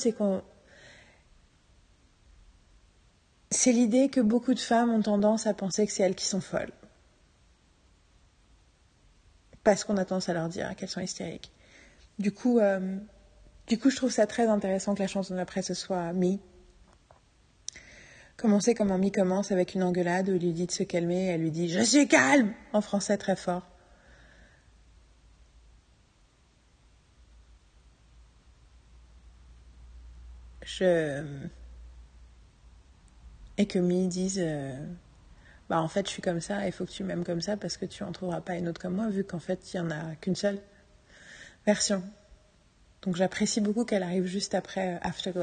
Speaker 1: c'est l'idée que beaucoup de femmes ont tendance à penser que c'est elles qui sont folles. Parce qu'on a tendance à leur dire qu'elles sont hystériques. Du coup, je trouve ça très intéressant que la chanson d'après ce soit Me. Comme on sait comment Me commence avec une engueulade où il lui dit de se calmer, elle lui dit « Je suis calme !» en français très fort. Et que Me dise en fait je suis comme ça, il faut que tu m'aimes comme ça parce que tu en trouveras pas une autre comme moi vu qu'en fait il n'y en a qu'une seule version. Donc j'apprécie beaucoup qu'elle arrive juste après Afterglow.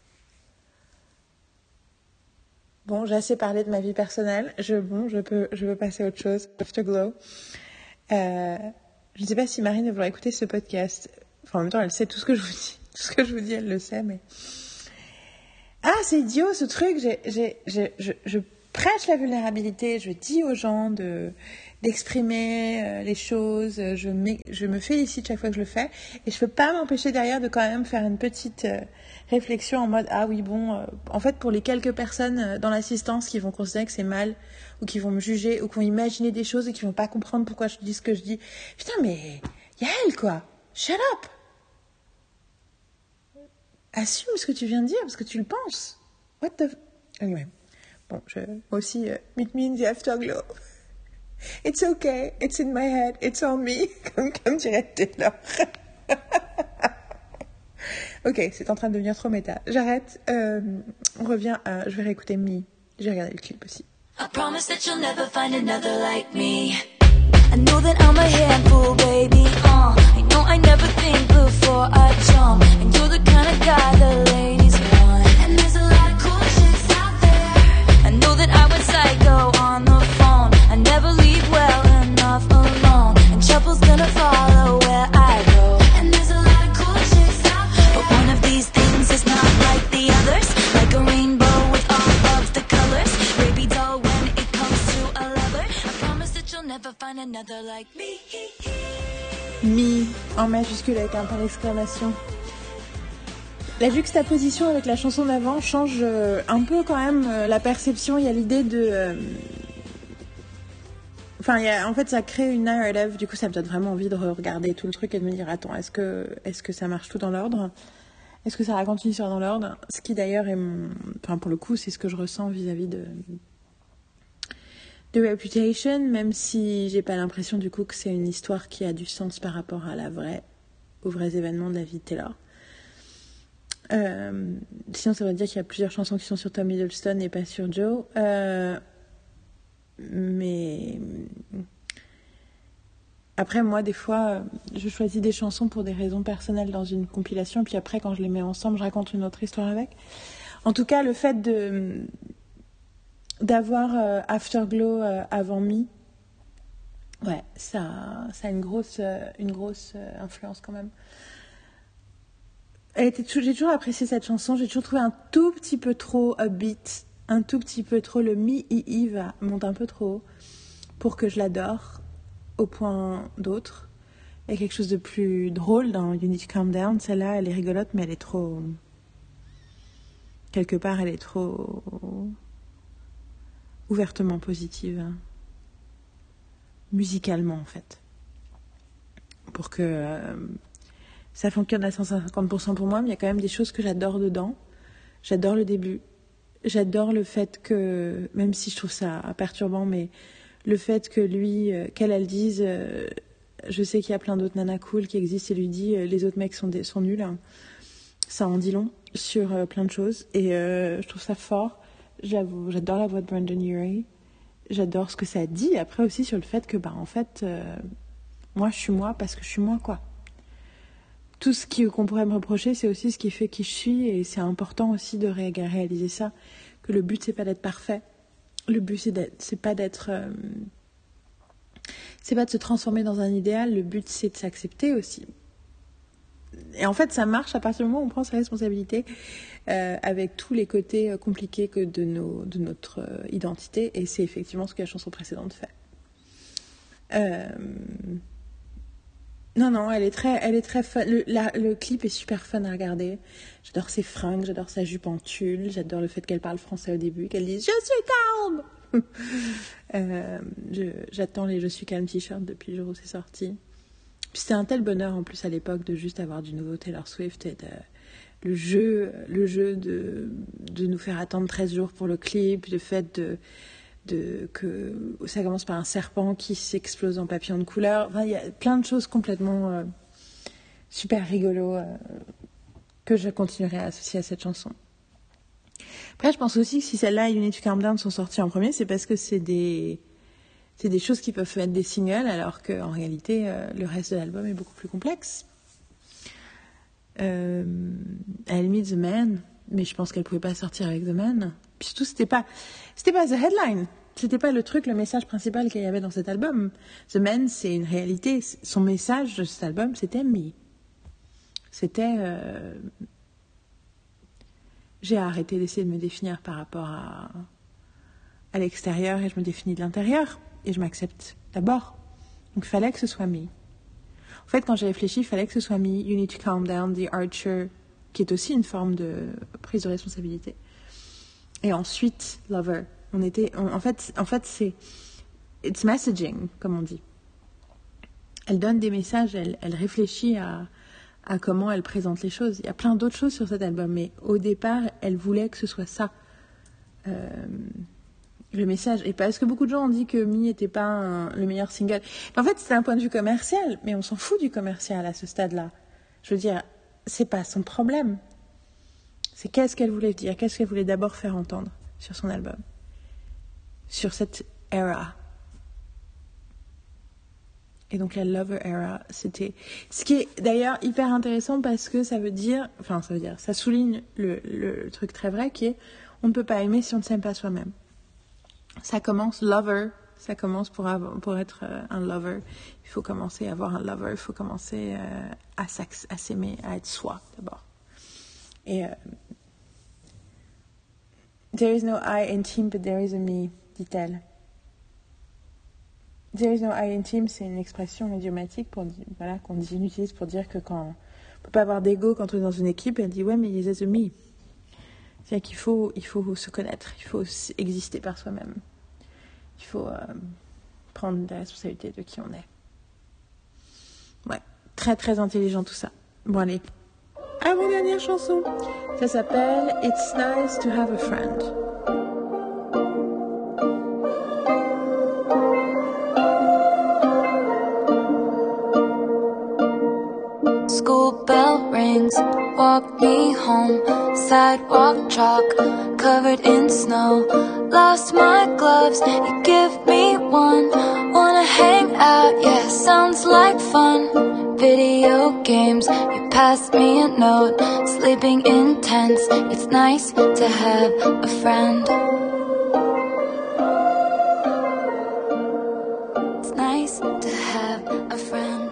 Speaker 1: Bon, j'ai assez parlé de ma vie personnelle, je peux passer à autre chose. Afterglow. Je ne sais pas si Marine va écouter ce podcast. Enfin, en même temps, elle sait tout ce que je vous dis. Tout ce que je vous dis, elle le sait, mais... Ah, c'est idiot, ce truc. Je prêche la vulnérabilité. Je dis aux gens d'exprimer les choses. Je me félicite chaque fois que je le fais. Et je peux pas m'empêcher derrière de quand même faire une petite réflexion en mode « Ah oui, bon... en fait, pour les quelques personnes dans l'assistance qui vont considérer que c'est mal, ou qui vont me juger, ou qui vont imaginer des choses et qui vont pas comprendre pourquoi je dis ce que je dis. Putain, mais... Yael, quoi. Shut up. Assume ce que tu viens de dire, parce que tu le penses. What the... Anyway. Bon, moi aussi, meet me in the afterglow. It's okay, it's in my head, it's on me, comme dirait Taylor. Ok, c'est en train de devenir trop méta. J'arrête, on revient à... Je vais réécouter Me. J'ai regardé le clip aussi.
Speaker 2: I promise that you'll never find another like me. I know that I'm a handful, baby. I know I never think before I jump, and you're the kind of guy the ladies want. And there's a lot of cool chicks out there. I know that I went psycho on the phone. I never another like me.
Speaker 1: Mi en majuscule avec un point d'exclamation. La juxtaposition avec la chanson d'avant change un peu quand même la perception. Il y a l'idée de... en fait, ça crée une narrative. Du coup, ça me donne vraiment envie de regarder tout le truc et de me dire, attends, est-ce que ça marche tout dans l'ordre ? Est-ce que ça raconte une histoire dans l'ordre ? Ce qui d'ailleurs est mon... Enfin, pour le coup, c'est ce que je ressens vis-à-vis de Reputation, même si j'ai pas l'impression du coup que c'est une histoire qui a du sens par rapport à aux vrais événements de la vie de Taylor. Sinon, ça veut dire qu'il y a plusieurs chansons qui sont sur Tom Hiddleston et pas sur Joe. Mais après, moi, des fois, je choisis des chansons pour des raisons personnelles dans une compilation, puis après, quand je les mets ensemble, je raconte une autre histoire avec. En tout cas, le fait d'avoir Afterglow avant Me, ouais, ça a une grosse influence quand même. J'ai toujours apprécié cette chanson, j'ai toujours trouvé un tout petit peu trop upbeat, un tout petit peu trop, le mi-i-i monte un peu trop haut pour que je l'adore au point d'autre. Il y a quelque chose de plus drôle dans You Need to Calm Down, celle-là elle est rigolote mais elle est trop... Quelque part elle est trop... ouvertement positive, hein. Musicalement en fait, pour que ça fonctionne à 150% pour moi, mais il y a quand même des choses que j'adore dedans. J'adore le début, j'adore le fait que, même si je trouve ça perturbant, mais le fait que qu'elle dise je sais qu'il y a plein d'autres nanas cool qui existent, et lui dit les autres mecs sont nuls, hein. Ça en dit long sur plein de choses, et je trouve ça fort. J'avoue, j'adore la voix de Brendon Urie. J'adore ce que ça dit. Après aussi sur le fait que, en fait, moi, je suis moi parce que je suis moi, quoi. Tout ce qu'on pourrait me reprocher, c'est aussi ce qui fait qui je suis. Et c'est important aussi de réaliser ça. Que le but, c'est pas d'être parfait. Le but, c'est pas de se transformer dans un idéal. Le but, c'est de s'accepter aussi. Et en fait, ça marche à partir du moment où on prend sa responsabilité avec tous les côtés compliqués de notre identité. Et c'est effectivement ce que la chanson précédente fait. Non, elle est très fun. Le clip est super fun à regarder. J'adore ses fringues, j'adore sa jupe en tulle, j'adore le fait qu'elle parle français au début, qu'elle dise « Je suis calme !» J'attends les « Je suis calme » t-shirts depuis le jour où c'est sorti. Puis c'était un tel bonheur en plus à l'époque de juste avoir du nouveau Taylor Swift et le jeu de nous faire attendre 13 jours pour le clip, le fait que ça commence par un serpent qui s'explose en papillon de couleur. Enfin, il y a plein de choses complètement super rigolo que je continuerai à associer à cette chanson. Après, je pense aussi que si celle-là et You Need to Calm Down sont sorties en premier, c'est parce que c'est des choses qui peuvent être des singles, alors qu'en réalité, le reste de l'album est beaucoup plus complexe. À la limite, The Man, mais je pense qu'elle pouvait pas sortir avec The Man. Puis surtout, c'était pas The Headline. C'était pas le message principal qu'il y avait dans cet album. The Man, c'est une réalité. Son message de cet album, c'était Me. C'était... J'ai arrêté d'essayer de me définir par rapport à l'extérieur et je me définis de l'intérieur. Et je m'accepte d'abord. Donc, il fallait que ce soit Me. En fait, quand j'ai réfléchi, il fallait que ce soit Me, You Need to Calm Down, The Archer, qui est aussi une forme de prise de responsabilité. Et ensuite, Lover. En fait, c'est... It's messaging, comme on dit. Elle donne des messages, elle réfléchit à comment elle présente les choses. Il y a plein d'autres choses sur cet album, mais au départ, elle voulait que ce soit ça. Le message. Et parce que beaucoup de gens ont dit que Me n'était pas le meilleur single. En fait, c'était un point de vue commercial, mais on s'en fout du commercial à ce stade-là. Je veux dire, c'est pas son problème. C'est qu'est-ce qu'elle voulait dire, qu'est-ce qu'elle voulait d'abord faire entendre sur son album, sur cette era. Et donc la Lover era, c'était... Ce qui est d'ailleurs hyper intéressant parce que ça souligne le truc très vrai qui est on ne peut pas aimer si on ne s'aime pas soi-même. Ça commence Lover, ça commence pour être un lover. Il faut commencer à avoir un lover, il faut commencer à s'aimer, à être soi d'abord. Et There is no I in team, but there is a me, dit-elle. There is no I in team, c'est une expression idiomatique voilà, qu'on utilise pour dire que quand on peut pas avoir d'ego quand on est dans une équipe. Elle dit ouais, mais there's a me. C'est-à-dire qu'il faut se connaître, il faut exister par soi-même. Il faut prendre la responsabilité de qui on est. Ouais, très très intelligent tout ça. Bon allez, avant-dernière chanson. Ça s'appelle It's Nice to Have a Friend.
Speaker 2: School bell rings, walk me home. Sidewalk chalk, covered in snow. Lost my gloves, you give me one. Wanna hang out, yeah, sounds like fun. Video games, you pass me a note. Sleeping in tents, it's nice to have a friend. It's nice to have a friend.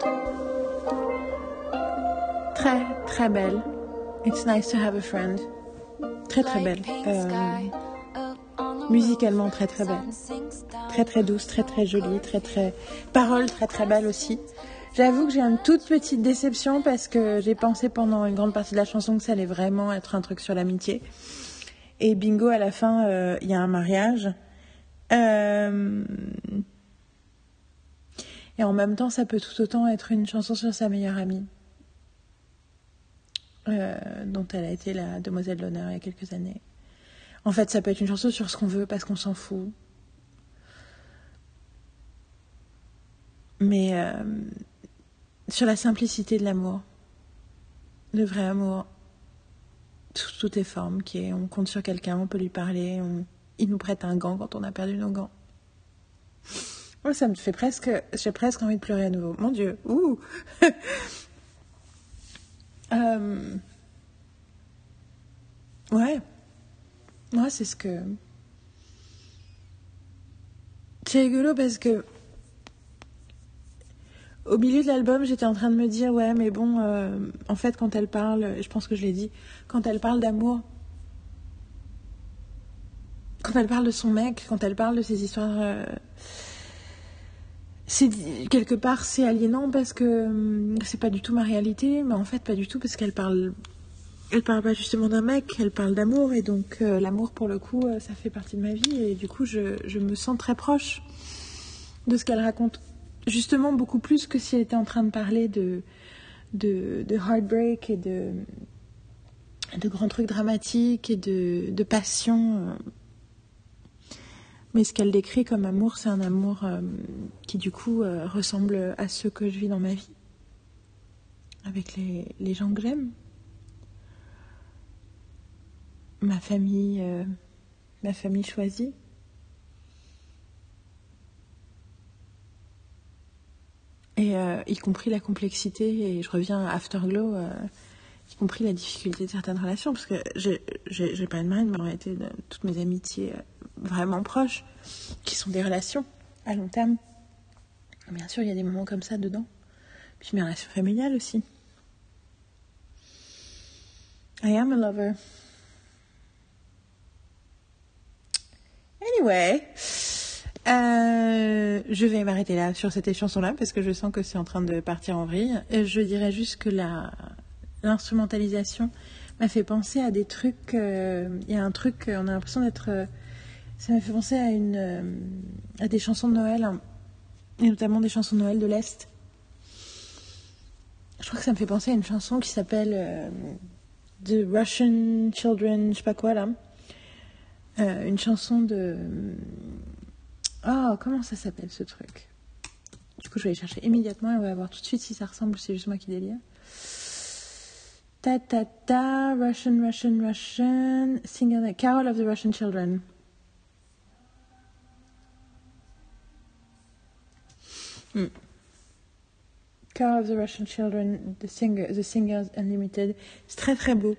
Speaker 1: Très très belle. It's nice to have a friend. Très très belle. Musicalement très très belle. Très très douce, très très jolie, très très... Paroles très très belles aussi. J'avoue que j'ai une toute petite déception parce que j'ai pensé pendant une grande partie de la chanson que ça allait vraiment être un truc sur l'amitié. Et bingo, à la fin, il y a un mariage. Et en même temps, ça peut tout autant être une chanson sur sa meilleure amie. Dont elle a été la demoiselle d'honneur il y a quelques années. En fait, ça peut être une chanson sur ce qu'on veut parce qu'on s'en fout. Mais sur la simplicité de l'amour, le vrai amour, sous toutes les formes, qui est on compte sur quelqu'un, on peut lui parler, il nous prête un gant quand on a perdu nos gants. Moi, ça me fait j'ai presque envie de pleurer à nouveau. Mon Dieu, ouh. Ouais. Moi, c'est ce que... C'est rigolo parce que au milieu de l'album, j'étais en train de me dire ouais, mais bon, en fait, quand elle parle, je pense que je l'ai dit, quand elle parle d'amour, quand elle parle de son mec, quand elle parle de ses histoires... quelque part c'est aliénant parce que c'est pas du tout ma réalité, mais en fait pas du tout parce qu'elle parle pas justement d'un mec, elle parle d'amour et donc l'amour pour le coup ça fait partie de ma vie et du coup je me sens très proche de ce qu'elle raconte, justement beaucoup plus que si elle était en train de parler de heartbreak et de grands trucs dramatiques et de passion. Mais ce qu'elle décrit comme amour, c'est un amour qui, du coup, ressemble à ceux que je vis dans ma vie. Avec les gens que j'aime. Ma famille choisie. Et y compris la complexité, et je reviens à Afterglow, y compris la difficulté de certaines relations, parce que j'ai pas de mal, mais en réalité, toutes mes amitiés vraiment proches, qui sont des relations à long terme. Bien sûr, il y a des moments comme ça dedans. Puis mes relations familiales aussi. I am a lover. Anyway, je vais m'arrêter là sur cette chanson-là parce que je sens que c'est en train de partir en vrille. Je dirais juste que l'instrumentalisation m'a fait penser à des trucs. Il y a un truc, on a l'impression d'être. Ça m'a fait penser à des chansons de Noël, hein, et notamment des chansons de Noël de l'Est. Je crois que ça me fait penser à une chanson qui s'appelle The Russian Children, je sais pas quoi là. Une chanson de... Oh, comment ça s'appelle ce truc? Du coup, je vais aller chercher immédiatement et on va voir tout de suite si ça ressemble, c'est juste moi qui délire. Russian, singer, Carol of the Russian Children. Carol of the Russian Children, The Singers Unlimited. C'est très très beau.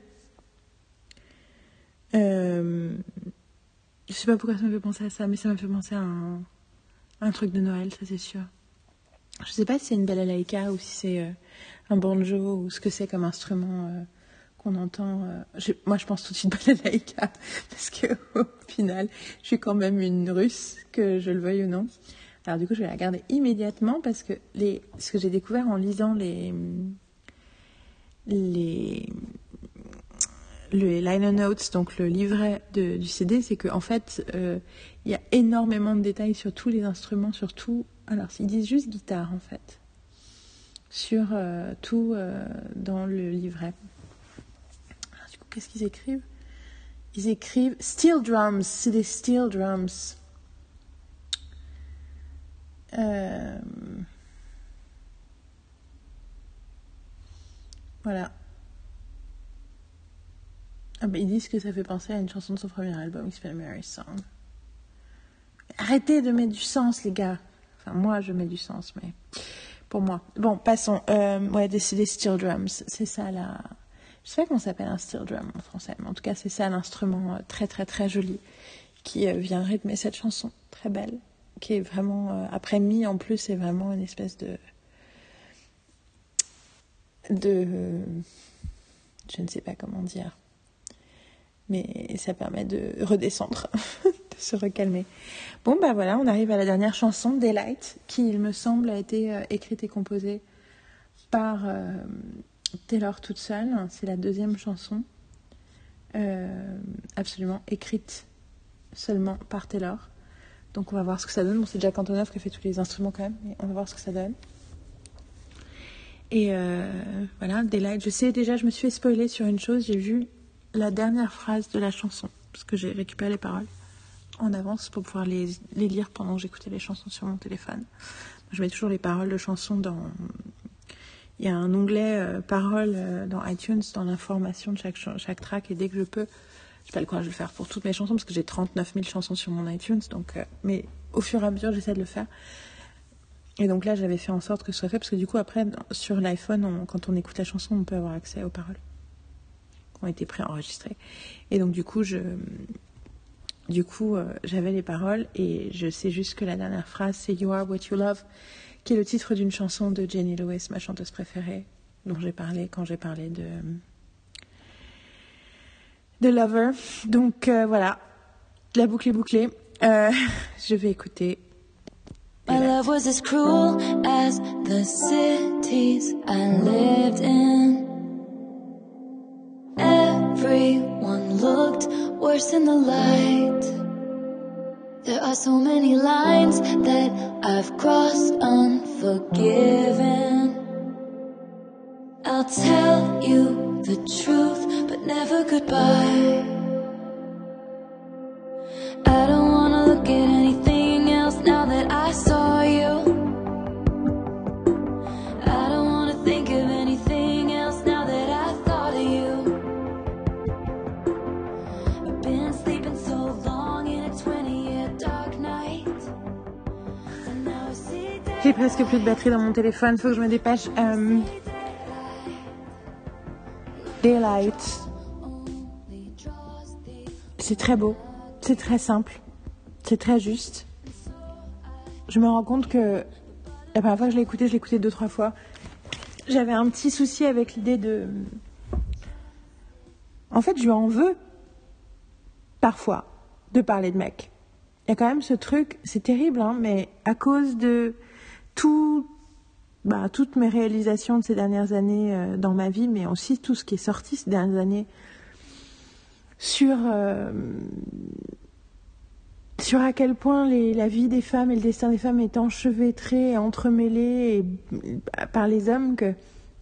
Speaker 1: Je sais pas pourquoi ça me fait penser à ça, mais ça m'a fait penser à un truc de Noël, ça c'est sûr. Je sais pas si c'est une balalaïka ou si c'est un banjo ou ce que c'est comme instrument qu'on entend. Moi je pense tout de suite balalaïka parce que au final je suis quand même une russe, que je le veuille ou non. Alors du coup, je vais la garder immédiatement parce que ce que j'ai découvert en lisant le liner notes, donc le livret du CD, c'est qu'en fait, il y a énormément de détails sur tous les instruments, sur tout. Alors, ils disent juste guitare, en fait, sur tout dans le livret. Alors, du coup, qu'est-ce qu'ils écrivent ? Ils écrivent steel drums, c'est des steel drums. Voilà. Ah ben, ils disent que ça fait penser à une chanson de son premier album qui s'appelle Mary's Song. Arrêtez de mettre du sens, les gars. Enfin, moi, je mets du sens, mais pour moi. Bon, passons. Ouais, des steel drums. C'est ça, là. Je sais pas comment ça s'appelle un steel drum en français, mais en tout cas, c'est ça l'instrument très, très, très joli qui vient rythmer cette chanson. Très belle. Qui est vraiment... après Mi, en plus, c'est vraiment une espèce de... je ne sais pas comment dire. Mais ça permet de redescendre, de se recalmer. Bon, bah voilà, on arrive à la dernière chanson, Daylight, qui, il me semble, a été écrite et composée par Taylor toute seule. C'est la deuxième chanson, absolument écrite seulement par Taylor. Donc on va voir ce que ça donne. Bon, c'est Jack Antonoff qui a fait tous les instruments quand même, mais on va voir ce que ça donne. Et voilà, Daylight. Je sais déjà, je me suis fait spoiler sur une chose, j'ai vu la dernière phrase de la chanson, parce que j'ai récupéré les paroles en avance pour pouvoir les lire pendant que j'écoutais les chansons sur mon téléphone. Je mets toujours les paroles de chansons dans... Il y a un onglet paroles dans iTunes, dans l'information de chaque track, et dès que je peux, j'ai pas le courage de le faire pour toutes mes chansons, parce que j'ai 39 000 chansons sur mon iTunes, donc, mais au fur et à mesure, j'essaie de le faire. Et donc là, j'avais fait en sorte que ce soit fait, parce que du coup, après, sur l'iPhone, quand on écoute la chanson, on peut avoir accès aux paroles qui ont été préenregistrées. Et donc, du coup, j'avais les paroles, et je sais juste que la dernière phrase, c'est « You are what you love », qui est le titre d'une chanson de Jenny Lewis, ma chanteuse préférée, dont j'ai parlé quand j'ai parlé de Lover. Donc, voilà, la boucle est bouclée. Je vais écouter...
Speaker 2: My love was as cruel as the cities I lived in. Everyone looked worse in the light. There are so many lines that I've crossed unforgiven. I'll tell you the truth, but never goodbye. I don't wanna look at anything else now that I saw you. I don't wanna think of anything else now that I thought of you. I've been sleeping so long in a 20-year dark night. And now I see
Speaker 1: J'ai presque plus de batterie dans mon téléphone, faut que je me dépêche. Daylight. C'est très beau, c'est très simple, c'est très juste. Je me rends compte que la première fois que je l'ai écouté 2-3 fois. J'avais un petit souci avec l'idée de... En fait, je lui en veux, parfois, de parler de mec. Il y a quand même ce truc, c'est terrible, hein, mais à cause de toutes mes réalisations de ces dernières années dans ma vie, mais aussi tout ce qui est sorti ces dernières années sur à quel point la vie des femmes et le destin des femmes est enchevêtré et entremêlé par les hommes, que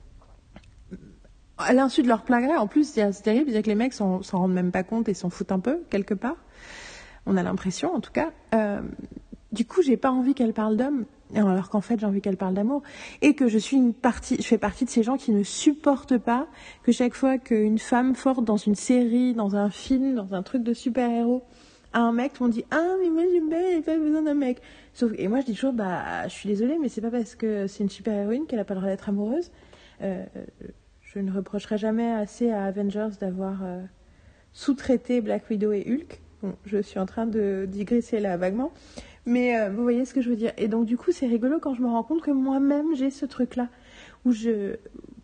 Speaker 1: à l'insu de leur plein gré, en plus c'est terrible, c'est que les mecs s'en rendent même pas compte et s'en foutent un peu quelque part, on a l'impression en tout cas. Du coup j'ai pas envie qu'elle parle d'hommes, alors qu'en fait j'ai envie qu'elle parle d'amour, et que je fais partie de ces gens qui ne supportent pas que chaque fois qu'une femme forte dans une série, dans un film, dans un truc de super-héros à un mec, on dit « Ah, mais moi j'aime bien, elle n'a pas besoin d'un mec ». Et moi je dis toujours « je suis désolée, mais c'est pas parce que c'est une super-héroïne qu'elle n'a pas le droit d'être amoureuse ». Je ne reprocherai jamais assez à Avengers d'avoir sous-traité Black Widow et Hulk. Bon, je suis en train de digresser là vaguement, mais vous voyez ce que je veux dire. Et donc du coup c'est rigolo quand je me rends compte que moi-même j'ai ce truc-là, où j'ai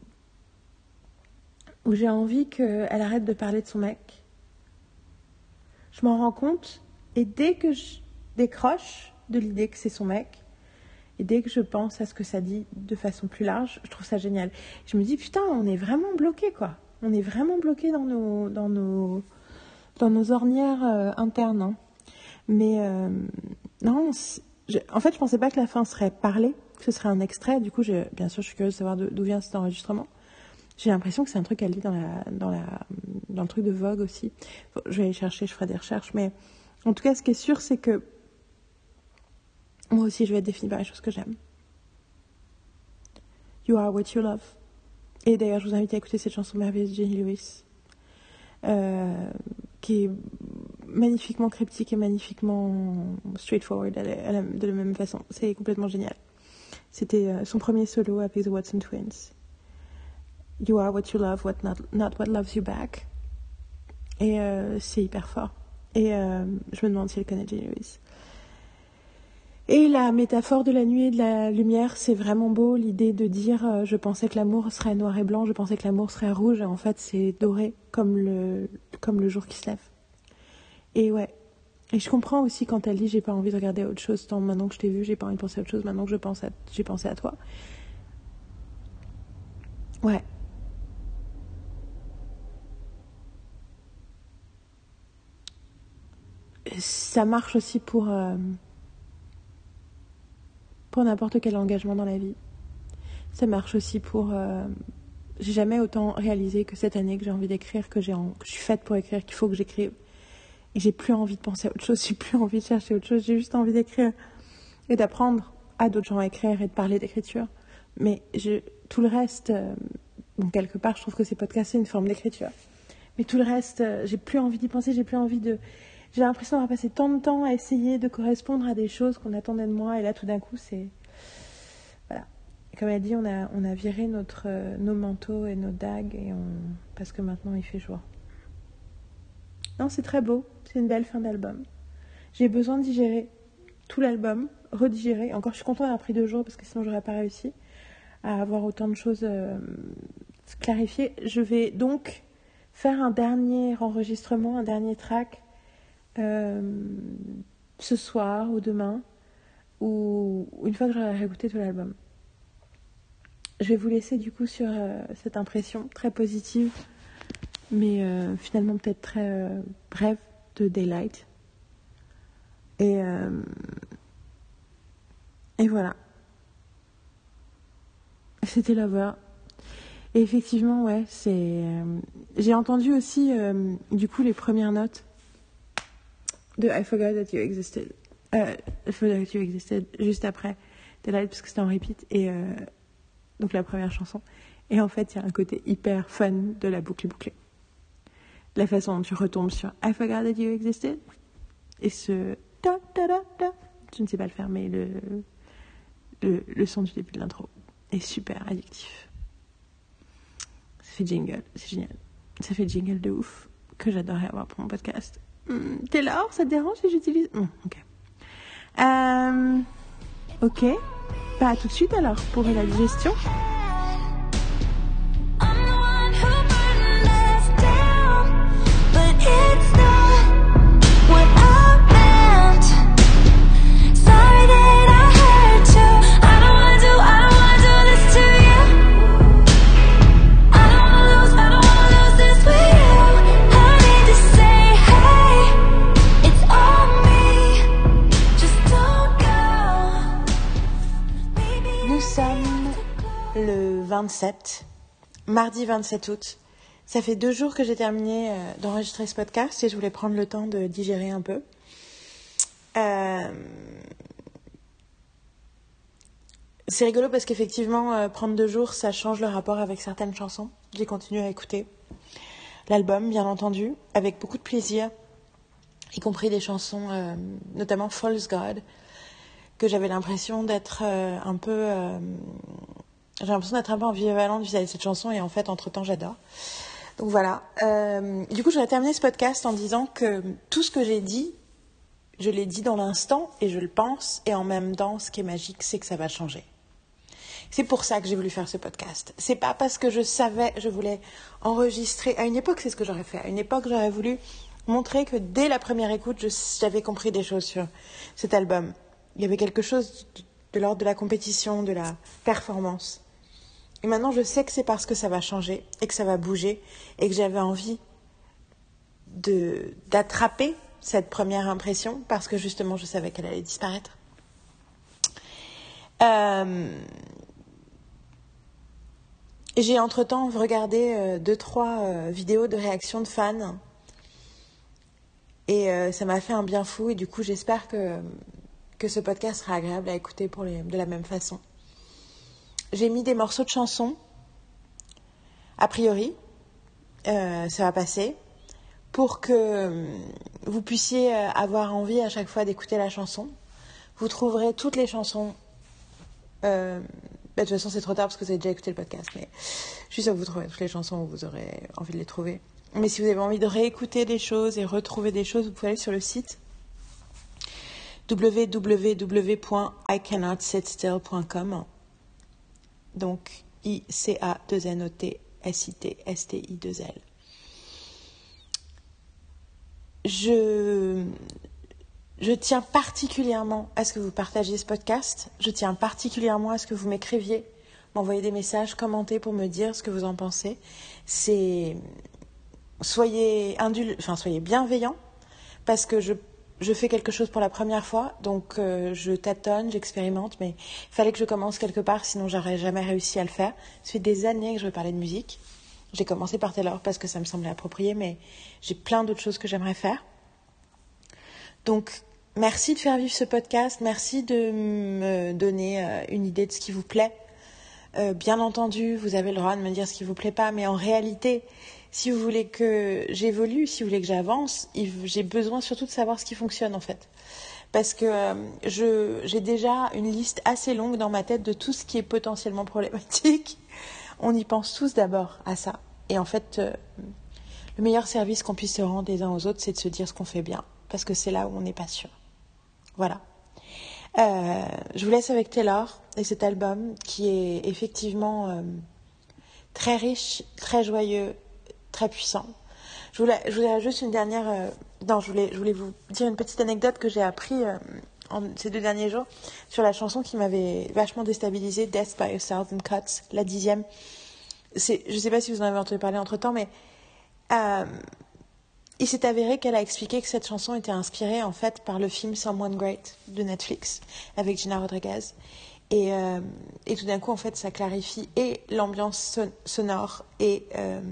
Speaker 1: envie qu'elle arrête de parler de son mec. Je m'en rends compte, et dès que je décroche de l'idée que c'est son mec, Et dès que je pense à ce que ça dit de façon plus large, je trouve ça génial. Je me dis, putain, on est vraiment bloqué, quoi. On est vraiment bloqué dans nos ornières internes. Hein. Mais non, en fait, je pensais pas que la fin serait parlée, que ce serait un extrait. Du coup, bien sûr, je suis curieuse de savoir d'où vient cet enregistrement. J'ai l'impression que c'est un truc qu'elle dit dans le truc de Vogue aussi. Je vais aller chercher, je ferai des recherches. Mais en tout cas, ce qui est sûr, c'est que moi aussi, je vais être définie par les choses que j'aime. You are what you love. Et d'ailleurs, je vous invite à écouter cette chanson merveilleuse de Jenny Lewis, qui est magnifiquement cryptique et magnifiquement straightforward de la même façon. C'est complètement génial. C'était son premier solo avec The Watson Twins. You are what you love, not what loves you back. Et c'est hyper fort. Et je me demande si elle connaît Jenny Lewis. Et la métaphore de la nuit et de la lumière, c'est vraiment beau. L'idée de dire je pensais que l'amour serait noir et blanc, je pensais que l'amour serait rouge. Et en fait, c'est doré comme le jour qui se lève. Et ouais. Et je comprends aussi quand elle dit j'ai pas envie de regarder autre chose. Maintenant que je t'ai vu, j'ai pas envie de penser à autre chose. Maintenant que j'ai pensé à toi. Ouais. Ça marche aussi pour n'importe quel engagement dans la vie. Ça marche aussi pour... j'ai jamais autant réalisé que cette année que j'ai envie d'écrire, que je suis faite pour écrire, qu'il faut que j'écrive. Et j'ai plus envie de penser à autre chose, j'ai plus envie de chercher autre chose, j'ai juste envie d'écrire. Et d'apprendre à d'autres gens à écrire et de parler d'écriture. Mais tout le reste... quelque part, je trouve que ces podcasts, c'est une forme d'écriture. Mais tout le reste, j'ai plus envie d'y penser, j'ai l'impression d'avoir passé tant de temps à essayer de correspondre à des choses qu'on attendait de moi. Et là, tout d'un coup, c'est... Voilà. Et comme elle dit, on a viré nos manteaux et nos dagues parce que maintenant, il fait jour. Non, c'est très beau. C'est une belle fin d'album. J'ai besoin de digérer tout l'album, redigérer. Encore, je suis contente d'avoir pris 2 jours parce que sinon, j'aurais pas réussi à avoir autant de choses clarifiées. Je vais donc faire un dernier enregistrement, un dernier track ce soir ou demain, ou une fois que j'aurai réécouté tout l'album. Je vais vous laisser du coup sur cette impression très positive, mais finalement peut-être très brève de Daylight. Et voilà. C'était Lover. Et effectivement, ouais, j'ai entendu aussi du coup les premières notes de I Forgot That You Existed. I Forgot That You Existed juste après Daylight parce que c'était en repeat et donc la première chanson. Et en fait, il y a un côté hyper fun de la boucle bouclée. La façon dont tu retombes sur I Forgot That You Existed et ce da da da da. Je ne sais pas le faire, mais le son du début de l'intro est super addictif. Ça fait jingle, c'est génial. Ça fait jingle de ouf que j'adorerais avoir pour mon podcast. Taylor, ça te dérange si j'utilise... ok. Ok. Bah, à tout de suite alors pour la digestion. Le 27, mardi 27 août. Ça fait 2 jours que j'ai terminé d'enregistrer ce podcast et je voulais prendre le temps de digérer un peu. C'est rigolo parce qu'effectivement, prendre 2 jours, ça change le rapport avec certaines chansons. J'ai continué à écouter l'album, bien entendu, avec beaucoup de plaisir, y compris des chansons, notamment False God, que j'avais l'impression d'être un peu... j'ai l'impression d'être un peu ambivalente vis-à-vis de cette chanson et en fait, entre-temps, j'adore. Donc voilà. Du coup, je vais terminer ce podcast en disant que tout ce que j'ai dit, je l'ai dit dans l'instant et je le pense. Et en même temps, ce qui est magique, c'est que ça va changer. C'est pour ça que j'ai voulu faire ce podcast. C'est pas parce que je voulais enregistrer. À une époque, c'est ce que j'aurais fait. À une époque, j'aurais voulu montrer que dès la première écoute, j'avais compris des choses sur cet album. Il y avait quelque chose de l'ordre de la compétition, de la performance. Et maintenant, je sais que c'est parce que ça va changer et que ça va bouger et que j'avais envie d'attraper cette première impression parce que justement, je savais qu'elle allait disparaître. J'ai entre-temps regardé 2-3 vidéos de réaction de fans et ça m'a fait un bien fou et du coup, j'espère que ce podcast sera agréable à écouter de la même façon. J'ai mis des morceaux de chansons, a priori, ça va passer, pour que vous puissiez avoir envie à chaque fois d'écouter la chanson. Vous trouverez toutes les chansons. De toute façon, c'est trop tard parce que vous avez déjà écouté le podcast, mais je suis sûre que vous trouverez toutes les chansons où vous aurez envie de les trouver. Mais si vous avez envie de réécouter des choses et retrouver des choses, vous pouvez aller sur le site www.icannotSitStill.com. Donc ICA2NOTSITSTI2L. Je tiens particulièrement à ce que vous partagiez ce podcast. Je tiens particulièrement à ce que vous m'écriviez, m'envoyez des messages, commentez pour me dire ce que vous en pensez. Soyez bienveillants parce que je fais quelque chose pour la première fois, donc je tâtonne, j'expérimente, mais il fallait que je commence quelque part, sinon j'aurais jamais réussi à le faire. Ça fait des années que je veux parler de musique. J'ai commencé par Taylor parce que ça me semblait approprié, mais j'ai plein d'autres choses que j'aimerais faire. Donc, merci de faire vivre ce podcast, merci de me donner une idée de ce qui vous plaît. Bien entendu, vous avez le droit de me dire ce qui vous plaît pas, mais en réalité, si vous voulez que j'évolue, si vous voulez que j'avance, j'ai besoin surtout de savoir ce qui fonctionne en fait. Parce que j'ai déjà une liste assez longue dans ma tête de tout ce qui est potentiellement problématique. On y pense tous d'abord à ça. Et en fait, le meilleur service qu'on puisse se rendre les uns aux autres, c'est de se dire ce qu'on fait bien. Parce que c'est là où on n'est pas sûr. Voilà. Je vous laisse avec Taylor et cet album qui est effectivement très riche, très joyeux, très puissant. Je voulais juste une dernière... je voulais vous dire une petite anecdote que j'ai appris ces 2 derniers jours sur la chanson qui m'avait vachement déstabilisée, Death by a Thousand Cuts, la 10e. Je ne sais pas si vous en avez entendu parler entre-temps, mais il s'est avéré qu'elle a expliqué que cette chanson était inspirée en fait par le film Someone Great de Netflix avec Gina Rodriguez. Et tout d'un coup, en fait, ça clarifie et l'ambiance sonore et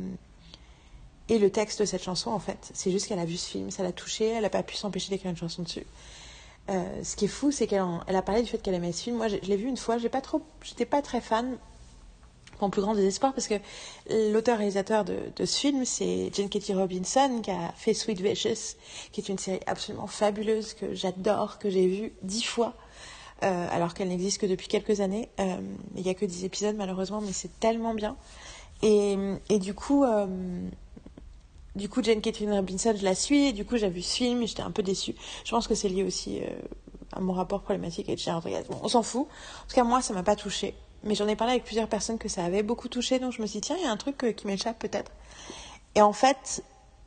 Speaker 1: le texte de cette chanson, en fait. C'est juste qu'elle a vu ce film, ça l'a touchée, elle n'a pas pu s'empêcher d'écrire une chanson dessus. Ce qui est fou, c'est qu'elle a parlé du fait qu'elle aimait ce film. Moi, je l'ai vu une fois, j'étais pas très fan, mon plus grand désespoir, parce que l'auteur-réalisateur de ce film, c'est Jane Katie Robinson, qui a fait Sweet Vicious, qui est une série absolument fabuleuse, que j'adore, que j'ai vue 10 fois, alors qu'elle n'existe que depuis quelques années. Il n'y a que 10 épisodes, malheureusement, mais c'est tellement bien. Et du coup, Jane Katie Robinson, je la suis, et du coup, j'ai vu ce film, et j'étais un peu déçue. Je pense que c'est lié aussi à mon rapport problématique avec Gina Rodriguez. Bon, on s'en fout. En tout cas, moi, ça m'a pas touchée. Mais j'en ai parlé avec plusieurs personnes que ça avait beaucoup touché, donc je me suis dit, tiens, il y a un truc qui m'échappe peut-être. Et en fait,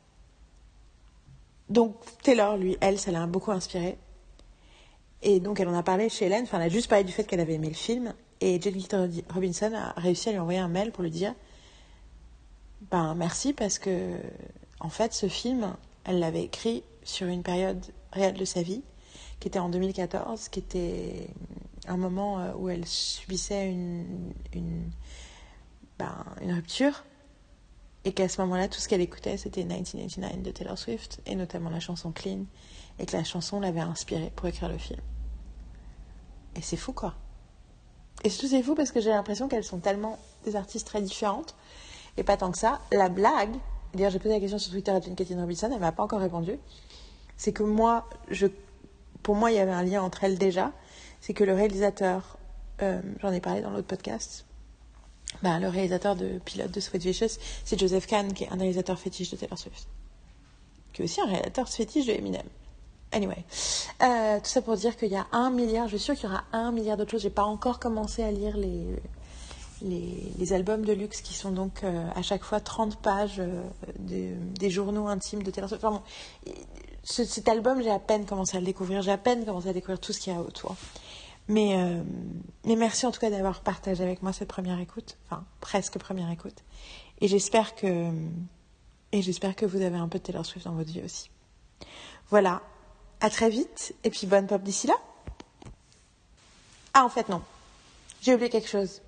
Speaker 1: donc Taylor, ça l'a beaucoup inspiré. Et donc elle en a parlé chez Hélène, elle a juste parlé du fait qu'elle avait aimé le film. Et Jane Katie Robinson a réussi à lui envoyer un mail pour lui dire, merci parce que, en fait, ce film, elle l'avait écrit sur une période réelle de sa vie, qui était en 2014, qui était un moment où elle subissait une rupture, et qu'à ce moment-là, tout ce qu'elle écoutait, c'était 1989 de Taylor Swift, et notamment la chanson Clean, et que la chanson l'avait inspirée pour écrire le film. Et c'est fou, quoi. Et surtout, c'est fou parce que j'ai l'impression qu'elles sont tellement des artistes très différentes, et pas tant que ça. La blague, d'ailleurs, j'ai posé la question sur Twitter à Jane Katie Robinson, elle m'a pas encore répondu, c'est que pour moi, il y avait un lien entre elles déjà. C'est que le réalisateur, j'en ai parlé dans l'autre podcast, le réalisateur de pilote de Sweet Vicious, c'est Joseph Kahn, qui est un réalisateur fétiche de Taylor Swift, qui est aussi un réalisateur fétiche de Eminem. Anyway, tout ça pour dire qu'il y a 1 milliard, je suis sûre qu'il y aura 1 milliard d'autres choses. J'ai pas encore commencé à lire les albums de luxe qui sont donc à chaque fois 30 pages des journaux intimes de Taylor Swift. Enfin, cet album, j'ai à peine commencé à le découvrir, j'ai à peine commencé à découvrir tout ce qu'il y a autour. Mais merci en tout cas d'avoir partagé avec moi cette première écoute, enfin presque première écoute. Et j'espère que vous avez un peu de Taylor Swift dans votre vie aussi. Voilà, à très vite, et puis bonne pop d'ici là. Ah, en fait non, j'ai oublié quelque chose.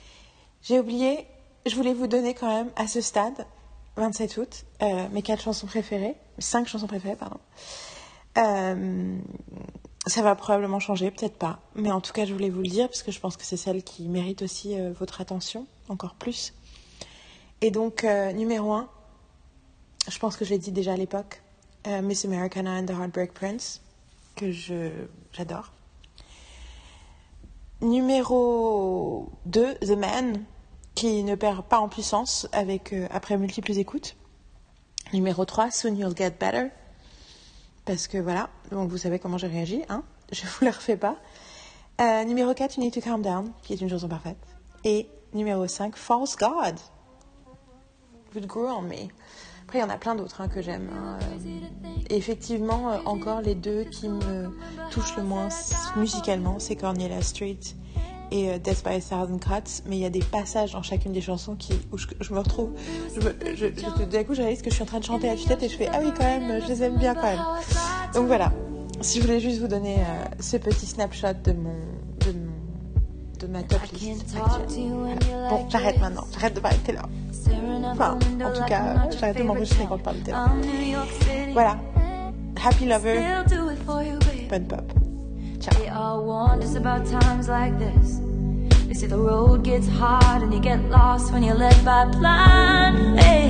Speaker 1: Je voulais vous donner quand même à ce stade, 27 août, mes 5 chansons préférées, pardon. Ça va probablement changer, peut-être pas. Mais en tout cas, je voulais vous le dire, parce que je pense que c'est celle qui mérite aussi votre attention, encore plus. Et donc, numéro 1, je pense que je l'ai dit déjà à l'époque, Miss Americana and the Heartbreak Prince, que j'adore. Numéro 2, The Man, qui ne perd pas en puissance après multiples écoutes. Numéro 3, Soon You'll Get Better. Parce que voilà, donc vous savez comment j'ai réagi, hein, je vous la refais pas. Numéro 4, You Need to Calm Down, qui est une chanson parfaite. Et numéro 5, False God. Would Grow on Me. Après, il y en a plein d'autres que j'aime. Et effectivement, encore les deux qui me touchent le moins musicalement, c'est Cornelia Street et Death by a Thousand Cuts. Mais il y a des passages dans chacune des chansons où je me retrouve. D'un coup, je réalise que je suis en train de chanter à tue-tête et je fais « Ah oui, quand même, je les aime bien quand même ». Donc voilà, si je voulais juste vous donner ce petit snapshot de ma top list actuelle. Voilà. Bon, j'arrête maintenant, j'arrête de parler de Taylor. Enfin, en tout cas, j'arrête de m'enregistrer quand je parle de Taylor. Voilà, happy lover, bonne pop. Ciao.
Speaker 2: They all warned us about times like this. They say the road gets hard and you get lost when you're led by blind faith.